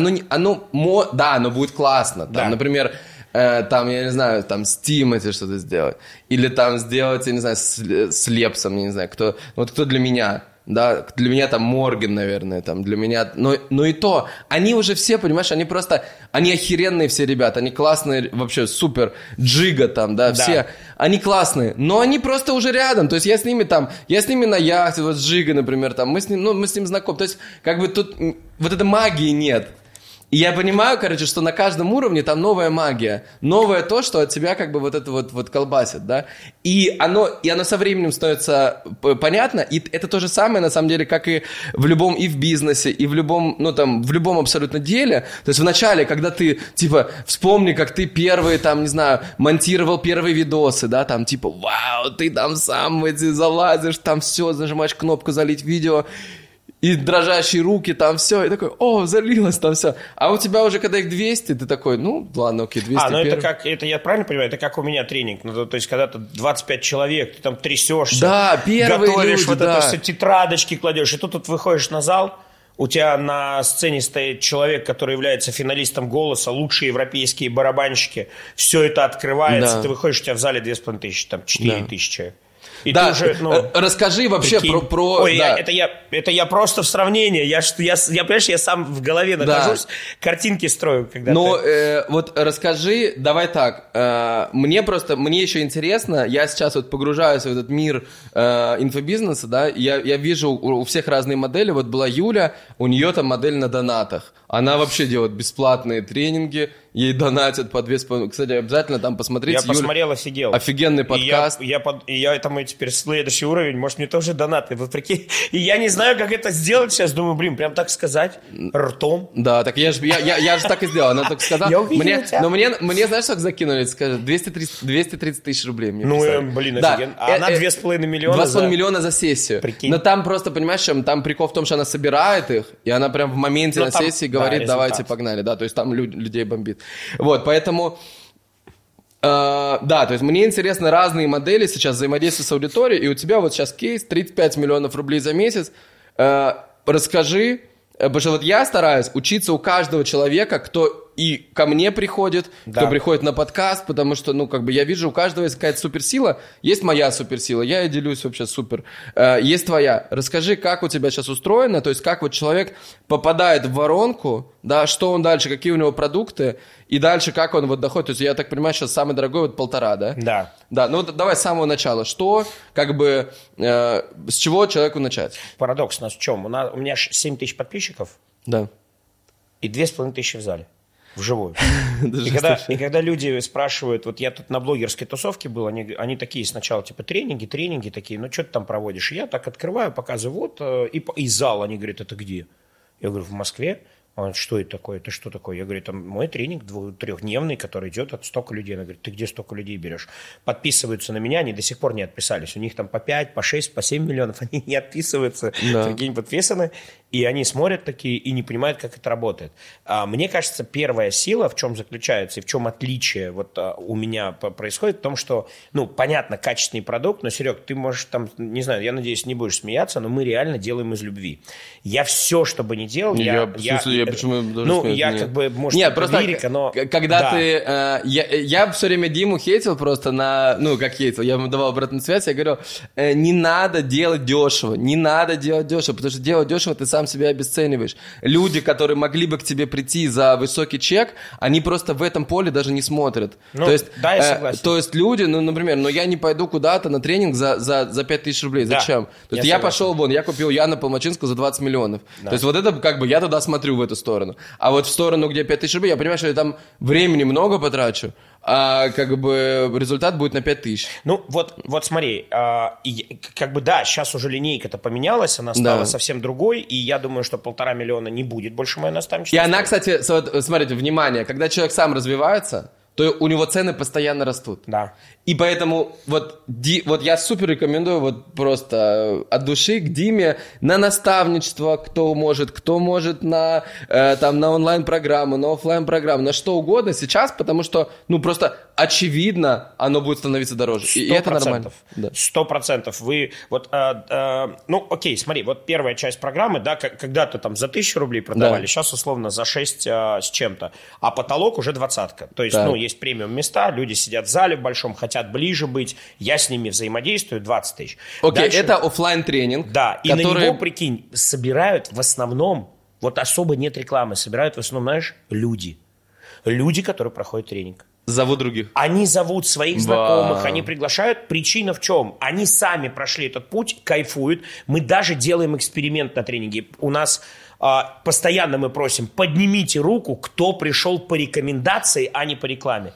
оно будет классно. Там, например, там, я не знаю, там, с Тимати что-то сделать. Или там сделать, я не знаю, с Лепсом, я не знаю, кто для меня. Да, для меня там Морген, наверное, там для меня, но и то, они уже все, понимаешь, они охеренные все ребята, они классные, вообще супер, Джига там, да, все, они классные, но они просто уже рядом, то есть я с ними на яхте, вот с Джигой, например, там, мы с ним знакомы, то есть как бы тут вот этой магии нет. И я понимаю, короче, что на каждом уровне там новая магия. Новое то, что от тебя как бы вот это вот колбасит, да. И оно со временем становится понятно. И это то же самое, на самом деле, как и в любом, и в бизнесе, и в любом, ну там, в любом абсолютно деле. То есть вначале, когда ты, типа, вспомни, как ты первые, там, не знаю, монтировал первые видосы, да, там, типа, вау, ты там сам залазишь, там все, нажимаешь кнопку «Залить видео», и дрожащие руки, там все, и такой, залилось там все. А у тебя уже, когда их 200, ты такой, ну, ладно, окей, 200. Это я правильно понимаю, это как у меня тренинг, ну, то есть, когда ты 25 человек, ты там трясешься, да, первые готовишь, люди, вот да. это все, тетрадочки кладешь, и тут выходишь на зал, у тебя на сцене стоит человек, который является финалистом «Голоса», лучшие европейские барабанщики, все это открывается, ты выходишь, у тебя в зале 2500, там 4000. И да, ты уже, расскажи вообще про... Ой, да. это я просто в сравнении. Я, понимаешь, я сам в голове нахожусь, картинки строю. Вот расскажи, давай так, мне еще интересно, я сейчас вот погружаюсь в этот мир инфобизнеса, да, я вижу у всех разные модели, вот была Юля, у нее там модель на донатах, она вообще делает бесплатные тренинги, ей донатят по 2,5. Кстати, обязательно там посмотрите. Я посмотрел, офигел. Офигенный подкаст. И я этому теперь следующий уровень, может, мне тоже донаты. Вот прикинь. И я не знаю, как это сделать сейчас. Думаю, прям так сказать, ртом. Да, так я же так и сделал. Она так сказала. Я увидел тебя. Но мне знаешь, как закинули? Скажет, 230 тысяч рублей мне писали. Офигенно. А она 2,5 миллиона 2,5 миллиона за сессию. Прикинь. Но там просто, понимаешь, там прикол в том, что она собирает их, и она прям в моменте на сессии говорит, давайте, погнали. Да, то есть там людей бомбит. Вот, поэтому, да, то есть мне интересны разные модели сейчас взаимодействия с аудиторией, и у тебя вот сейчас кейс 35 миллионов рублей за месяц. Расскажи, потому что вот я стараюсь учиться у каждого человека, кто и ко мне приходит, кто приходит на подкаст, потому что, ну, как бы я вижу, у каждого есть какая-то суперсила. Есть моя суперсила, я и делюсь вообще супер. Есть твоя. Расскажи, как у тебя сейчас устроено, то есть как вот человек попадает в воронку, да, что он дальше, какие у него продукты, и дальше как он вот доходит. То есть я так понимаю, сейчас самый дорогой вот 1,5, да? Да. Да, ну давай с самого начала. Что, как бы, с чего человеку начать? Парадокс у нас в чем? У меня 7 тысяч подписчиков. Да. И 2500 в зале. Вживую. И когда люди спрашивают, вот я тут на блогерской тусовке был, они такие сначала, типа, тренинги такие, ну что ты там проводишь? И я так открываю, показываю, вот, и зал, они говорят, это где? Я говорю, в Москве. Он, что это такое? Это что такое? Я говорю, это мой тренинг 2-3-дневный, который идет от столько людей. Она говорит, ты где столько людей берешь? Подписываются на меня, они до сих пор не отписались. У них там по 5, по 6, по 7 миллионов. Они не отписываются, прикинь, подписаны. И они смотрят такие и не понимают, как это работает. Мне кажется, первая сила, в чем заключается и в чем отличие вот у меня происходит, в том, что, ну, понятно, качественный продукт, но, Серег, ты можешь там, не знаю, я надеюсь, не будешь смеяться, но мы реально делаем из любви. Я все, что бы ни делал, Я почему должен Ну, сказать я нет? как бы, может, Нет, это просто лирика, но... когда Да. ты... я все время Диму хейтил просто на... Ну, как хейтил, я ему давал обратную связь, я говорю, не надо делать дешево, не надо делать дешево, потому что делать дешево ты сам себя обесцениваешь. Люди, которые могли бы к тебе прийти за высокий чек, они просто в этом поле даже не смотрят. Ну, то есть, да, я согласен. То есть люди, ну, например, я не пойду куда-то на тренинг за 5000 рублей. Да, Зачем? То есть я я согласен. пошел, я купил Яна Полмачинского за 20 миллионов. То есть вот это как бы я туда смотрю в эту сторону. А вот в сторону, где 5000 рублей, я понимаю, что я там времени много потрачу, а как бы результат будет на 5000. Ну, вот смотри, как бы да, сейчас уже линейка-то поменялась, она стала совсем другой, и я думаю, что 1,5 миллиона не будет больше моей наставничества. И она, кстати, смотрите, внимание, когда человек сам развивается, то у него цены постоянно растут. Да. И поэтому вот я супер рекомендую вот просто от души к Диме на наставничество, кто может на онлайн-программу, на офлайн-программу, на что угодно сейчас, потому что, просто очевидно, оно будет становиться дороже. 100%. И это нормально. 100%. Вы окей, смотри, вот первая часть программы, да, когда-то там за 1000 рублей продавали, сейчас условно за 6 с чем-то, а потолок уже 20-ка. То есть, есть премиум места, люди сидят в зале большом, хотят ближе быть, я с ними взаимодействую, 20 тысяч. Окей, это офлайн тренинг. Да, и на него, прикинь, собирают в основном, вот особо нет рекламы, собирают в основном, знаешь, люди. Люди, которые проходят тренинг. Зовут других. Они зовут своих знакомых, они приглашают. Причина в чем? Они сами прошли этот путь, кайфуют. Мы даже делаем эксперимент на тренинге. У нас постоянно мы просим, поднимите руку, кто пришел по рекомендации, а не по рекламе.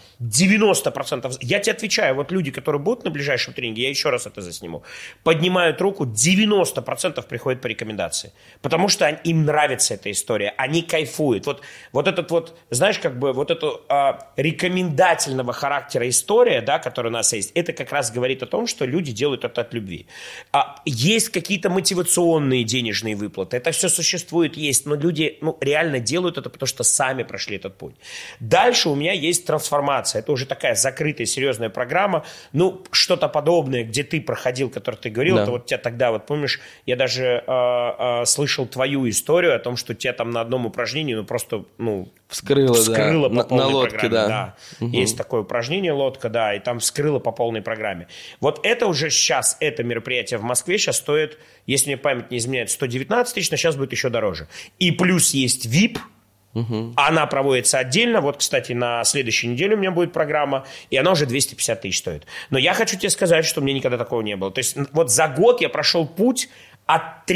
90%. Я тебе отвечаю, вот люди, которые будут на ближайшем тренинге, я еще раз это засниму, поднимают руку, 90% приходят по рекомендации. Потому что им нравится эта история, они кайфуют. Вот этот вот, знаешь, как бы вот эту рекомендательного характера история, да, которая у нас есть, это как раз говорит о том, что люди делают это от любви. Есть какие-то мотивационные денежные выплаты, это все существует, есть, но люди реально делают это, потому что сами прошли этот путь. Дальше у меня есть трансформация. Это уже такая закрытая, серьезная программа. Что-то подобное, где ты проходил, который ты говорил, это вот тебя тогда, вот помнишь, я даже слышал твою историю о том, что тебя там на одном упражнении, просто, вскрыло по полной на лодке, программе. да. Угу. Есть такое упражнение, лодка, да, и там вскрыло по полной программе. Вот это уже сейчас, это мероприятие в Москве сейчас стоит, если мне память не изменяет, 119 тысяч, но сейчас будет еще дороже. И плюс есть VIP, она проводится отдельно. Вот, кстати, на следующей неделе у меня будет программа, и она уже 250 тысяч стоит. Но я хочу тебе сказать, что у меня никогда такого не было. То есть вот за год я прошел путь от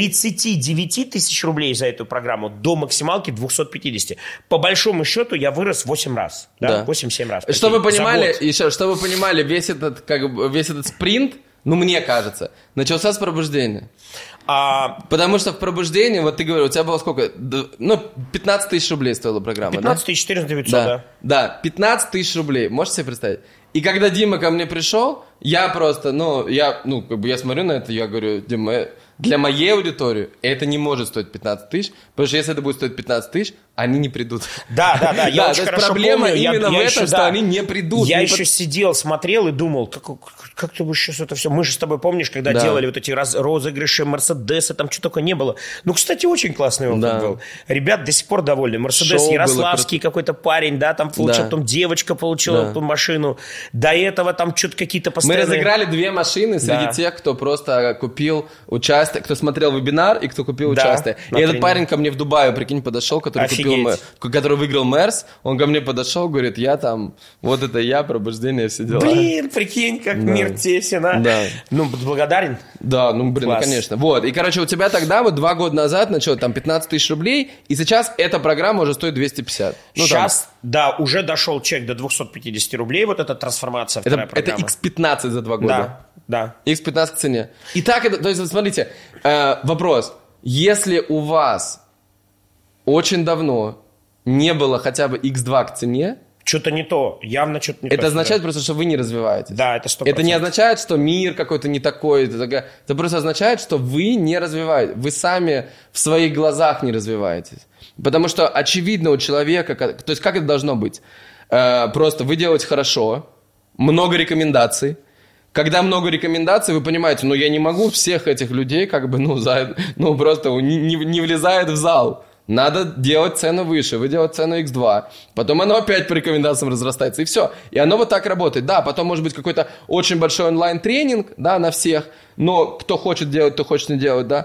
39 тысяч рублей за эту программу до максималки 250. По большому счету я вырос 8 раз. Да? 8-7 раз. Чтобы вы понимали, весь этот спринт, мне кажется, начался с пробуждения. Потому что в пробуждении, вот ты говорил, у тебя было сколько? 15 тысяч рублей стоила программа, 15 тысяч 14 900, да. Да, 15 тысяч рублей, можете себе представить? И когда Дима ко мне пришел, я просто, я смотрю на это, я говорю, Дима, для моей аудитории это не может стоить 15 тысяч, потому что если это будет стоить 15 тысяч, они не придут. Да, я очень хорошо проблема помню. Именно в этом, что они не придут. Я еще сидел, смотрел и думал, как ты будешь сейчас это все... Мы же с тобой, помнишь, когда делали вот эти розыгрыши, Мерседесы, там что только не было. Кстати, очень классный опыт был. Ребят до сих пор довольны. Мерседес, Ярославский какой-то парень, да, там получил, потом девочка получила эту машину. До этого там что-то какие-то постоянные... Мы разыграли 2 машины среди тех, кто просто купил участие, кто смотрел вебинар и кто купил участие. И этот парень ко мне в Дубае, прикинь, подошел, который выиграл Мерс, он ко мне подошел, говорит, я там, вот это я, пробуждение, все дела. Блин, прикинь, как мир тесен, а? Да. Благодарен? Да, конечно. Вот, и, короче, у тебя тогда, 2 года назад, начало там 15 тысяч рублей, и сейчас эта программа уже стоит 250. Сейчас, уже дошел чек до 250 рублей, вот эта трансформация, вторая программа. Это X15 за 2 года. Да. X15 к цене. И так, то есть, смотрите, вопрос. Если у вас очень давно не было хотя бы X2 к цене, что-то не то, явно что-то не то. Это означает просто, что вы не развиваетесь. Да, это 100%. Это не означает, что мир какой-то не такой. Это просто означает, что вы не развиваетесь. Вы сами в своих глазах не развиваетесь. Потому что очевидно у человека... То есть как это должно быть? Просто вы делаете хорошо, много рекомендаций. Когда много рекомендаций, вы понимаете, я не могу всех этих людей просто не влезает в зал. Надо делать цену выше, вы делаете цену x2. Потом оно опять по рекомендациям разрастается, и все. И оно вот так работает. Да, потом может быть какой-то очень большой онлайн-тренинг, да, на всех, но кто хочет делать, кто хочет не делать, да.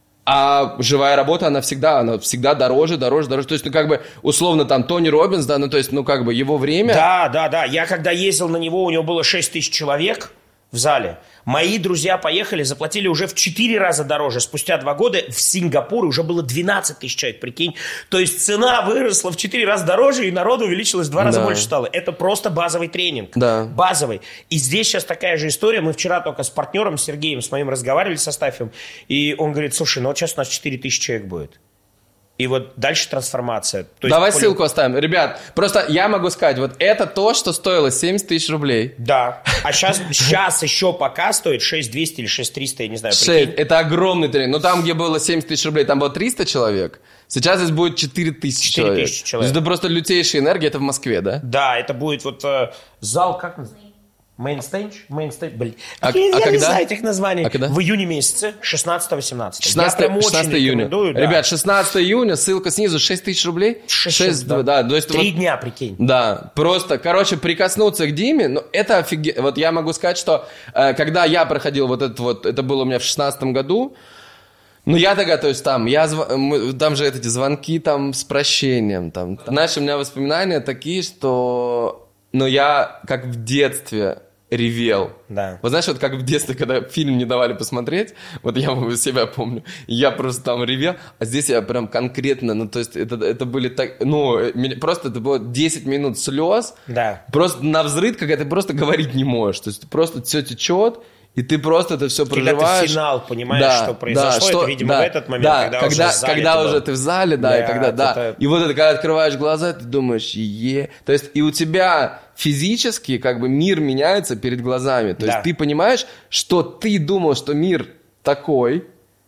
А живая работа, она всегда дороже. То есть, ну, как бы, условно, там, Тони Роббинс, да, ну, то есть, ну, как бы, его время... Да. Я когда ездил на него, у него было 6 тысяч человек в зале. Мои друзья поехали, заплатили уже в 4 раза дороже. Спустя 2 года в Сингапуре уже было 12 тысяч человек, прикинь. То есть цена выросла в 4 раза дороже, и народу увеличилось в 2 раза больше стало. Это просто базовый тренинг. Да. Базовый. И здесь сейчас такая же история. Мы вчера только с партнером, с Сергеем, с моим разговаривали, со Стафием. И он говорит, слушай, ну вот сейчас у нас 4 тысячи человек будет. И вот дальше трансформация. То есть, давай ссылку оставим. Ребят, просто я могу сказать, вот это то, что стоило 70 тысяч рублей. Да. А сейчас еще пока стоит 6200 или 6300, я не знаю. 6. Это огромный тренинг. Но там, где было 70 тысяч рублей, там было 300 человек. Сейчас здесь будет 4000 человек. 4000 человек. Это просто лютейшая энергия. Это в Москве, да? Да, это будет вот зал, как называется? Мейнстейдж, блин. Я не когда? знаю этих названий. А когда? В июне месяце, 16-18. 16 июня. Да. Ребят, 16 июня, ссылка снизу, 6 тысяч рублей. 6, да. То есть 3 дня, прикинь. Да, просто, короче, прикоснуться к Диме, ну, это офигенно. Вот я могу сказать, что когда я проходил это было у меня в 16 году, ну, я догадываюсь, там же эти звонки там с прощением, там. Знаешь, у меня воспоминания такие, что, ну, я как в детстве ревел. Да. Вот знаешь, вот как в детстве, когда фильм не давали посмотреть, вот я себя помню, я просто там ревел, а здесь я прям конкретно, ну, то есть это были так, ну, просто это было 10 минут слез, да. Просто навзрыд, когда ты просто говорить не можешь, то есть просто все течет, и ты просто это все проживаешь. Когда ты финал понимаешь, что произошло, это, видимо, в этот момент, когда уже ты в зале, да, и когда, да. И вот это, когда открываешь глаза, ты думаешь, то есть и у тебя физически как бы мир меняется перед глазами. То есть ты понимаешь, что ты думал, что мир такой,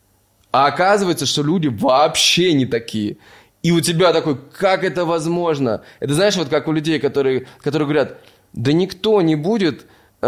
а оказывается, что люди вообще не такие. И у тебя такой, как это возможно? Это знаешь, вот как у людей, которые говорят, да никто не будет...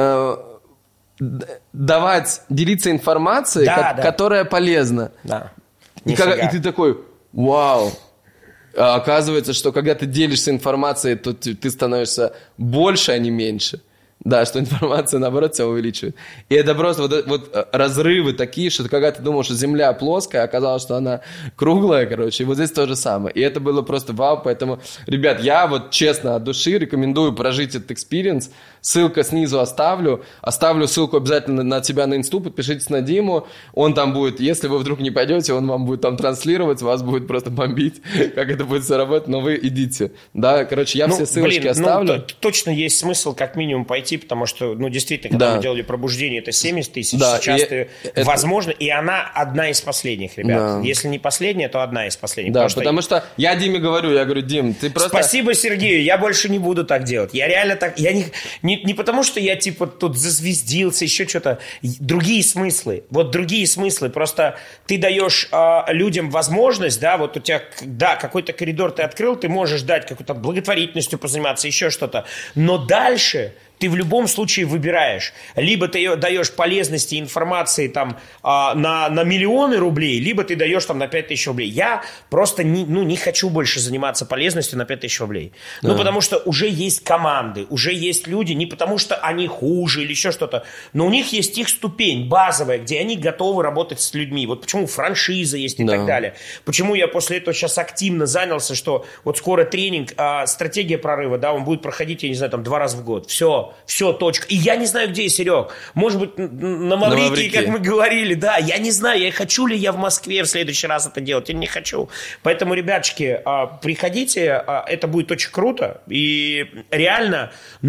делиться информацией, которая полезна. Да. И ты такой, вау. А оказывается, что когда ты делишься информацией, то ты становишься больше, а не меньше. Да, что информация, наоборот, себя увеличивает. И это просто вот разрывы такие, что когда ты думал, что Земля плоская, оказалось, что она круглая, короче. И вот здесь то же самое. И это было просто вау. Поэтому, ребят, я вот честно от души рекомендую прожить этот экспириенс. Ссылка снизу оставлю. Оставлю ссылку обязательно на тебя на инсту. Подпишитесь на Диму. Он там будет, если вы вдруг не пойдете, он вам будет там транслировать, вас будет просто бомбить, как это будет все работать. Но вы идите. Да, короче, я все ссылочки оставлю. Ну, точно есть смысл как минимум пойти, потому что, ну, действительно, когда мы делали пробуждение, это 70 тысяч. Да, сейчас возможно, и она одна из последних, ребят. Да. Если не последняя, то одна из последних. Да, потому что я Диме говорю, Дим, ты просто... Спасибо Сергею, я больше не буду так делать. Я реально так... Я не потому, что я, типа, тут зазвездился, еще что-то. Другие смыслы. Вот другие смыслы. Просто ты даешь людям возможность, да, вот у тебя, да, какой-то коридор ты открыл, ты можешь дать какой-то благотворительностью позаниматься, еще что-то. Но дальше... ты в любом случае выбираешь. Либо ты даешь полезности информации там, на миллионы рублей, либо ты даешь там, на 5000 рублей. Я просто не хочу больше заниматься полезностью на 5000 рублей. Да. Ну, потому что уже есть команды, уже есть люди, не потому что они хуже или еще что-то, но у них есть их ступень базовая, где они готовы работать с людьми. Вот почему франшиза есть и так далее. Почему я после этого сейчас активно занялся, что вот скоро тренинг, стратегия прорыва, да, он будет проходить, я не знаю, там 2 раза в год. Все, точка. И я не знаю, где, Серег. Может быть, на Маврикии, как мы говорили, да. Я не знаю, хочу ли я в Москве в следующий раз это делать или не хочу. Поэтому, ребяточки, приходите, это будет очень круто. И реально,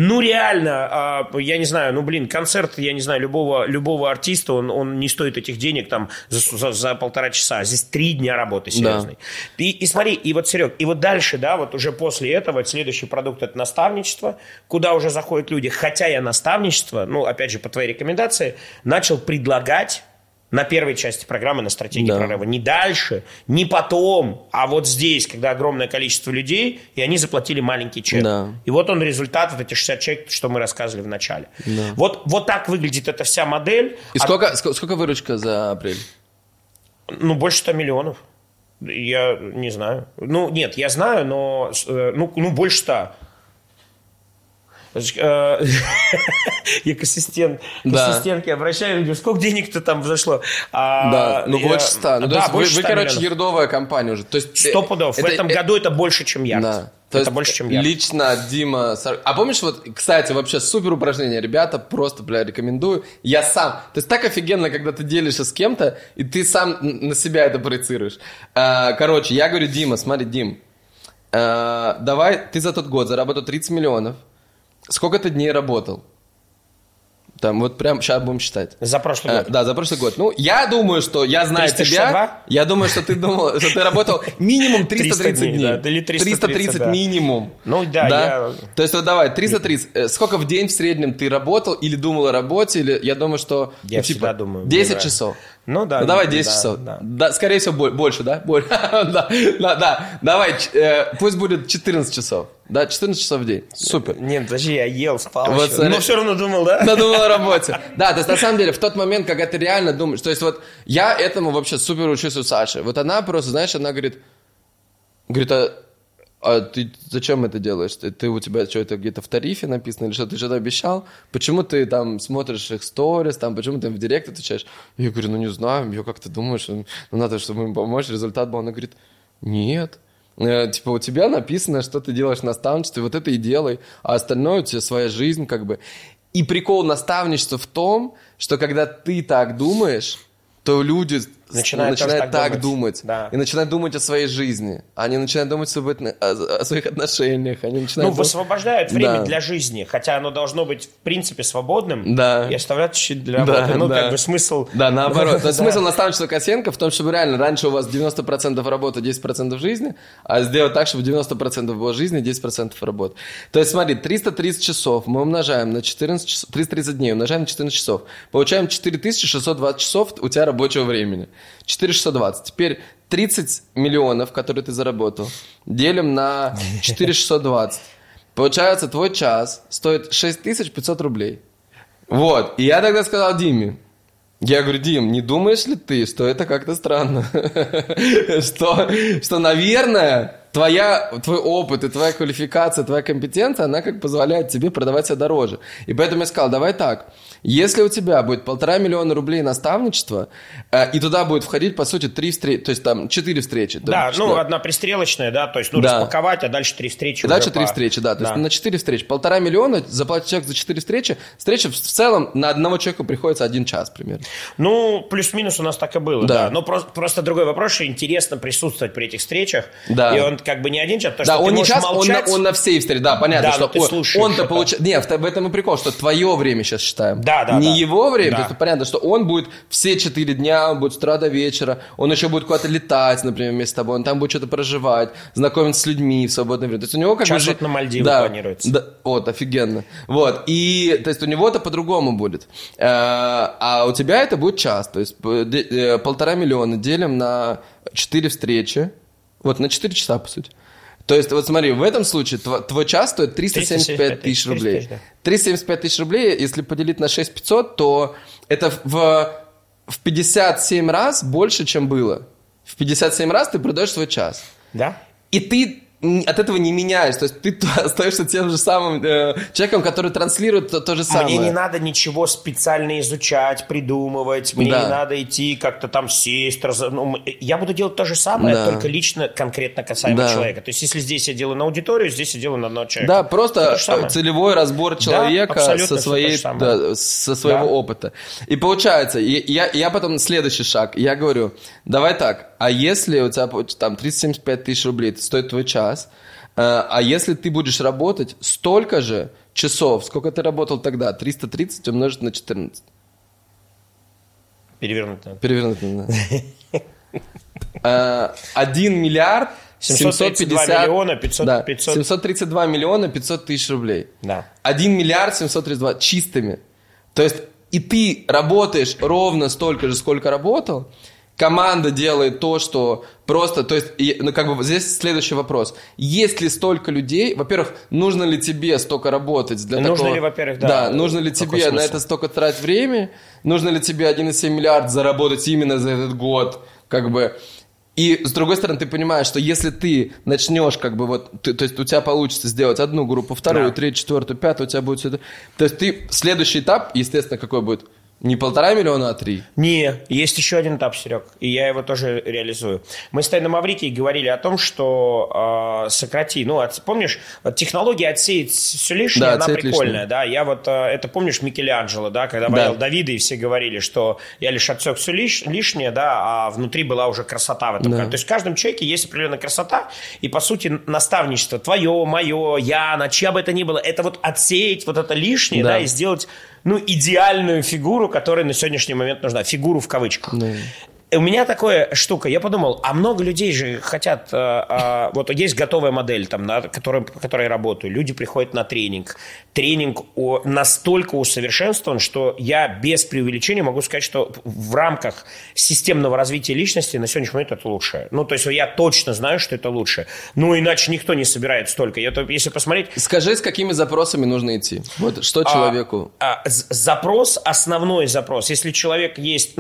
я не знаю, концерт, я не знаю, любого артиста, он не стоит этих денег там за 1,5 часа. Здесь 3 дня работы серьезной. Да. И смотри, и вот, Серег, и вот дальше, да, вот уже после этого следующий продукт – это наставничество, куда уже заходят люди. Хотя я наставничество, ну, опять же, по твоей рекомендации, начал предлагать на первой части программы, на стратегии прорыва. Не дальше, не потом, а вот здесь, когда огромное количество людей, и они заплатили маленький чек. Да. И вот он результат, вот эти 60 человек, что мы рассказывали в начале. Да. Вот так выглядит эта вся модель. И сколько выручка за апрель? Ну, больше 100 миллионов. Я не знаю. Ну, нет, я знаю, но больше 100. Я к ассистентке обращаюсь, говорю, сколько денег-то там взошло? Больше 100. Больше 100 короче, ердовая компания уже. 100 пудов. В этом году это больше, чем Ярд. Да. Это больше, чем Ярд. Лично Дима... А помнишь, кстати, вообще супер упражнение, ребята, просто, рекомендую. Я сам... То есть так офигенно, когда ты делишься с кем-то, и ты сам на себя это проецируешь. Короче, я говорю, Дима, смотри, Дим, давай, ты за тот год заработал 30 миллионов. Сколько ты дней работал? Там вот прям сейчас будем считать. За прошлый год? Да, за прошлый год. Ну, я думаю, что я знаю 362? Тебя. Я думаю, что ты думал, что ты работал минимум 330 дней. Да, или 330 да. Минимум. Ну да. То есть вот давай, 330. Сколько в день в среднем ты работал или думал о работе? Или я думаю, что... Я всегда думаю. 10 часов. Ну да. Ну давай 10 часов. Да, скорее всего, больше, да? Да. Давай, пусть будет 14 часов. Да, 14 часов в день. Супер. Нет, подожди, я ел, спал вот, еще. Но все равно думал, да? Да, думал о работе. Да, то есть на самом деле в тот момент, когда ты реально думаешь... То есть вот я этому вообще супер учусь у Саши. Вот она просто, знаешь, она говорит, а ты зачем это делаешь? Ты у тебя что, это где-то в тарифе написано или что? Ты что-то обещал? Почему ты там смотришь их сторис, там, почему ты им в директ отвечаешь? Я говорю, не знаю, я как-то думаю, что надо, чтобы им помочь, результат был. Она говорит, нет. Типа у тебя написано, что ты делаешь в наставничестве, вот это и делай, а остальное у тебя своя жизнь как бы. И прикол наставничества в том, что когда ты так думаешь, то люди начинают так думать. Да. И начинают думать о своей жизни. Они начинают думать о своих отношениях. Они начинают высвобождают время для жизни. Хотя оно должно быть, в принципе, свободным. Да. И оставлять чуть-чуть для работы. Как бы смысл... Да, наоборот. То есть смысл наставничества Косенко в том, чтобы реально раньше у вас 90% работы, 10% жизни, а сделать так, чтобы 90% было жизни, 10% работы. То есть смотри, 330 часов мы умножаем на 14 часов, 330 дней умножаем на 14 часов. Получаем 4620 часов у тебя рабочего времени. 4620. Теперь 30 миллионов, которые ты заработал, делим на 4620. Получается, твой час стоит 6500 рублей. Вот. И я тогда сказал Диме, я говорю, Дим, не думаешь ли ты, что это как-то странно? Что, наверное, твой опыт и твоя квалификация, твоя компетенция, она как позволяет тебе продавать себя дороже. И поэтому я сказал, давай так, если у тебя будет 1,5 миллиона рублей наставничества, и туда будет входить, по сути, 3 встречи, то есть там 4 встречи. Да, одна пристрелочная, да, то есть распаковать, а дальше 3 встречи. Дальше 3 встречи, да, то есть на 4 встречи. 1,5 миллиона, заплатить человек за 4 встречи, встреча в целом на одного человека приходится 1 час примерно. Ну, плюс-минус у нас так и было, да. Но просто другой вопрос, что интересно присутствовать при этих встречах, и он как бы не 1 час, потому что он ты не час, молчать. Он на всей встрече, да, понятно, да, что он-то получает... Нет, в этом и прикол, что твое время сейчас считаем. Да. Не его время, то есть понятно, что он будет все 4 дня, он будет с утра до вечера, он еще будет куда-то летать, например, вместе с тобой, он там будет что-то проживать, знакомиться с людьми в свободное время. То есть у него как бы... Час на Мальдивы планируется. Да, вот, офигенно. Вот, и, то есть у него это по-другому будет. А у тебя это будет час, то есть 1,5 миллиона делим на 4 встречи, вот, на 4 часа, по сути. То есть, вот смотри, в этом случае твой час стоит 375 тысяч рублей. 375 тысяч рублей, если поделить на 6500, то это в 57 раз больше, чем было. В 57 раз ты продаешь свой час. Да. И ты от этого не меняешь. То есть ты остаешься тем же самым человеком, который транслирует то же самое. Мне не надо ничего специально изучать, придумывать. Мне не надо идти как-то там сесть. Я буду делать то же самое, только лично, конкретно касаемо человека. То есть если здесь я делаю на аудиторию, здесь я делаю на одного человека. Да, просто целевой разбор человека со своего опыта. И получается, я потом следующий шаг. Я говорю, давай так, а если у тебя там 375 тысяч рублей, это стоит твой час, а если ты будешь работать столько же часов, сколько ты работал тогда, 330 умножить на 14. Перевернуто. 1 миллиард 732 миллиона 500... 732 миллиона 500 тысяч рублей. Да. 1 миллиард 732 чистыми. То есть и ты работаешь ровно столько же, сколько работал. Команда делает то, что просто... То есть, как бы здесь следующий вопрос. Есть ли столько людей... Во-первых, нужно ли тебе столько работать для нужно такого... ли, во-первых, да. Нужно ли тебе на это столько тратить время? Нужно ли тебе 1,7 миллиарда заработать именно за этот год? Как бы... И, с другой стороны, ты понимаешь, что если ты начнешь, как бы вот, то есть у тебя получится сделать одну группу, вторую, третью, четвертую, пятую, у тебя будет все это. То есть ты, следующий этап, естественно, какой будет? Не 1,5 миллиона, а 3? Не, есть еще один этап, Серег, и я его тоже реализую. Мы с тобой на Маврикии говорили о том, что сократи, помнишь, вот технология отсеять все лишнее, она прикольная, лишнее. Да, я вот, это помнишь Микеланджело, да, когда болел Давида, и все говорили, что я лишь отсек все лишнее, да, а внутри была уже красота в этом. То есть в каждом человеке есть определенная красота, и, по сути, наставничество твое, мое, Яна, чья бы это ни было, это вот отсеять вот это лишнее, да, и сделать... идеальную фигуру, которая на сегодняшний момент нужна. Фигуру в кавычках. У меня такая штука, я подумал, а много людей же хотят, вот есть готовая модель, там, по которой я работаю, люди приходят на тренинг настолько усовершенствован, что я без преувеличения могу сказать, что в рамках системного развития личности на сегодняшний момент это лучшее. То есть я точно знаю, что это лучше. Иначе никто не собирает столько. Если посмотреть... Скажи, с какими запросами нужно идти? Вот что человеку? Основной запрос, если человек есть,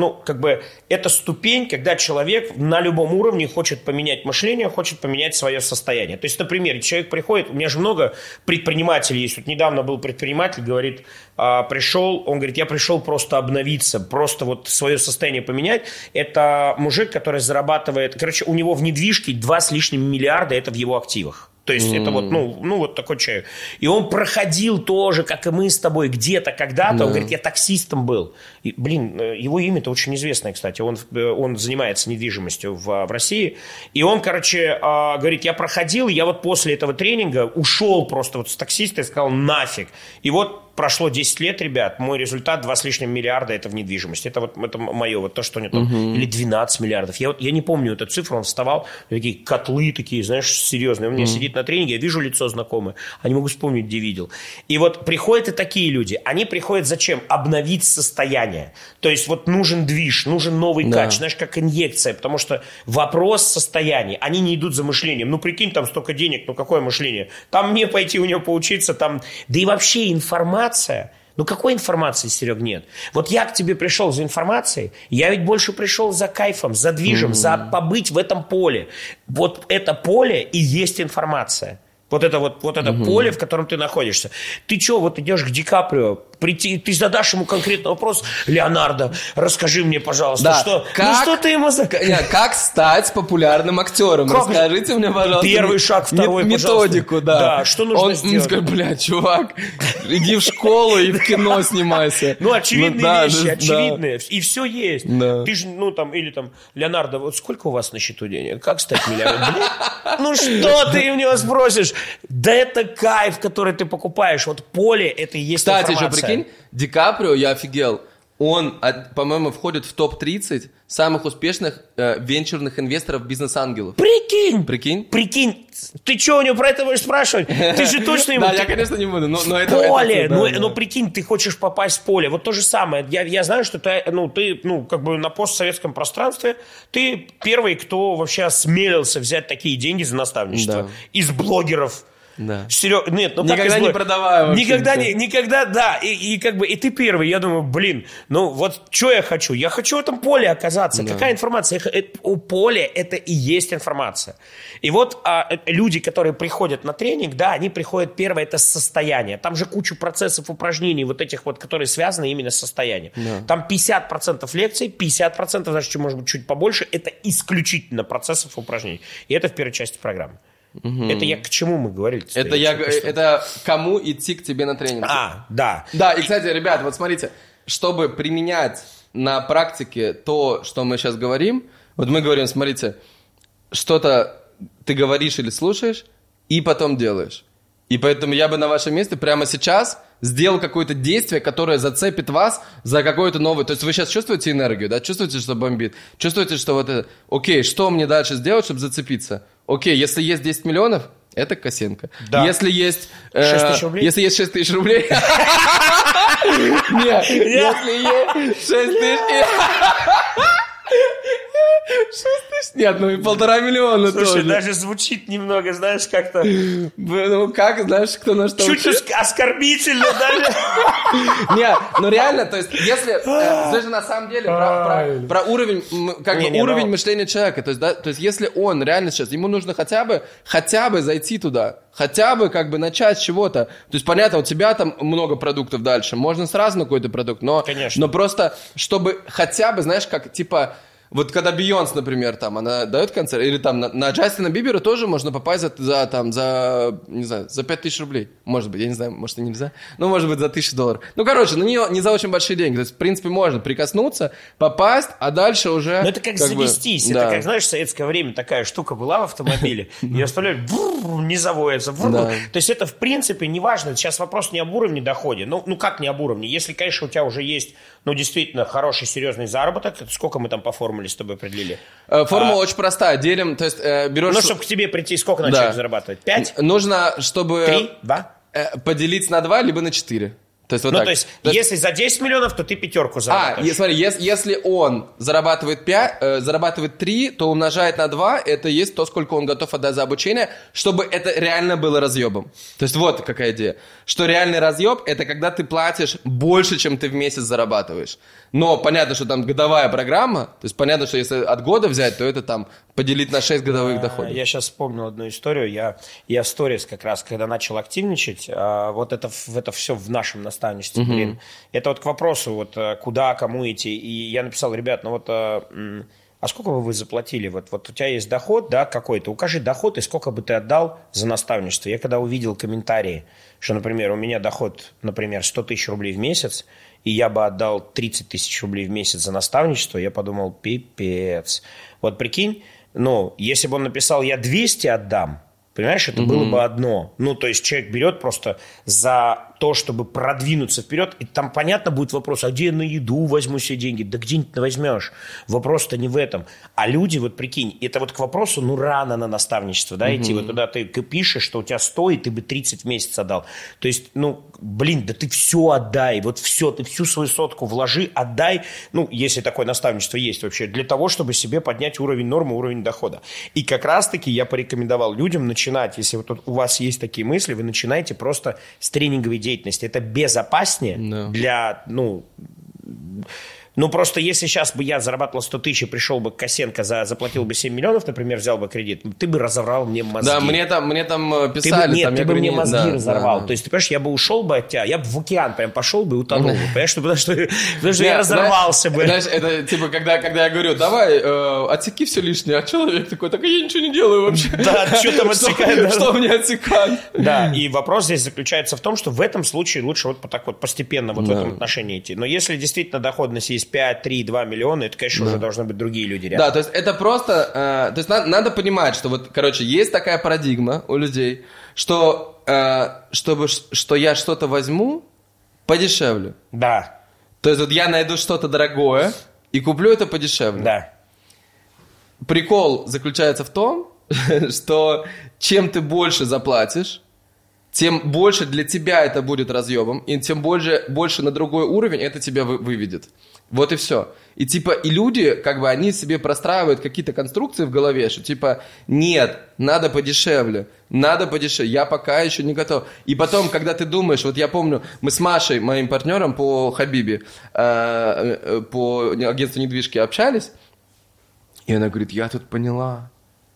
это ступень, когда человек на любом уровне хочет поменять мышление, хочет поменять свое состояние. То есть, например, человек приходит, у меня же много предпринимателей есть. Вот недавно был предприниматель, говорит, он говорит, я пришел просто обновиться, просто вот свое состояние поменять. Это мужик, который зарабатывает, у него в недвижке 2 с лишним миллиарда, это в его активах. То есть это вот такой человек. И он проходил тоже, как и мы с тобой, где-то, когда-то. Он говорит, я таксистом был. И, его имя-то очень известное, кстати. Он занимается недвижимостью в России. И он, говорит, я проходил, я вот после этого тренинга ушел просто вот с таксиста и сказал, нафиг. И вот прошло 10 лет, ребят, мой результат 2 с лишним миллиарда, это в недвижимости. Это мое, вот то, что у него там, или 12 миллиардов. Я не помню эту цифру, он вставал, такие котлы такие, знаешь, серьезные. Он у меня сидит на тренинге, я вижу лицо знакомое, а не могу вспомнить, где видел. И вот приходят и такие люди. Они приходят зачем? Обновить состояние. То есть вот нужен движ, нужен новый кач, знаешь, как инъекция, потому что вопрос состояния, они не идут за мышлением. Прикинь, там столько денег, какое мышление? Там мне пойти у него поучиться, там, да и вообще информация. Какой информации, Серег, нет? Вот я к тебе пришел за информацией, я ведь больше пришел за кайфом, за движем, за побыть в этом поле. Вот это поле и есть информация. Вот это поле, в котором ты находишься. Ты что, вот идешь к Ди Каприо, ты задашь ему конкретный вопрос, Леонардо, расскажи мне, пожалуйста, что ты ему... Как стать популярным актером? Расскажите мне, пожалуйста. Первый шаг, второй, методику, да. Что нужно сделать? Он скажет, чувак, иди в школу и в кино снимайся. Очевидные вещи, очевидные. И все есть. Ты же, или Леонардо, вот сколько у вас на счету денег? Как стать миллионером? Что ты у него спросишь? Да это кайф, который ты покупаешь. Вот поле, это и есть информация. Кстати, еще прикинь, Ди Каприо, я офигел, он, по-моему, входит в топ-30 самых успешных венчурных инвесторов, бизнес-ангелов. Прикинь. Ты что у него про это будешь спрашивать? Ты же точно ему... Да, я, конечно, не буду, но это... Поле, но прикинь, ты хочешь попасть в поле. Вот то же самое. Я знаю, что ты на постсоветском пространстве ты первый, кто вообще осмелился взять такие деньги за наставничество. Из блогеров. Да. Серег, нет, никогда не продаваю вообще. Никогда, да. И ты первый. Я думаю, вот что я хочу? Я хочу в этом поле оказаться. Да. Какая информация? У поля это и есть информация. И вот люди, которые приходят на тренинг, да, они приходят, первое, это состояние. Там же куча процессов, упражнений, вот этих вот, которые связаны именно с состоянием. Да. Там 50% лекций, 50%, даже, может быть, чуть побольше, это исключительно процессов упражнений. И это в первой части программы. Это я к чему мы говорили? Это кому идти к тебе на тренинг. Да. Да, и, кстати, ребят, вот смотрите, чтобы применять на практике то, что мы сейчас говорим, вот мы говорим, смотрите, что-то ты говоришь или слушаешь, и потом делаешь. И поэтому я бы на вашем месте прямо сейчас сделал какое-то действие, которое зацепит вас за какое-то новое... То есть вы сейчас чувствуете энергию, да? Чувствуете, что бомбит? Чувствуете, что вот это... Окей, что мне дальше сделать, чтобы зацепиться? Окей, если есть 10 миллионов, это Косенко. Да. Если есть... 6 тысяч рублей? Если есть 6 тысяч рублей... Нет, если есть 6 тысяч... 6 тысяч... Нет, ну и 1,5 миллиона Слушай, тоже. даже звучит немного, знаешь, как-то... Ну как, знаешь, кто на что... Чуть оскорбительно даже. Нет, ну реально, то есть, если... Даже на самом деле про уровень, как бы уровень мышления человека, то есть, да, то есть, если он реально сейчас, ему нужно хотя бы зайти туда, хотя бы как бы начать с чего-то. То есть, понятно, у тебя там много продуктов дальше, можно сразу на какой-то продукт, но просто, чтобы хотя бы, знаешь, как, типа... Вот когда Бейонс, например, там, она дает концерт, или там на Джастина Бибера тоже можно попасть за 5000 рублей. Может быть, я не знаю, может и нельзя. Ну, может быть, за $1000. Ну, короче, на нее не за очень большие деньги. То есть, в принципе, можно прикоснуться, попасть, а дальше уже... Ну, это как завестись. Это как, знаешь, в советское время такая штука была в автомобиле. Ее оставляют, не заводится. То есть, это, в принципе, не важно. Сейчас вопрос не об уровне дохода. Ну, как не об уровне? Если, конечно, у тебя уже есть, ну, действительно, хороший, серьезный заработок, сколько мы там по формуле с тобой определили? Формула очень простая. Делим, то есть берешь... Ну, чтобы к тебе прийти, сколько на человек зарабатывать? 5? Нужно, чтобы... 3? 2? Поделить на 2, либо на 4. То есть, вот так. То есть, если за 10 миллионов, то ты 5 зарабатываешь. Смотри, если он зарабатывает 3, то умножает на 2, это есть то, сколько он готов отдать за обучение, чтобы это реально было разъебом. То есть, вот какая идея. Что реальный разъеб, это когда ты платишь больше, чем ты в месяц зарабатываешь. Но понятно, что там годовая программа, то есть понятно, что если от года взять, то это там поделить на 6 годовых доходов. Я сейчас вспомнил одну историю. Я в сторис как раз, когда начал активничать, вот это все в нашем наставничестве, блин. Это вот к вопросу, вот куда, кому идти. И я написал, ребят, ну вот... А сколько бы вы заплатили? Вот у тебя есть доход, да, какой-то. Укажи доход и сколько бы ты отдал за наставничество. Я когда увидел комментарии, что, например, у меня доход, например, 100 тысяч рублей в месяц, и я бы отдал 30 тысяч рублей в месяц за наставничество, я подумал, пипец. Вот прикинь, ну, если бы он написал, я 200 отдам, понимаешь, это было бы одно. Ну, то есть человек берет просто за то, чтобы продвинуться вперед, и там, понятно, будет вопрос, а где я на еду возьму себе деньги? Да где-нибудь возьмешь. Вопрос-то не в этом. А люди, вот прикинь, это вот к вопросу, ну, рано на наставничество, да, идти. Вот когда ты пишешь, что у тебя 100, и ты бы 30 в месяц отдал. То есть, ну, блин, да ты все отдай, вот все, ты всю свою сотку вложи, отдай, ну, если такое наставничество есть вообще, для того, чтобы себе поднять уровень нормы, уровень дохода. И как раз-таки я порекомендовал людям начинать, если вот у вас есть такие мысли, вы начинаете просто с тренинговой деятельности. Это безопаснее для, ну, просто если сейчас бы я зарабатывал 100 тысяч и пришел бы к Косенко, заплатил бы 7 миллионов, например, взял бы кредит, ты бы разорвал мне мозги. Да, мне там писали. Ты бы мне мозги разорвал. Да. То есть, ты понимаешь, я бы ушел бы от тебя, я бы в океан прям пошел бы и утонул бы. Понимаешь, потому что я разорвался бы. Знаешь, это типа, когда я говорю, давай, отсеки все лишнее, а человек такой, так я ничего не делаю вообще. Да, что там отсекать? Что мне отсекать? Да, и вопрос здесь заключается в том, что в этом случае лучше вот так вот постепенно вот в этом отношении идти. Но если действительно доходность есть 5, 3, 2 миллиона, это, конечно, уже должны быть другие люди рядом. Да, то есть это просто... то есть надо понимать, что вот, короче, есть такая парадигма у людей, что, что я что-то возьму подешевле. Да. То есть вот я найду что-то дорогое и куплю это подешевле. Да. Прикол заключается в том, что чем ты больше заплатишь, тем больше для тебя это будет разъебом, и тем больше на другой уровень это тебя выведет. Вот и все. И типа, и люди, как бы, они себе простраивают какие-то конструкции в голове, что типа, нет, надо подешевле, я пока еще не готов. И потом, когда ты думаешь, вот я помню, мы с Машей, моим партнером по Хабибе, по агентству недвижки общались, и она говорит, я тут поняла,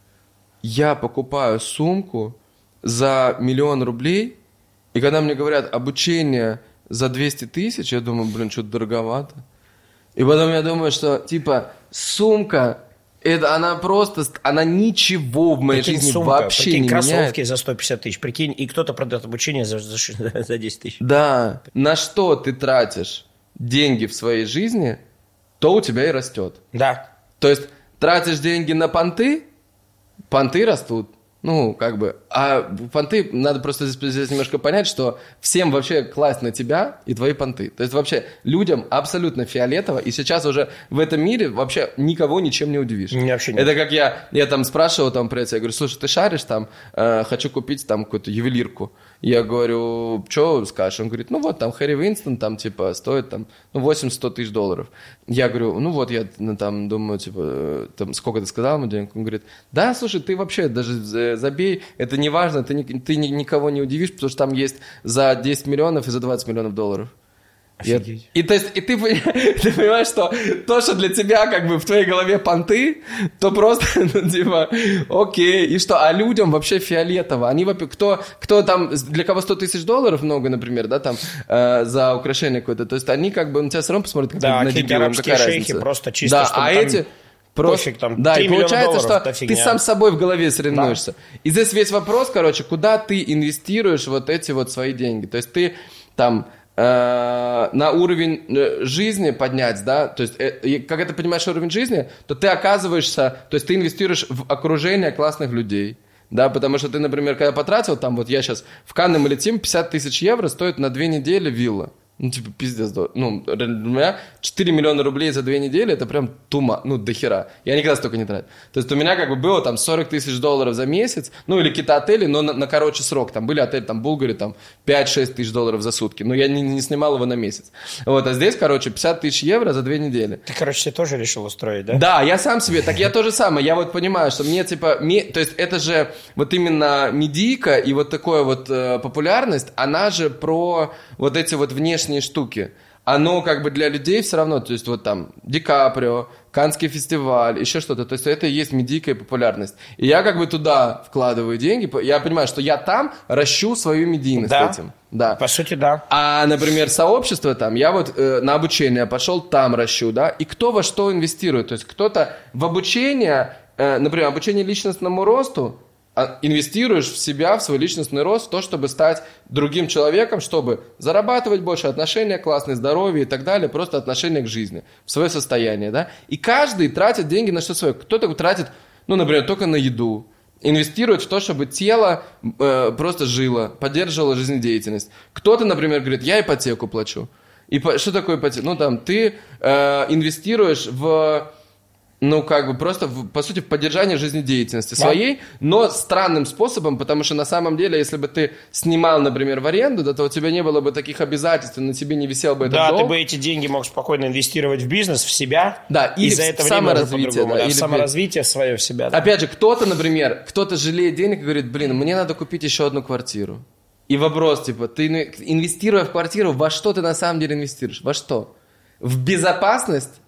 я покупаю сумку за 1 000 000 рублей, и когда мне говорят обучение за 200 тысяч, я думаю, блин, что-то дороговато. И потом я думаю, что, типа, сумка, это она просто, она ничего в моей жизни сумка, вообще не меняет. Кроссовки за 150 тысяч, прикинь, и кто-то продает обучение за 10 тысяч. Да, на что ты тратишь деньги в своей жизни, то у тебя и растет. Да. То есть, тратишь деньги на понты растут. Ну, как бы. А понты, надо просто здесь немножко понять, что всем вообще класть на тебя и твои понты. То есть вообще людям абсолютно фиолетово, и сейчас уже в этом мире вообще никого ничем не удивишь. Вообще нет. Это как я там спрашивал там при этом, я говорю, слушай, ты шаришь там, хочу купить там какую-то ювелирку. Я говорю, что скажешь? Он говорит, ну вот там Harry Winston там типа стоит там 80-100 тысяч долларов. Я говорю, ну вот я там думаю, типа, там сколько ты сказал ему денег? Он говорит, да, слушай, ты вообще даже забей, это не важно, ты никого не удивишь, потому что там есть за 10 миллионов и за 20 миллионов долларов. Офигеть. И ты понимаешь, что то, что для тебя как бы в твоей голове понты, то просто, ну, типа, окей, и что? А людям вообще фиолетово. Они, кто там, для кого 100 тысяч долларов много, например, да, там, за украшение какое-то, то есть они как бы на тебя все равно посмотрят, как да, на дебила, арабские какая шейхи разница. просто чисто, да, чтобы а там эти... Пофиг, там, да, 3 и получается, долларов, что ты сам с собой в голове соревнуешься. Да. И здесь весь вопрос, короче, куда ты инвестируешь вот эти вот свои деньги. То есть ты там на уровень жизни поднять, да, то есть, как это понимаешь уровень жизни, то ты оказываешься, то есть ты инвестируешь в окружение классных людей, да, потому что ты, например, когда потратил, там вот я сейчас в Канны мы летим, 50 тысяч евро стоит на 2 недели вилла. Ну, типа, пиздец, ну, у меня 4 миллиона рублей за 2 недели, это прям дохера. Я никогда столько не тратил. То есть у меня как бы было там 40 тысяч долларов за месяц, ну, или какие-то отели, но на короче срок. Там были отели, там, в Булгаре, там, 5-6 тысяч долларов за сутки. Но я не снимал его на месяц. Вот, а здесь, короче, 50 тысяч евро за 2 недели. Ты, короче, себе тоже решил устроить, да? Да, я сам себе, так я то же самое. Я вот понимаю, что мне, типа, то есть это же вот именно медийка и вот такая вот популярность, она же про вот эти вот внешние штуки. Оно как бы для людей все равно, то есть вот там Ди Каприо, Каннский фестиваль, еще что-то, то есть это и есть медийка и популярность. И я как бы туда вкладываю деньги, я понимаю, что я там ращу свою медийность этим. Да, по сути, да. А, например, сообщество там, я вот на обучение пошел, там ращу, да, и кто во что инвестирует, то есть кто-то в обучение, например, обучение личностному росту, инвестируешь в себя, в свой личностный рост, в то, чтобы стать другим человеком, чтобы зарабатывать больше, отношения классные, здоровье и так далее, просто отношение к жизни, в свое состояние, да. И каждый тратит деньги на что-то свое. Кто-то тратит, ну, например, только на еду, инвестирует в то, чтобы тело просто жило, поддерживало жизнедеятельность. Кто-то, например, говорит, я ипотеку плачу. Что такое ипотека? Ну, там, ты инвестируешь в... Ну, как бы просто, по сути, в поддержание жизнедеятельности своей, но странным способом, потому что на самом деле, если бы ты снимал, например, в аренду, да, то у тебя не было бы таких обязательств, на тебе не висел бы этот долг. Да, ты бы эти деньги мог спокойно инвестировать в бизнес, в себя. Да, или за это в саморазвитие. Да, или в саморазвитие свое в себя. Да. Опять же, кто-то, например, жалеет денег и говорит, блин, мне надо купить еще одну квартиру. И вопрос, типа, ты инвестируя в квартиру, во что ты на самом деле инвестируешь? Во что? В безопасность?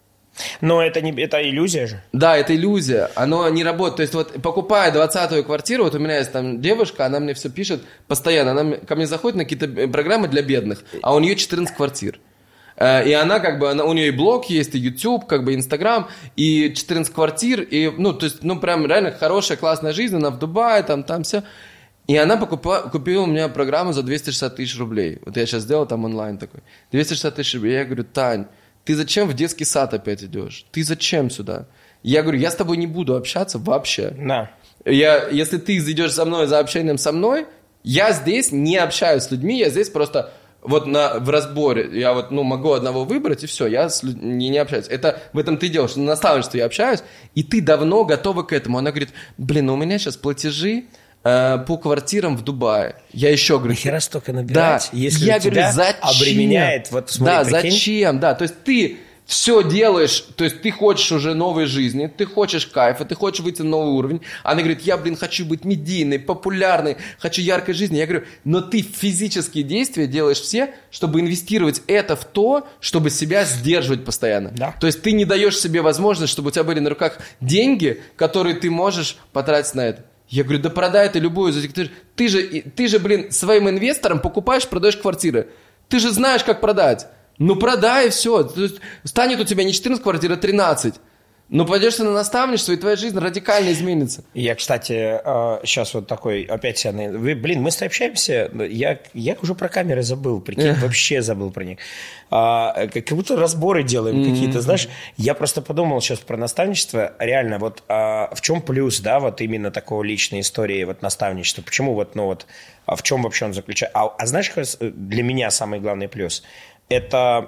Но это иллюзия же. Да, это иллюзия, оно не работает. То есть вот покупая 20-ю квартиру, вот у меня есть там девушка, она мне все пишет постоянно, она ко мне заходит на какие-то программы для бедных, а у нее 14 квартир. И она как бы, у нее и блог есть, и YouTube, как бы Instagram, и 14 квартир, и, ну, то есть, ну, прям реально хорошая, классная жизнь, она в Дубае, там все. И она купила у меня программу за 260 тысяч рублей. Вот я сейчас сделал там онлайн такой. 260 тысяч рублей. Я говорю, Тань, ты зачем в детский сад опять идешь? Ты зачем сюда? Я говорю, я с тобой не буду общаться вообще. Да. Если ты идешь за мной, за общением со мной, я здесь не общаюсь с людьми, я здесь просто вот в разборе. Я вот, могу одного выбрать, и все, я с людьми не общаюсь. Это в этом ты делаешь, наставишь, что я общаюсь, и ты давно готова к этому. Она говорит, блин, у меня сейчас платежи по квартирам в Дубае. Я еще говорю... Нахера столько набирать, да. если я тебя говорю, зачем? Обременяет... Вот, смотри, да, прикинь? Зачем? Да, то есть ты все делаешь, то есть ты хочешь уже новой жизни, ты хочешь кайфа, ты хочешь выйти на новый уровень. Она говорит, я, хочу быть медийной, популярной, хочу яркой жизни. Я говорю, но ты физические действия делаешь все, чтобы инвестировать это в то, чтобы себя сдерживать постоянно. Да. То есть ты не даешь себе возможность, чтобы у тебя были на руках деньги, которые ты можешь потратить на это. Я говорю, да продай ты любую из этих. Ты же, блин, своим инвесторам покупаешь, продаешь квартиры. Ты же знаешь, как продать. Ну, продай, и все. То есть, станет у тебя не 14 квартир, а 13. Ну, пойдешь ты на наставничество, и твоя жизнь радикально изменится. Я, кстати, сейчас вот такой, опять блин, мы с тобой общаемся, я уже про камеры забыл, прикинь, вообще забыл про них. Как будто разборы делаем какие-то, знаешь. Я просто подумал сейчас про наставничество, реально, вот в чем плюс, да, вот именно такого личной истории, вот наставничества, почему вот, ну вот, в чем вообще он заключается? А знаешь, для меня самый главный плюс, это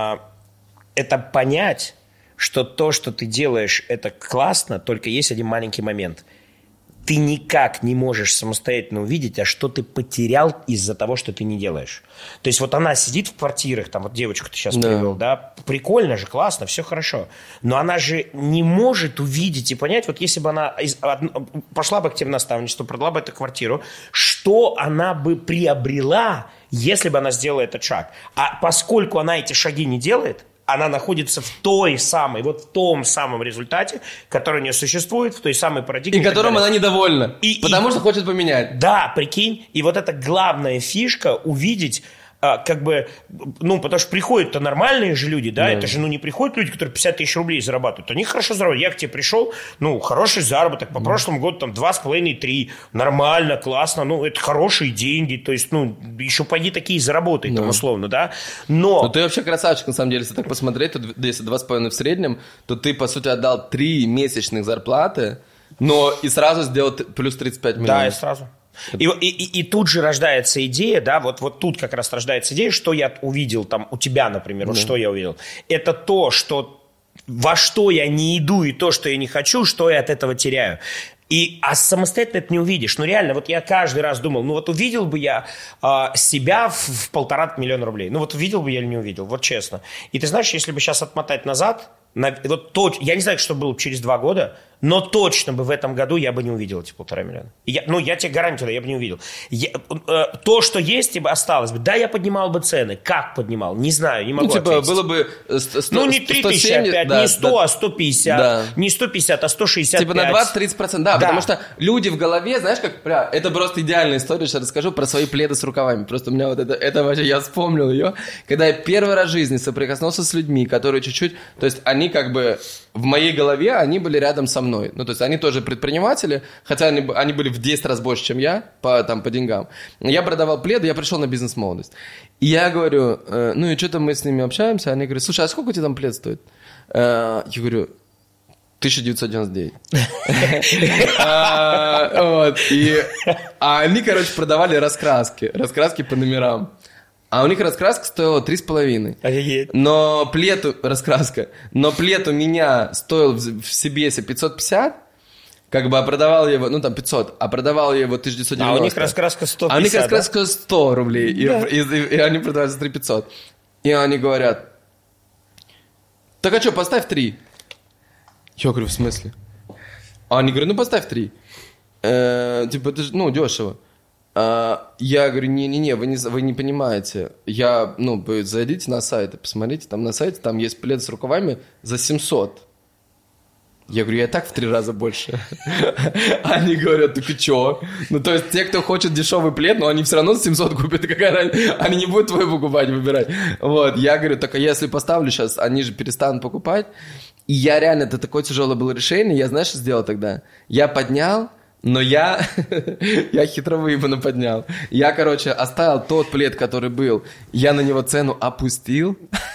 понять, что то, что ты делаешь, это классно, только есть один маленький момент. Ты никак не можешь самостоятельно увидеть, а что ты потерял из-за того, что ты не делаешь. То есть вот она сидит в квартирах, там вот девочку ты сейчас привел, да, прикольно же, классно, все хорошо. Но она же не может увидеть и понять, вот если бы она пошла бы к тебе в наставничество, продала бы эту квартиру, что она бы приобрела, если бы она сделала этот шаг. А поскольку она эти шаги не делает, она находится в том самом результате, который у нее существует, в той самой парадигме. И которым она недовольна, потому что хочет поменять. Да, прикинь. И вот эта главная фишка увидеть, как бы, ну, потому что приходят-то нормальные же люди, да, это же, ну, не приходят люди, которые 50 тысяч рублей зарабатывают, они хорошо зарабатывают. Я к тебе пришел, ну, хороший заработок, по прошлому году там 2,5-3, нормально, классно, ну, это хорошие деньги, то есть, ну, еще пойди такие заработай, там, условно, да, но... Ну, ты вообще красавчик, на самом деле, если так посмотреть, то если 2,5 в среднем, то ты, по сути, отдал 3 месячных зарплаты, но и сразу сделал плюс 35 миллионов. Да, и сразу. И тут же рождается идея, да, вот тут как раз рождается идея, что я увидел там у тебя, например, вот что я увидел. Это то, что во что я не иду и то, что я не хочу, что я от этого теряю. А самостоятельно это не увидишь. Ну, реально, вот я каждый раз думал, ну, вот увидел бы я себя в 1,5 миллиона рублей. Ну, вот увидел бы я или не увидел, вот честно. И ты знаешь, если бы сейчас отмотать назад, я не знаю, что было через 2 года, но точно бы в этом году я бы не увидел эти 1,5 миллиона. Я тебе гарантирую, я бы не увидел. То, что есть, и осталось бы. Да, я поднимал бы цены. Как поднимал? Не знаю, не могу ответить. Было бы 100, не 3,55, не 100, а 150. Да. Не 150, а 165. Типа на 20-30%, да, потому что люди в голове, знаешь, как, это просто идеальная история, сейчас расскажу про свои пледы с рукавами. Просто у меня вот это вообще, я вспомнил ее. Когда я первый раз в жизни соприкоснулся с людьми, которые чуть-чуть, то есть они как бы в моей голове, они были рядом со мной. Ну, то есть они тоже предприниматели, хотя они были в 10 раз больше, чем я, по деньгам. Я продавал пледы, я пришел на бизнес-молодость. И я говорю, ну и что-то мы с ними общаемся, они говорят, слушай, а сколько у тебя там плед стоит? Я говорю, 1999. А они, короче, продавали раскраски по номерам. А у них раскраска стоила 3,5. Офигеть. Но плед у меня стоил в Сибесе 550, как бы, а продавал я его, ну там 500, а продавал я его 1990. А у них раскраска 150, А у них раскраска 100 рублей, да. и они продавали за 3500. И они говорят, так а что, поставь 3. Я говорю, в смысле? А они говорят, ну поставь 3. Типа, это же, ну, дешево. Я говорю, не-не-не, вы не понимаете. Зайдите на сайт и посмотрите, там на сайте там есть плед с рукавами за 700. Я говорю, я и так в 3 раза больше. Они говорят, так и чё? Ну, то есть те, кто хочет дешевый плед, но они все равно за 700 купят, они не будут твой покупать, выбирать. Вот, я говорю, так а если поставлю сейчас, они же перестанут покупать. И я реально, это такое тяжелое было решение, я знаешь, что сделал тогда? Я поднял, но я хитро-выебанно поднял. Я, короче, оставил тот плед, который был, я на него цену опустил.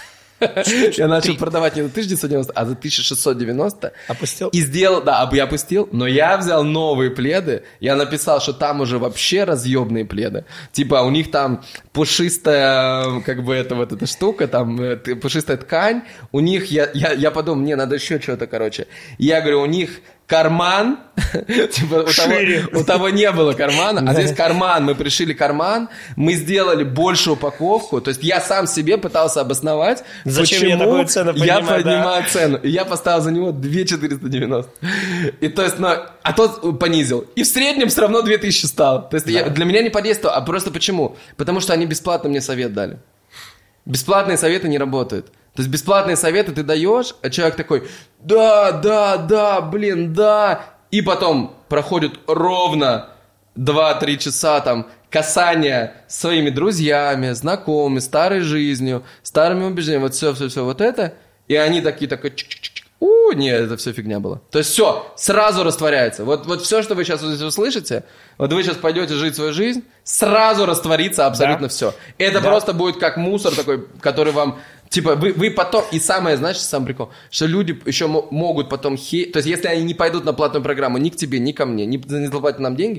Я начал продавать не за 1990, а за 1690. Опустил? И сделал, да, я опустил, но я взял новые пледы. Я написал, что там уже вообще разъебные пледы. Типа у них там пушистая, как бы эта штука, там пушистая ткань. У них, я подумал, мне надо еще что-то, короче. Я говорю, у них карман, типа у того не было кармана, а здесь карман, мы пришили карман, мы сделали большую упаковку, то есть я сам себе пытался обосновать, зачем почему я такую цену я поднимаю цену, и я поставил за него 2490, и то есть, а тот понизил, и в среднем все равно 2000 стал, то есть для меня не подействовало, а просто почему? Потому что они бесплатно мне совет дали, бесплатные советы не работают. То есть бесплатные советы ты даешь, а человек такой, да, блин, да. И потом проходит ровно 2-3 часа там касания своими друзьями, знакомыми, старой жизнью, старыми убеждениями, вот все вот это. И они такие, чик-чик-чик. Нет, это все фигня была. То есть все, сразу растворяется. Вот все, что вы сейчас услышите, вот вы сейчас пойдете жить свою жизнь, сразу растворится абсолютно все. Это просто будет как мусор такой, который вам... Типа, вы потом... И самое, знаешь, самый прикол, что люди еще могут потом... То есть, если они не пойдут на платную программу ни к тебе, ни ко мне, не заплатят нам деньги,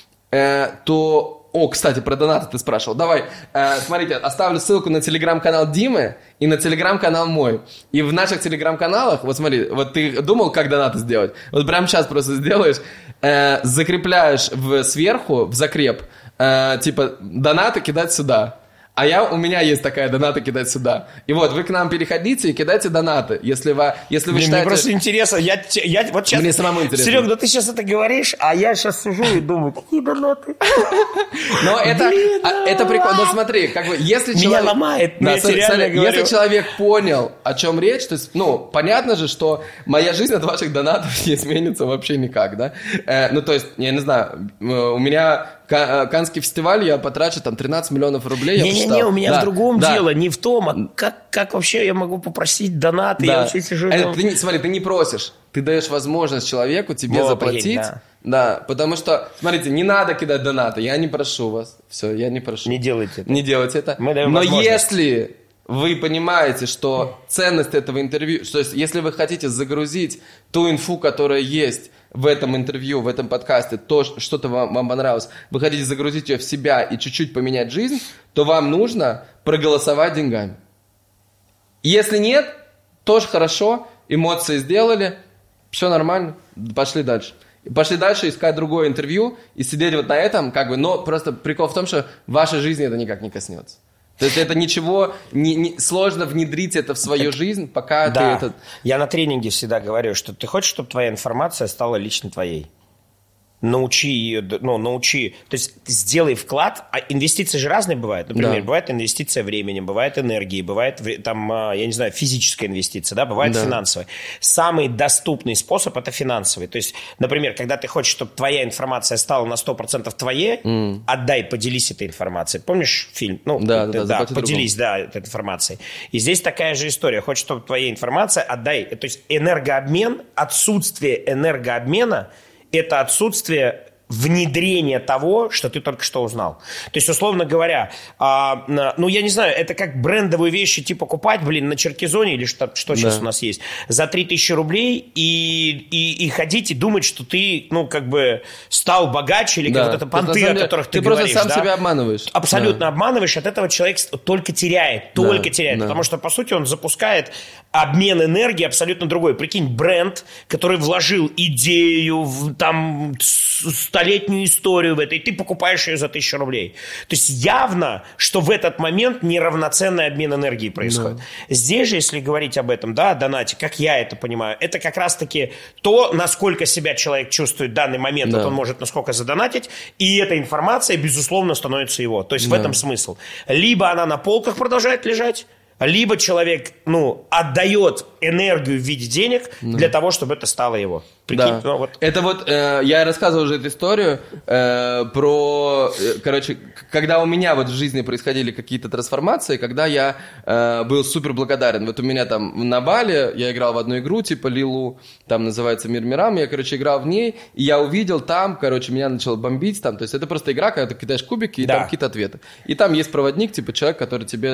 то... Кстати, про донаты ты спрашивал. Давай, смотрите, оставлю ссылку на телеграм-канал Димы и на телеграм-канал мой. И в наших телеграм-каналах, вот смотри, вот ты думал, как донаты сделать? Вот прямо сейчас просто сделаешь, закрепляешь сверху, в закреп, типа, донаты кидать сюда. У меня есть такая донаты кидать сюда. И вот, вы к нам переходите и кидайте донаты. Если вы считаете... Мне просто интересно. Вот сейчас... Мне самому интересно. Серег, да ты сейчас это говоришь, а я сейчас сижу и думаю, какие донаты? Но это прикольно. Но смотри, как бы, если человек... Меня ломает, но я реально говорю. Если человек понял, о чем речь, то есть, понятно же, что моя жизнь от ваших донатов не изменится вообще никак, да? То есть, я не знаю, у меня... Каннский фестиваль, я потрачу там 13 миллионов рублей. Не, у меня в другом дело, не в том, а как вообще я могу попросить донаты? Да. Я вообще сижу... Смотри, ты не просишь, ты даешь возможность человеку тебе заплатить. Да, потому что, смотрите, не надо кидать донаты, я не прошу вас. Все, я не прошу. Не делайте это. Не делайте это. Мы даем Но возможность. если вы понимаете, что ценность этого интервью, то есть если вы хотите загрузить ту инфу, которая есть в этом интервью, в этом подкасте, то, что-то вам понравилось, вы хотите загрузить ее в себя и чуть-чуть поменять жизнь, то вам нужно проголосовать деньгами. Если нет, тоже хорошо, эмоции сделали, все нормально, пошли дальше. Пошли дальше искать другое интервью и сидеть вот на этом, но просто прикол в том, что в вашей жизни это никак не коснется. То есть это ничего, сложно внедрить это в свою жизнь, пока ты это... Я на тренинге всегда говорю, что ты хочешь, чтобы твоя информация стала лично твоей. Научи ее, научи, то есть сделай вклад, а инвестиции же разные бывают, например, бывает инвестиция временем, бывает энергией, бывает там, я не знаю, физическая инвестиция, да, бывает финансовая. Самый доступный способ – это финансовый, то есть, например, когда ты хочешь, чтобы твоя информация стала на 100% твоей, отдай, поделись этой информацией. Помнишь фильм? Поделись, этой информацией. И здесь такая же история, хочешь, чтобы твоя информация, отдай, то есть энергообмен, отсутствие энергообмена – это отсутствие внедрения того, что ты только что узнал. То есть, условно говоря, я не знаю, это как брендовые вещи типа покупать, на Черкизоне или что сейчас у нас есть, за 3000 рублей и ходить и думать, что ты, стал богаче, или как вот это понты, о которых ты говоришь. Ты просто сам себя обманываешь. Абсолютно обманываешь, от этого человек только теряет, потому что, по сути, он запускает обмен энергии абсолютно другой. Прикинь, бренд, который вложил идею, там, столетнюю историю в это, и ты покупаешь ее за 1000 рублей. То есть явно, что в этот момент неравноценный обмен энергией происходит. Здесь же, если говорить об этом, о донате, как я это понимаю, это как раз-таки то, насколько себя человек чувствует в данный момент, вот он может насколько задонатить, и эта информация, безусловно, становится его. То есть в этом смысл. Либо она на полках продолжает лежать, либо человек, отдает энергию в виде денег для того, чтобы это стало его. Прикинь, Это я рассказывал уже эту историю про, когда у меня в жизни происходили какие-то трансформации, когда я был супер благодарен. Вот у меня там на Бали, я играл в одну игру, типа Лилу, там называется «Мир мирам», я, играл в ней, и я увидел там, меня начало бомбить, там, то есть это просто игра, когда ты кидаешь кубики, и там какие-то ответы. И там есть проводник, человек, который тебе,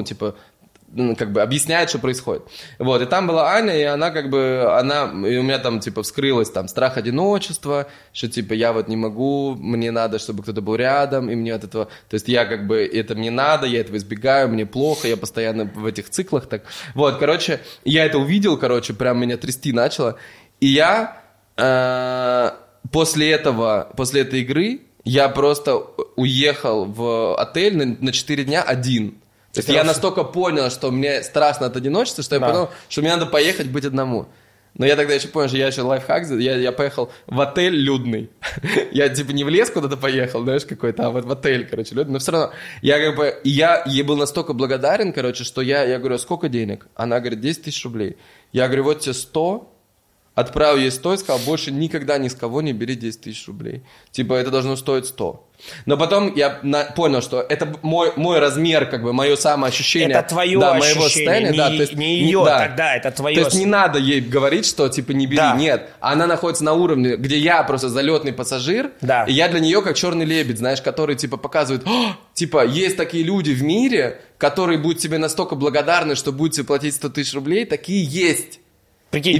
объясняет, что происходит. Вот, и там была Аня, и она и у меня там, вскрылась там страх одиночества, что, я вот не могу, мне надо, чтобы кто-то был рядом, и мне от этого, то есть я это мне надо, я этого избегаю, мне плохо, я постоянно в этих циклах так. Вот, я это увидел, прям меня трясти начало, и я после этой игры я просто уехал в отель на 4 дня один. То есть я настолько понял, что мне страшно от одиночества, что я понял, что мне надо поехать быть одному. Но я тогда еще понял, что я еще лайфхак, я поехал в отель людный. Я не в лес куда-то поехал, знаешь, какой-то, а вот в отель, людный. Но все равно, я ей был настолько благодарен, что я говорю, сколько денег? Она говорит, 10 000 рублей. Я говорю, вот тебе 100, отправил ей 100 и сказал, больше никогда ни с кого не бери 10 тысяч рублей. Типа, это должно стоить 100. Но потом я понял, что это мой размер, как бы, мое самоощущение. Это твое ощущение, моего состояния, не, да, то есть, не ее тогда, это твое. То есть не надо ей говорить, что, типа, не бери, нет. Она находится на уровне, где я просто залетный пассажир, и я для нее как черный лебедь, знаешь, который, типа, показывает, типа, есть такие люди в мире, которые будут тебе настолько благодарны, что будут тебе платить 100 тысяч рублей, такие есть. Прикинь,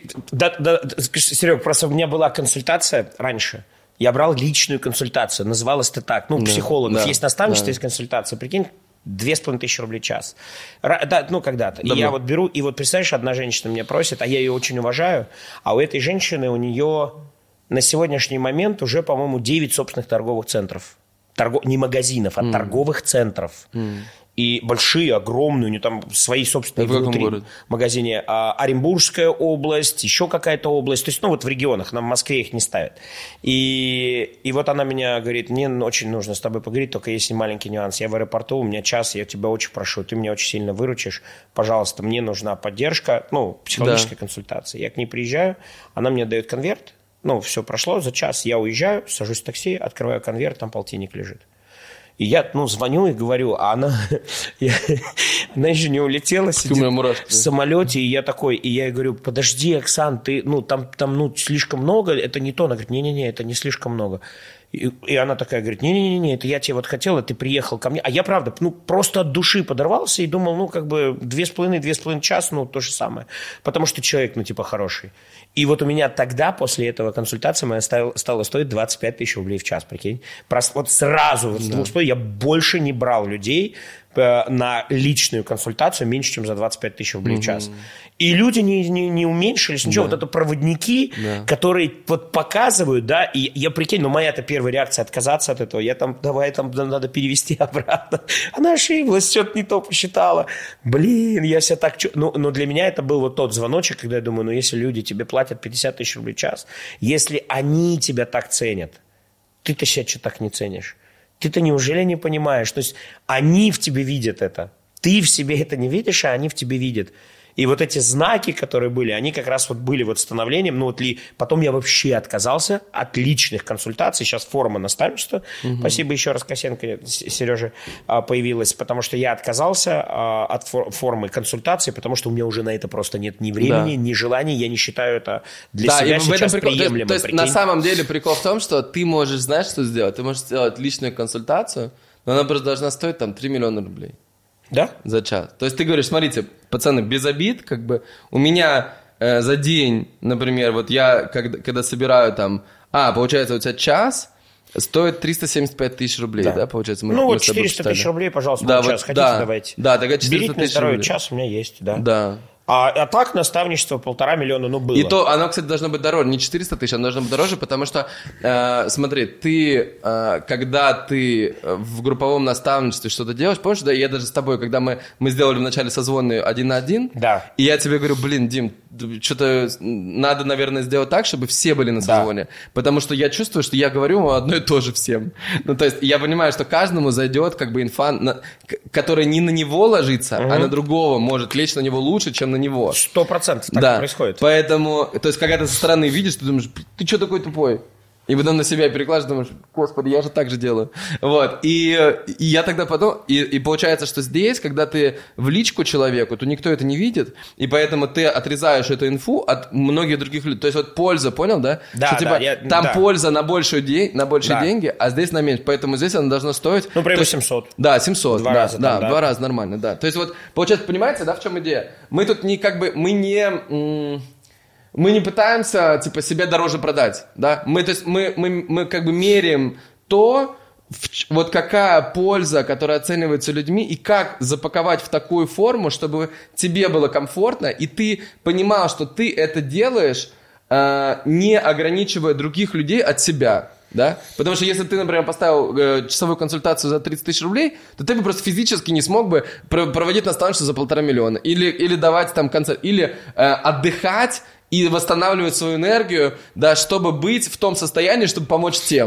Серег, просто у меня была консультация раньше. Я брал личную консультацию, называлось это так. Ну, психологов есть наставничество, есть консультация. Прикинь, 2500 рублей в час. Да, ну, когда-то. И я вот беру, и вот, представляешь, одна женщина меня просит, а я ее очень уважаю, а у этой женщины, у нее на сегодняшний момент уже, по-моему, 9 собственных торговых центров. Не магазинов, а торговых центров. И большие, огромные, у нее там свои собственные внутри магазине. Оренбургская область, еще какая-то область. То есть, ну, вот в регионах, нам в Москве их не ставят. И вот она меня говорит, мне очень нужно с тобой поговорить, только есть маленький нюанс. Я в аэропорту, у меня час, я тебя очень прошу, ты меня очень сильно выручишь. Пожалуйста, мне нужна поддержка, ну, психологическая консультация. Я к ней приезжаю, она мне дает конверт. Ну, все прошло, за час я уезжаю, сажусь в такси, открываю конверт, там полтинник лежит. И я, звоню и говорю, а она еще не улетела, сидит в самолете, и я такой, и я ей говорю, подожди, Оксан, ты, там слишком много, это не то. Она говорит, не-не-не, это не слишком много. И она такая говорит, не-не-не, это я тебе вот хотела, ты приехал ко мне. А я, правда, просто от души подорвался и думал, 2,5 часа, то же самое. Потому что человек, хороший. И вот у меня тогда, после этого консультации, моя стала стоить 25 тысяч рублей в час, прикинь. Вот сразу, я больше не брал людей на личную консультацию меньше, чем за 25 тысяч рублей в час. И люди не уменьшились, ничего. Вот это проводники, которые вот показывают, да, и я прикинь, моя-то первая реакция отказаться от этого, надо перевести обратно. Она ошиблась, что-то не то посчитала. Блин, я себя так... Но для меня это был вот тот звоночек, когда я думаю, если люди тебе платят 50 тысяч рублей в час, если они тебя так ценят, ты-то себя что так не ценишь? Ты-то неужели не понимаешь? То есть они в тебе видят это. Ты в себе это не видишь, а они в тебе видят. И вот эти знаки, которые были, они как раз вот были вот становлением. Потом я вообще отказался от личных консультаций. Сейчас форма наставничества. Спасибо еще раз Косенко, Сереже, появилась. Потому что я отказался от формы консультации, потому что у меня уже на это просто нет ни времени, ни желания. Я не считаю это для себя сейчас приемлемым. То есть на самом деле прикол в том, что ты можешь, знаешь, что сделать? Ты можешь сделать личную консультацию, но она просто должна стоить 3 миллиона рублей. Да? За час. То есть ты говоришь, смотрите, пацаны, без обид, у меня за день, например, вот я, когда собираю получается, у тебя час стоит 375 тысяч рублей, да, получается? 400 тысяч рублей, пожалуйста, час хотите, давайте. Да, тогда 400 тысяч рублей. Берите час, у меня есть, да. Да. А так наставничество 1,5 миллиона, было. И то оно, кстати, должно быть дороже, не 400 тысяч, оно должно быть дороже, потому что, смотри, ты, когда ты в групповом наставничестве что-то делаешь, помнишь, да, я даже с тобой, когда мы сделали вначале созвоны 1 на 1, да. И я тебе говорю, Дим, что-то надо, наверное, сделать так, чтобы все были на созвоне, потому что я чувствую, что я говорю одно и то же всем. То есть я понимаю, что каждому зайдет инфа, которая не на него ложится, а на другого может лечь на него лучше, чем на него. 100% так происходит. Поэтому, то есть, когда ты со стороны видишь, ты думаешь, ты что такой тупой? И потом на себя перекладываешь, думаешь, господи, я же так же делаю. Вот. И я тогда подумал, и получается, что здесь, когда ты в личку человеку, то никто это не видит, и поэтому ты отрезаешь эту инфу от многих других людей. То есть вот польза, понял, да? Да, что, там польза на большие деньги, а здесь на меньше. Поэтому здесь она должна стоить... примерно 700. Да, 700. Два раза, два раза нормально, да. То есть вот, получается, понимаете, да, в чем идея? Мы тут мы не пытаемся, себя дороже продать, да? Мы меряем то, вот какая польза, которая оценивается людьми, и как запаковать в такую форму, чтобы тебе было комфортно, и ты понимал, что ты это делаешь, не ограничивая других людей от себя. Да? Потому что если ты, например, поставил часовую консультацию за 30 тысяч рублей, то ты бы просто физически не смог бы проводить наставничество за 1,5 миллиона. Или давать концерт, или отдыхать и восстанавливать свою энергию, да, чтобы быть в том состоянии, чтобы помочь тем.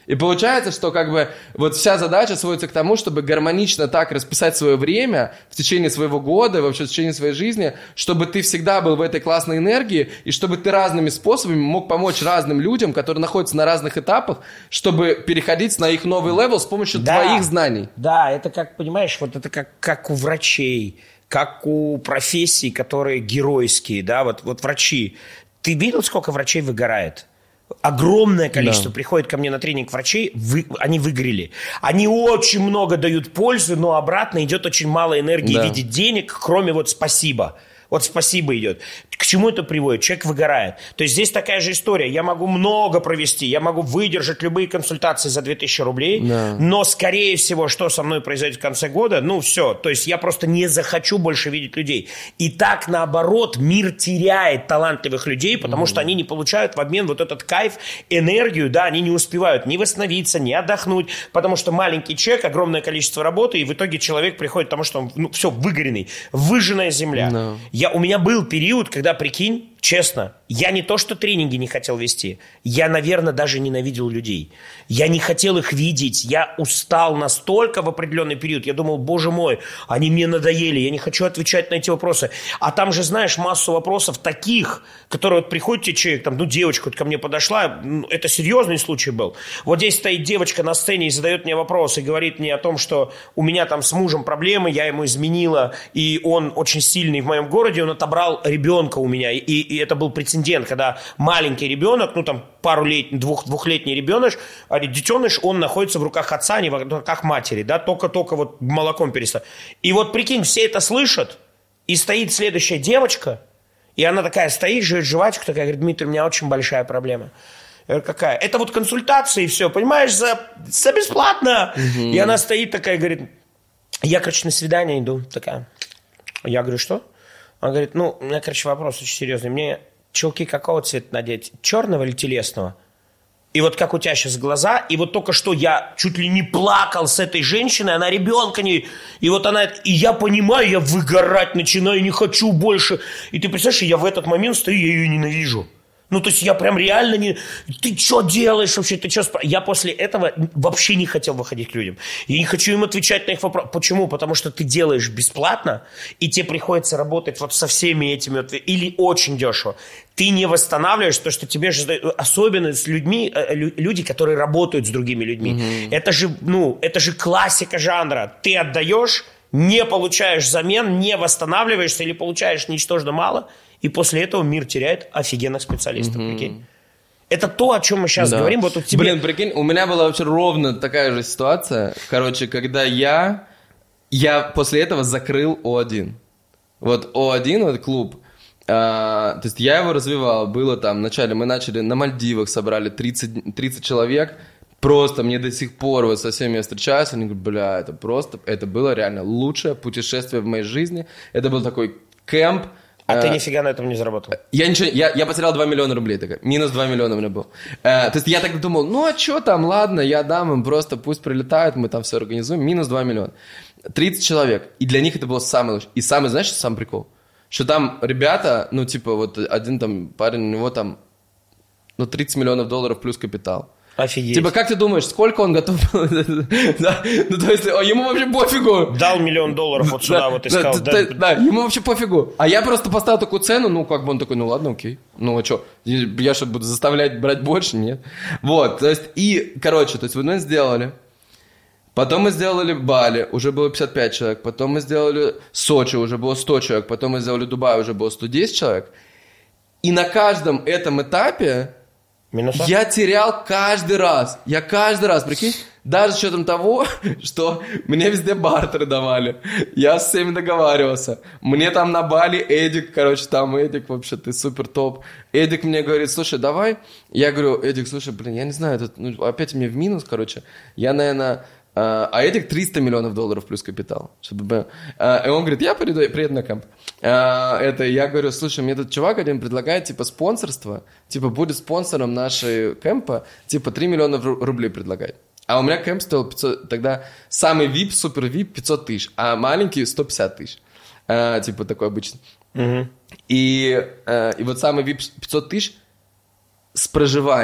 И получается, что как бы вот вся задача сводится к тому, чтобы гармонично так расписать свое время в течение своего года, вообще в течение своей жизни, чтобы ты всегда был в этой классной энергии, и чтобы ты разными способами мог помочь разным людям, которые находятся на разных этапах, чтобы переходить на их новый левел с помощью твоих знаний. Да, это как, понимаешь, вот это как у врачей, как у профессий, которые геройские, да, вот врачи. Ты видел, сколько врачей выгорает? Огромное количество приходит ко мне на тренинг врачей, они выгорели. Они очень много дают пользы, но обратно идет очень мало энергии в виде денег, кроме вот спасибо. Вот спасибо идет. К чему это приводит? Человек выгорает. То есть здесь такая же история. Я могу много провести, я могу выдержать любые консультации за 2000 рублей, но, скорее всего, что со мной произойдет в конце года, ну, все. То есть я просто не захочу больше видеть людей. И так, наоборот, мир теряет талантливых людей, потому что они не получают в обмен вот этот кайф, энергию, да, они не успевают ни восстановиться, ни отдохнуть, потому что маленький чек, огромное количество работы, и в итоге человек приходит к тому, что он, все, выгоренный, выжженная земля. У меня был период, когда, прикинь, честно, я не то что тренинги не хотел вести, я, наверное, даже ненавидел людей. Я не хотел их видеть, я устал настолько в определенный период. Я думал, боже мой, они мне надоели, я не хочу отвечать на эти вопросы. А там же, знаешь, массу вопросов таких, которые вот приходит тебе человек, там, ну, девочка вот ко мне подошла, это серьезный случай был. Вот здесь стоит девочка на сцене и задает мне вопрос, и говорит мне о том, что у меня там с мужем проблемы, я ему изменила, и он очень сильный в моем городе, он отобрал ребенка у меня, и это был прецедент, когда маленький ребенок, ну там двухлетний ребенок, детеныш, он находится в руках отца, а не в руках матери, да, только вот молоком перестал. И вот прикинь, все это слышат, и стоит следующая девочка, и она такая стоит, жует жвачку, такая, говорит, Дмитрий, у меня очень большая проблема. Я говорю, какая? Это вот консультации, все, понимаешь, за бесплатно. И она стоит такая, говорит, я, короче, на свидание иду, такая. Я говорю, что? Она говорит, ну, у меня, короче, вопрос очень серьезный. Мне чулки какого цвета надеть? Черного или телесного? И вот как у тебя сейчас глаза, и вот только что я чуть ли не плакал с этой женщиной, она ребенка не... И вот она... И я понимаю, я выгорать начинаю, не хочу больше. И ты представляешь, я в этот момент стою, я ее ненавижу. Ну, то есть я прям реально не... Ты что делаешь вообще? Ты что... Я после этого вообще не хотел выходить к людям. Я не хочу им отвечать на их вопросы. Почему? Потому что ты делаешь бесплатно, и тебе приходится работать вот со всеми этими... Или очень дешево. Ты не восстанавливаешь то, что тебе же... Особенно с людьми, люди, которые работают с другими людьми. Это же классика жанра. Ты отдаешь, не получаешь взамен, не восстанавливаешься или получаешь ничтожно мало... И после этого мир теряет офигенных специалистов, прикинь. Это то, о чем мы сейчас говорим. Вот у тебя... Блин, прикинь, у меня была вообще ровно такая же ситуация. Короче, когда я после этого закрыл О1. Вот О1, вот клуб. То есть я его развивал. Было там, вначале мы начали на Мальдивах, собрали 30 человек. Просто мне до сих пор вот со всеми я встречаюсь. Они говорят, бля, это было реально лучшее путешествие в моей жизни. Это был такой кемп. А ты нифига на этом не заработал? Я потерял 2 миллиона рублей. Так, минус 2 миллиона у меня был. То есть я тогда думал, ну а что там, ладно, я дам им, просто пусть прилетают, мы там все организуем. Минус 2 миллиона. 30 человек. И для них это было самое лучшее. И самый, знаешь, что самый прикол? Что там ребята, ну типа вот один там парень, у него там 30 миллионов долларов плюс капитал. Офигеть. Типа, как ты думаешь, сколько он готов... Да, ну, то есть, ему вообще пофигу. Дал $1 миллион вот сюда, вот искал. Да, ему вообще пофигу. А я просто поставил такую цену, ну, как бы он такой, ну, ладно, окей. Ну, а что, я что, буду заставлять брать больше? Нет. Вот, то есть, и, короче, то есть, вот мы сделали. Потом мы сделали Бали, уже было 55 человек. Потом мы сделали Сочи, уже было 100 человек. Потом мы сделали Дубай, уже было 110 человек. И на каждом этом этапе минуса? Я терял каждый раз. Я каждый раз, прикинь, даже с учетом того, что мне везде бартеры давали. Я с всеми договаривался. Мне там на Бали Эдик, короче, там Эдик вообще, ты супер топ. Эдик мне говорит, слушай, давай. Я говорю, Эдик, слушай, блин, я не знаю, опять мне в минус, короче. Я, наверное... А Эдик 300 миллионов долларов плюс капитал. Чтобы... И он говорит, я приеду на кемп. Я говорю, слушай, мне этот чувак один предлагает, типа, спонсорство. Типа, будет спонсором нашей кемпа. Типа, 3 миллиона рублей предлагает. А у меня кемп стоил 500... Тогда самый VIP, супер VIP 500 тысяч. А маленький 150 тысяч. Типа, такой обычный. И вот самый VIP 500 тысяч с проживанием.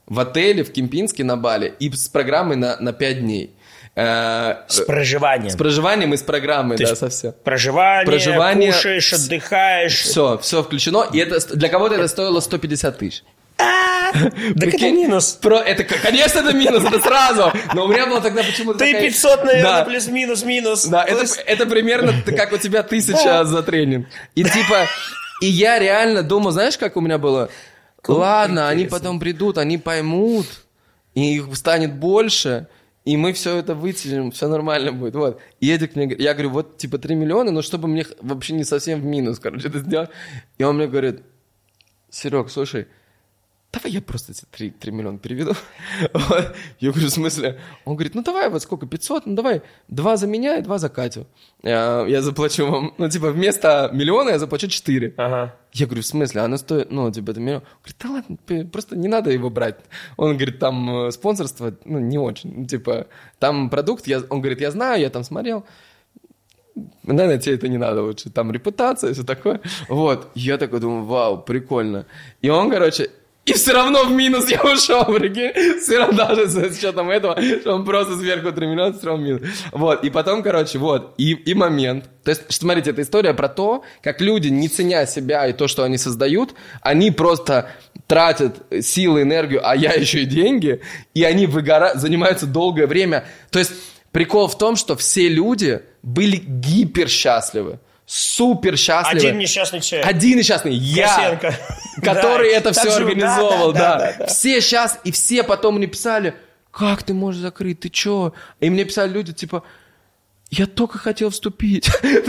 в отеле в Кемпинске на Бали и с программой на 5 дней. С проживанием. С проживанием и с программой, да, совсем. Проживание, кушаешь, отдыхаешь. Все включено. И это, для кого-то это стоило 150 тысяч. Так это минус. Конечно, это минус, это сразу. Но у меня было тогда почему-то Ты 500, наверное, плюс-минус, минус. Да, это примерно как у тебя 1000 за тренинг. И типа, и я реально думал, знаешь, как у меня было? Ладно, они потом придут, они поймут, и их станет больше, и мы все это вытянем, все нормально будет. Вот. И Эдик мне говорит, я говорю, вот типа 3 миллиона, но чтобы мне вообще не совсем в минус, короче, это сделать. И он мне говорит, Серег, слушай, давай я просто эти 3 миллиона переведу. Вот. Я говорю, в смысле? Он говорит, ну давай, вот сколько, 500? Ну давай, 2 за меня и 2 за Катю. Я заплачу вам, ну типа вместо миллиона я заплачу 4. Ага. Я говорю, в смысле? Она стоит, ну типа это миллион. Он говорит, да ладно, просто не надо его брать. Он говорит, там спонсорство, ну не очень. Ну, типа там продукт, он говорит, я знаю, я там смотрел. Наверное, тебе это не надо лучше. Там репутация, все такое. Вот. Я такой думаю, вау, прикольно. И он, короче... И все равно в минус я ушел, прикинь. Все равно даже с учетом этого, что он просто сверху 3 миллиона, все равно в минус. Вот, и потом, короче, вот, и момент. То есть, смотрите, это история про то, как люди, не ценя себя и то, что они создают, они просто тратят силы, энергию, а я еще и деньги, и они занимаются долгое время. То есть, прикол в том, что все люди были гиперсчастливы. Супер счастливы. Один несчастный человек. Один несчастный. Я, который это все организовал. Да. Все сейчас, и все потом мне писали, как ты можешь закрыть, ты че? И мне писали люди, типа, я только хотел вступить.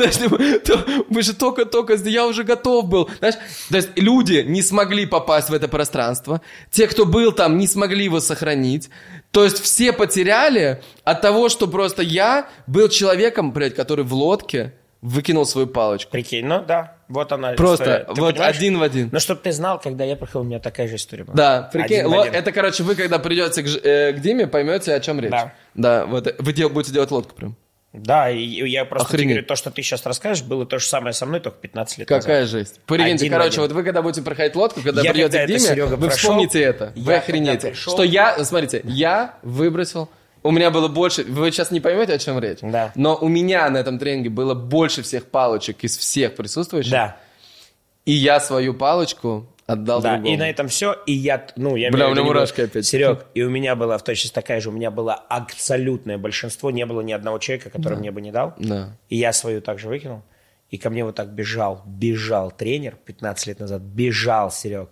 Вы же только, я уже готов был. Знаешь, то есть люди не смогли попасть в это пространство. Те, кто был там, не смогли его сохранить. То есть все потеряли от того, что просто я был человеком, блядь, который в лодке выкинул свою палочку. Прикинь, ну да, вот она. Просто, вот понимаешь? Один в один. Ну, чтобы ты знал, когда я приходил, у меня такая же история была. Да, прикинь, это, короче, вы, когда придете к Диме, поймете, о чем речь. Да, вот, вы будете делать лодку прям. Да, и я просто тебе говорю, то, что ты сейчас расскажешь, было то же самое со мной, только 15 лет назад. Какая жесть. Прикиньте, короче, вот вы, когда будете проходить лодку, когда придете к Диме, вы вспомните это, вы охренете. Что я, смотрите, я выбросил... У меня было больше... Вы сейчас не поймете, о чем речь. Да. Но у меня на этом тренинге было больше всех палочек из всех присутствующих. Да. И я свою палочку отдал другому. И на этом все. И я... Ну, я бля, у меня мурашки опять. Серег, и у меня была точно такая же. У меня было абсолютное большинство. Не было ни одного человека, который мне бы не дал. Да. И я свою также выкинул. И ко мне вот так бежал тренер 15 лет назад. Бежал, Серег.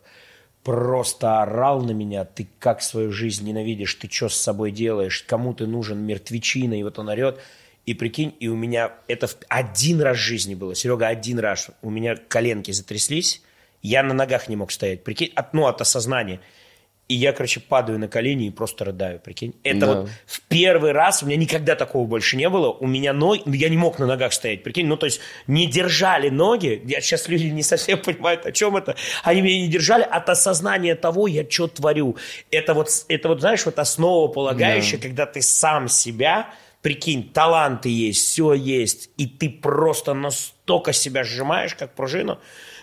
Просто орал на меня, ты как свою жизнь ненавидишь, ты что с собой делаешь, кому ты нужен, мертвечина, и вот он орет. И прикинь, и у меня это один раз в жизни было, Серега, один раз, у меня коленки затряслись, я на ногах не мог стоять, прикинь, от осознания. И я, короче, падаю на колени и просто рыдаю, прикинь. Это вот в первый раз, у меня никогда такого больше не было. У меня ноги, я не мог на ногах стоять, прикинь. Ну, то есть не держали ноги. Сейчас люди не совсем понимают, о чем это. Они меня не держали от осознания того, я что творю. Это вот, знаешь, вот основополагающее, когда ты сам себя... Прикинь, таланты есть, все есть, и ты просто настолько себя сжимаешь, как пружину,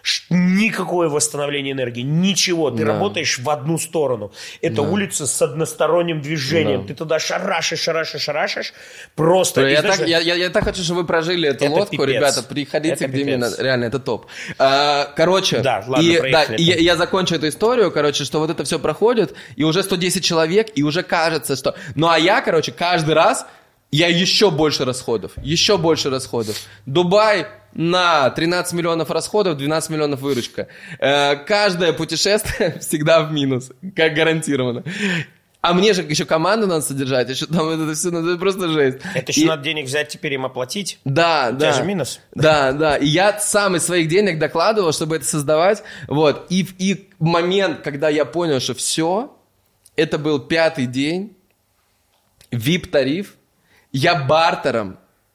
никакое восстановление энергии, ничего, ты работаешь в одну сторону. Это улица с односторонним движением, ты туда шарашишь, просто... Я так хочу, чтобы вы прожили эту лодку, пипец. Ребята, приходите к Диме, реально, это топ. Короче, я закончу эту историю, короче, что вот это все проходит, и уже 110 человек, и уже кажется, что... Ну, а я, короче, каждый раз... Я еще больше расходов. Дубай на 13 миллионов расходов, 12 миллионов выручка. Каждое путешествие всегда в минус, как гарантированно. А мне же еще команду надо содержать, еще там это все, это просто жесть. Это еще надо денег взять, теперь им оплатить. Да. У тебя же минус. Да. И я сам из своих денег докладывал, чтобы это создавать. Вот. И момент, когда я понял, что все, это был 5-й день, VIP-тариф. Я бартером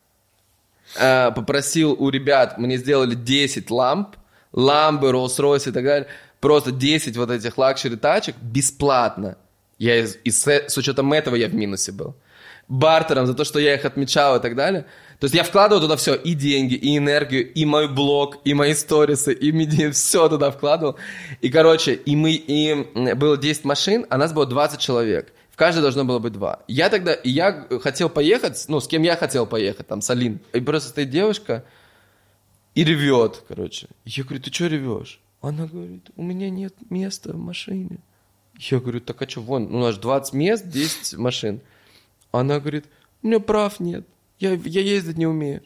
попросил у ребят, мне сделали 10 лампы, Rolls-Royce и так далее, просто 10 вот этих лакшери тачек бесплатно. С учетом этого я в минусе был. Бартером за то, что я их отмечал и так далее. То есть я вкладывал туда все, и деньги, и энергию, и мой блог, и мои сторисы, и медиа, все туда вкладывал. И, короче, было 10 машин, а нас было 20 человек. В каждой должно было быть 2. Я хотел поехать, с кем я хотел поехать, там, с Алин. И просто стоит девушка и ревет, короче. Я говорю, ты что ревешь? Она говорит, у меня нет места в машине. Я говорю, так а что, вон, у нас 20 мест, 10 машин. Она говорит, у меня прав нет, я ездить не умею.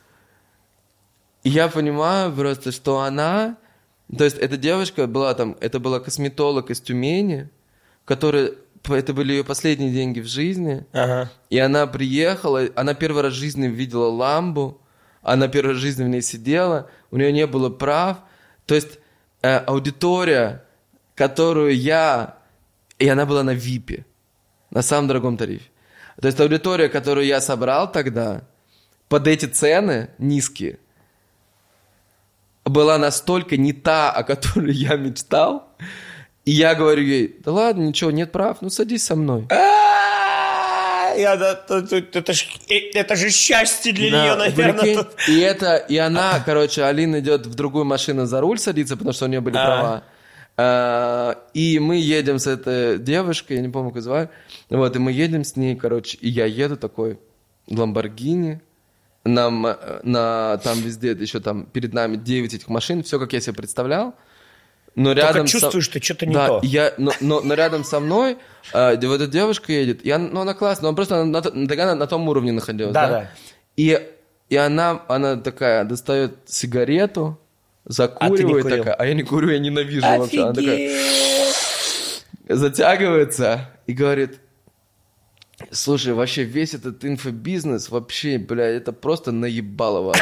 И я понимаю просто, что она... То есть эта девушка была там, это была косметолог из Тюмени, которая... Это были ее последние деньги в жизни. Ага. И она приехала, она первый раз в жизни видела ламбу, она первый раз в жизни в ней сидела, у нее не было прав. То есть аудитория, которую и она была на ВИПе, на самом дорогом тарифе. То есть аудитория, которую я собрал тогда, под эти цены низкие, была настолько не та, о которой я мечтал. И я говорю ей, да ладно, ничего, нет прав, садись со мной. Это же счастье для нее, наверное. И она, короче, Алина идет в другую машину за руль садиться, потому что у нее были права. И мы едем с этой девушкой, я не помню, как звать. Вот, и мы едем с ней, короче, и я еду такой Ламборгини. Там везде, еще там перед нами 9 этих машин, все, как я себе представлял. Но рядом чувствую, что что-то не то. Но рядом со мной вот эта девушка едет, и она классная, она просто на том уровне находилась. Да. И она такая достает сигарету, закуривает такая, а я не курю, я ненавижу вообще. Она такая затягивается и говорит, слушай, вообще весь этот инфобизнес вообще, это просто наебало вас.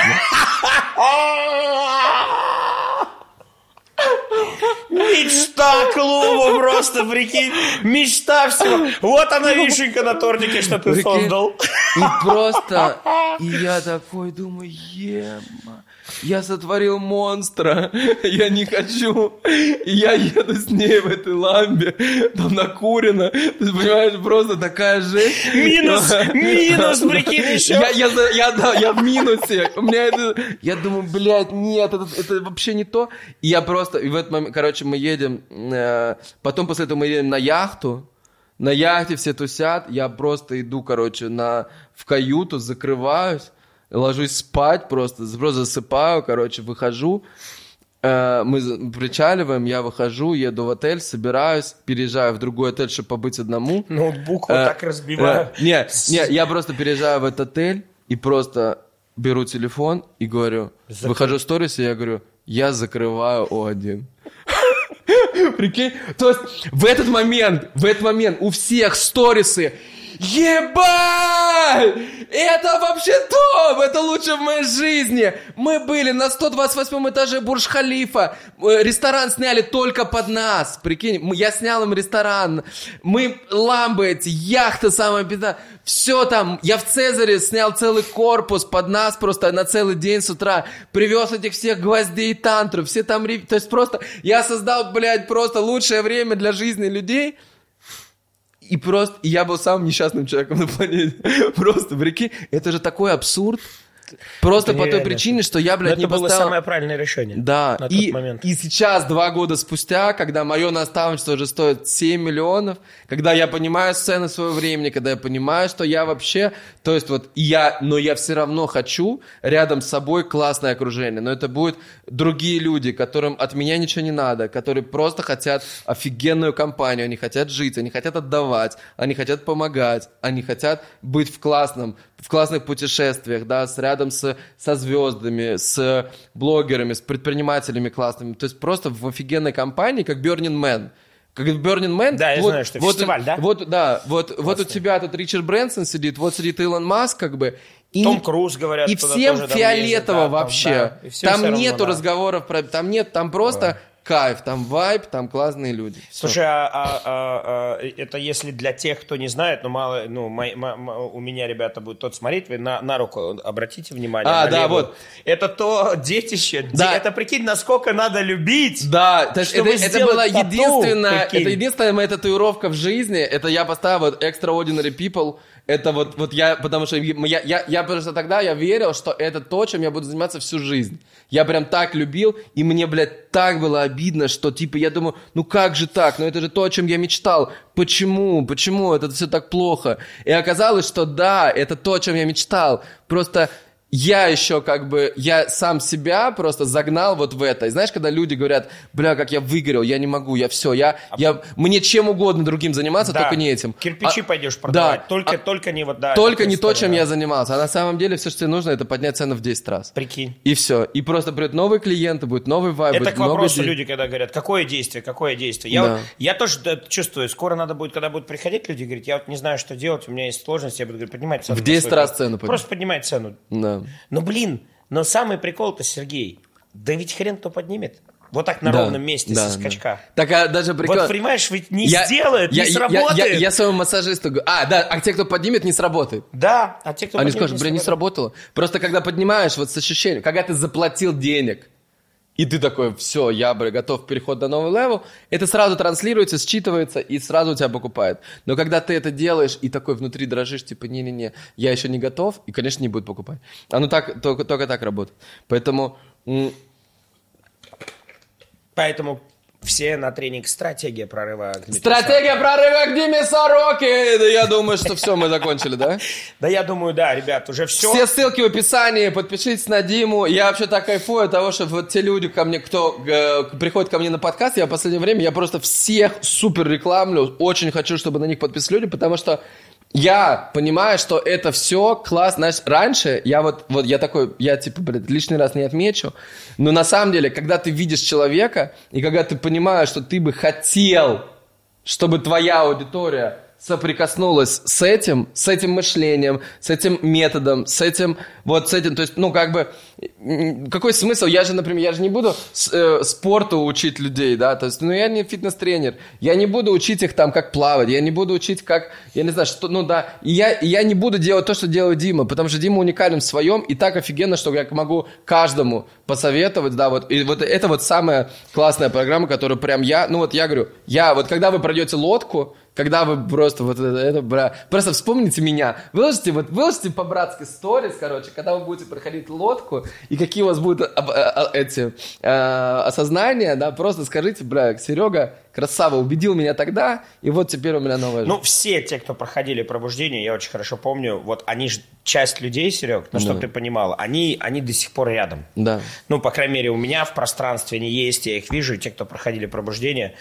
Мечта клуба просто, прикинь. Мечта всего. Вот она вишенка на тортике, что ты создал. И я такой думаю, я сотворил монстра, я не хочу. И я еду с ней в этой ламбе, там накурено. Ты понимаешь, просто такая жесть. Минус, прикинь, еще. Я в минусе. Я думаю, блядь, нет, это вообще не то. И я просто, и в этот момент, короче, мы едем, потом после этого мы едем на яхту. На яхте все тусят, я просто иду, короче, в каюту, закрываюсь, ложусь спать просто засыпаю, короче, выхожу, мы причаливаем, я выхожу, еду в отель, собираюсь, переезжаю в другой отель, чтобы побыть одному. Ноутбук вот так разбиваю. Я просто переезжаю в этот отель и просто беру телефон и говорю, выхожу в сторис, и я говорю, я закрываю О1. Прикинь? То есть в этот момент у всех сторисы. Ебать! Это вообще топ! Это лучше в моей жизни! Мы были на 128 этаже Бурдж-Халифа. Ресторан сняли только под нас. Прикинь, я снял им ресторан. Мы ламбы эти, яхта самая беда. Все там. Я в Цезаре снял целый корпус под нас просто на целый день с утра. Привез этих всех гвоздей и тантру. Все там... То есть просто я создал, блядь, просто лучшее время для жизни людей. И я был самым несчастным человеком на планете. Просто, прикинь, это же такой абсурд. Просто это по той причине, что я, блядь, не поставил... Это было самое правильное решение. Да, на тот момент. И сейчас, 2 года спустя, когда мое наставничество уже стоит 7 миллионов, когда я понимаю цену своего времени, когда я понимаю, что я вообще... То есть но я все равно хочу рядом с собой классное окружение. Но это будут другие люди, которым от меня ничего не надо, которые просто хотят офигенную компанию, они хотят жить, они хотят отдавать, они хотят помогать, они хотят быть в классных путешествиях, да, рядом со звездами, с блогерами, с предпринимателями классными. То есть просто в офигенной компании, как Burning Man. Как Burning Man. Да, я знаю, что фестиваль, да? Вот у тебя тут Ричард Брэнсон сидит, вот сидит Илон Маск, как бы. Том Круз, говорят, и всем тоже фиолетово ездит, вообще. Там нету разговоров про... Там просто... Кайф, там вайб, там классные люди. Слушай, это если для тех, кто не знает, у меня ребята будут тот смотреть, вы на руку обратите внимание. Да, вот. Это то детище, да. Это прикинь, насколько надо любить. Да, это была единственная моя татуировка в жизни, это я поставил Extraordinary People, это вот я, потому что я просто тогда я верил, что это то, чем я буду заниматься всю жизнь. Я прям так любил, и мне, блядь, так было обидно, что, типа, я думаю, ну как же так? Ну это же то, о чем я мечтал. Почему? Почему это все так плохо? И оказалось, что да, это то, о чем я мечтал. Просто я еще как бы, я сам себя просто загнал вот в это. И знаешь, когда люди говорят, бля, как я выгорел, я не могу, я все, мне чем угодно другим заниматься, да. Только не этим. Кирпичи пойдешь продавать, да. только не вот, да. Только не то, чем я занимался. А на самом деле все, что тебе нужно, это поднять цену в 10 раз. Прикинь. И все. И просто придут новые клиенты, будет новый вайб. Это к вопросу люди, когда говорят, какое действие. Я тоже чувствую, скоро надо будет, когда будут приходить люди, говорить, я вот не знаю, что делать, у меня есть сложности, я буду говорить, поднимать цену. В 10 раз цену. Просто поднимать цену. Да. Но самый прикол-то, Сергей, да ведь хрен кто поднимет. Вот так на ровном месте со скачка. Так, а даже прикол... Вот понимаешь, ведь не сделает, не сработает. Я своему массажисту говорю, а те, кто поднимет, не сработает. Да, а те, кто поднимет, не скажут, не сработало. Просто когда поднимаешь, вот с ощущением, когда ты заплатил денег, и ты такой, все, я, готов переход на новый левел, это сразу транслируется, считывается, и сразу тебя покупают. Но когда ты это делаешь, и такой внутри дрожишь, типа, не-не-не, я еще не готов, и, конечно, не будет покупать. Оно так, только так работает. Поэтому все на тренинг «Стратегия прорыва» к Дмитрию Стратегия прорыва к Диме Сороке! Да я думаю, что все, мы закончили, да? Да я думаю, да, ребят, уже все. Все ссылки в описании, подпишитесь на Диму. Я вообще так кайфую от того, что вот те люди, кто приходит ко мне на подкаст, я в последнее время, я просто всех супер рекламлю. Очень хочу, чтобы на них подписались люди, потому что я понимаю, что это все классно. Знаешь, раньше я типа, лишний раз не отмечу, но на самом деле, когда ты видишь человека, и когда ты понимаешь, что ты бы хотел, чтобы твоя аудитория соприкоснулась с этим мышлением, с этим методом, с этим, то есть, какой смысл? Я же не буду спорту учить людей, да, то есть, я не фитнес-тренер, я не буду учить их там, как плавать, я не буду учить, как, я не знаю, что, и я не буду делать то, что делает Дима, потому что Дима уникален в своем, и так офигенно, что я могу каждому посоветовать, да, и это самая классная программа, которую прям я говорю, когда вы пройдете лодку, когда вы просто просто вспомните меня, выложите по-братски сторис, когда вы будете проходить лодку, и какие у вас будут эти осознания, да, просто скажите, Серега, красава, убедил меня тогда, и вот теперь у меня новая жизнь. Все те, кто проходили пробуждение, я очень хорошо помню, они же часть людей, Серег, чтобы ты понимал, они до сих пор рядом. Да. По крайней мере, у меня в пространстве они есть, я их вижу, и те, кто проходили пробуждение,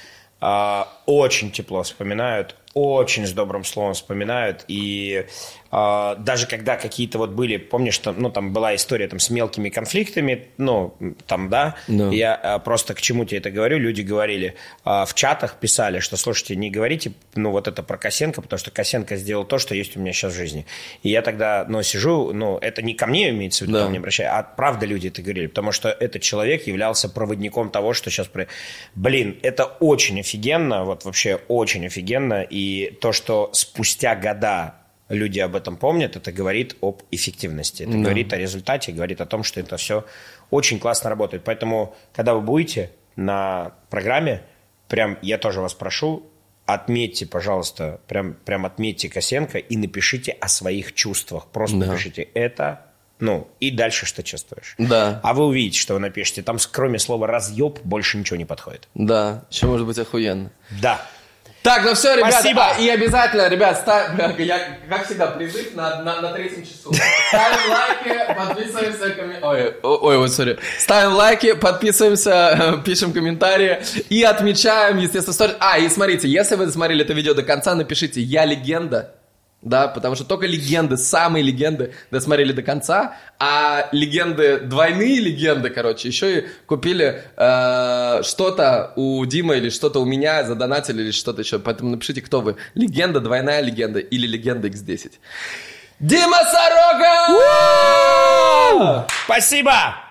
очень тепло вспоминают, очень с добрым словом вспоминают. И даже когда какие-то были, помнишь, там была история с мелкими конфликтами, да. Я просто к чему тебе это говорю, люди говорили, в чатах писали, что, слушайте, не говорите, это про Косенко, потому что Косенко сделал то, что есть у меня сейчас в жизни. И я тогда, сижу, это не ко мне имеется в виду, ко мне обращаюсь, а правда люди это говорили, потому что этот человек являлся проводником того, что сейчас... это очень офигенно, вообще очень офигенно, и то, что спустя года люди об этом помнят, это говорит об эффективности. Это говорит о результате, говорит о том, что это все очень классно работает. Поэтому, когда вы будете на программе, прям я тоже вас прошу, отметьте, пожалуйста, прям отметьте Косенко и напишите о своих чувствах. Просто напишите это, и дальше что чувствуешь. Да. А вы увидите, что вы напишете. Там кроме слова «разъеб» больше ничего не подходит. Да, еще может быть охуенно. Да. Так, все, ребята, спасибо. И обязательно, ребят, я, как всегда, призыв на третьем часу. Ставим лайки, подписываемся, ставим лайки, подписываемся, пишем комментарии и отмечаем, естественно, сторис. И смотрите, если вы досмотрели это видео до конца, напишите «Я легенда». Да, потому что только легенды, самые легенды досмотрели до конца, а легенды, двойные легенды, еще и купили что-то у Димы или что-то у меня, задонатили или что-то еще. Поэтому напишите, кто вы. Легенда, двойная легенда или легенда X10. Дима Сорока! Спасибо!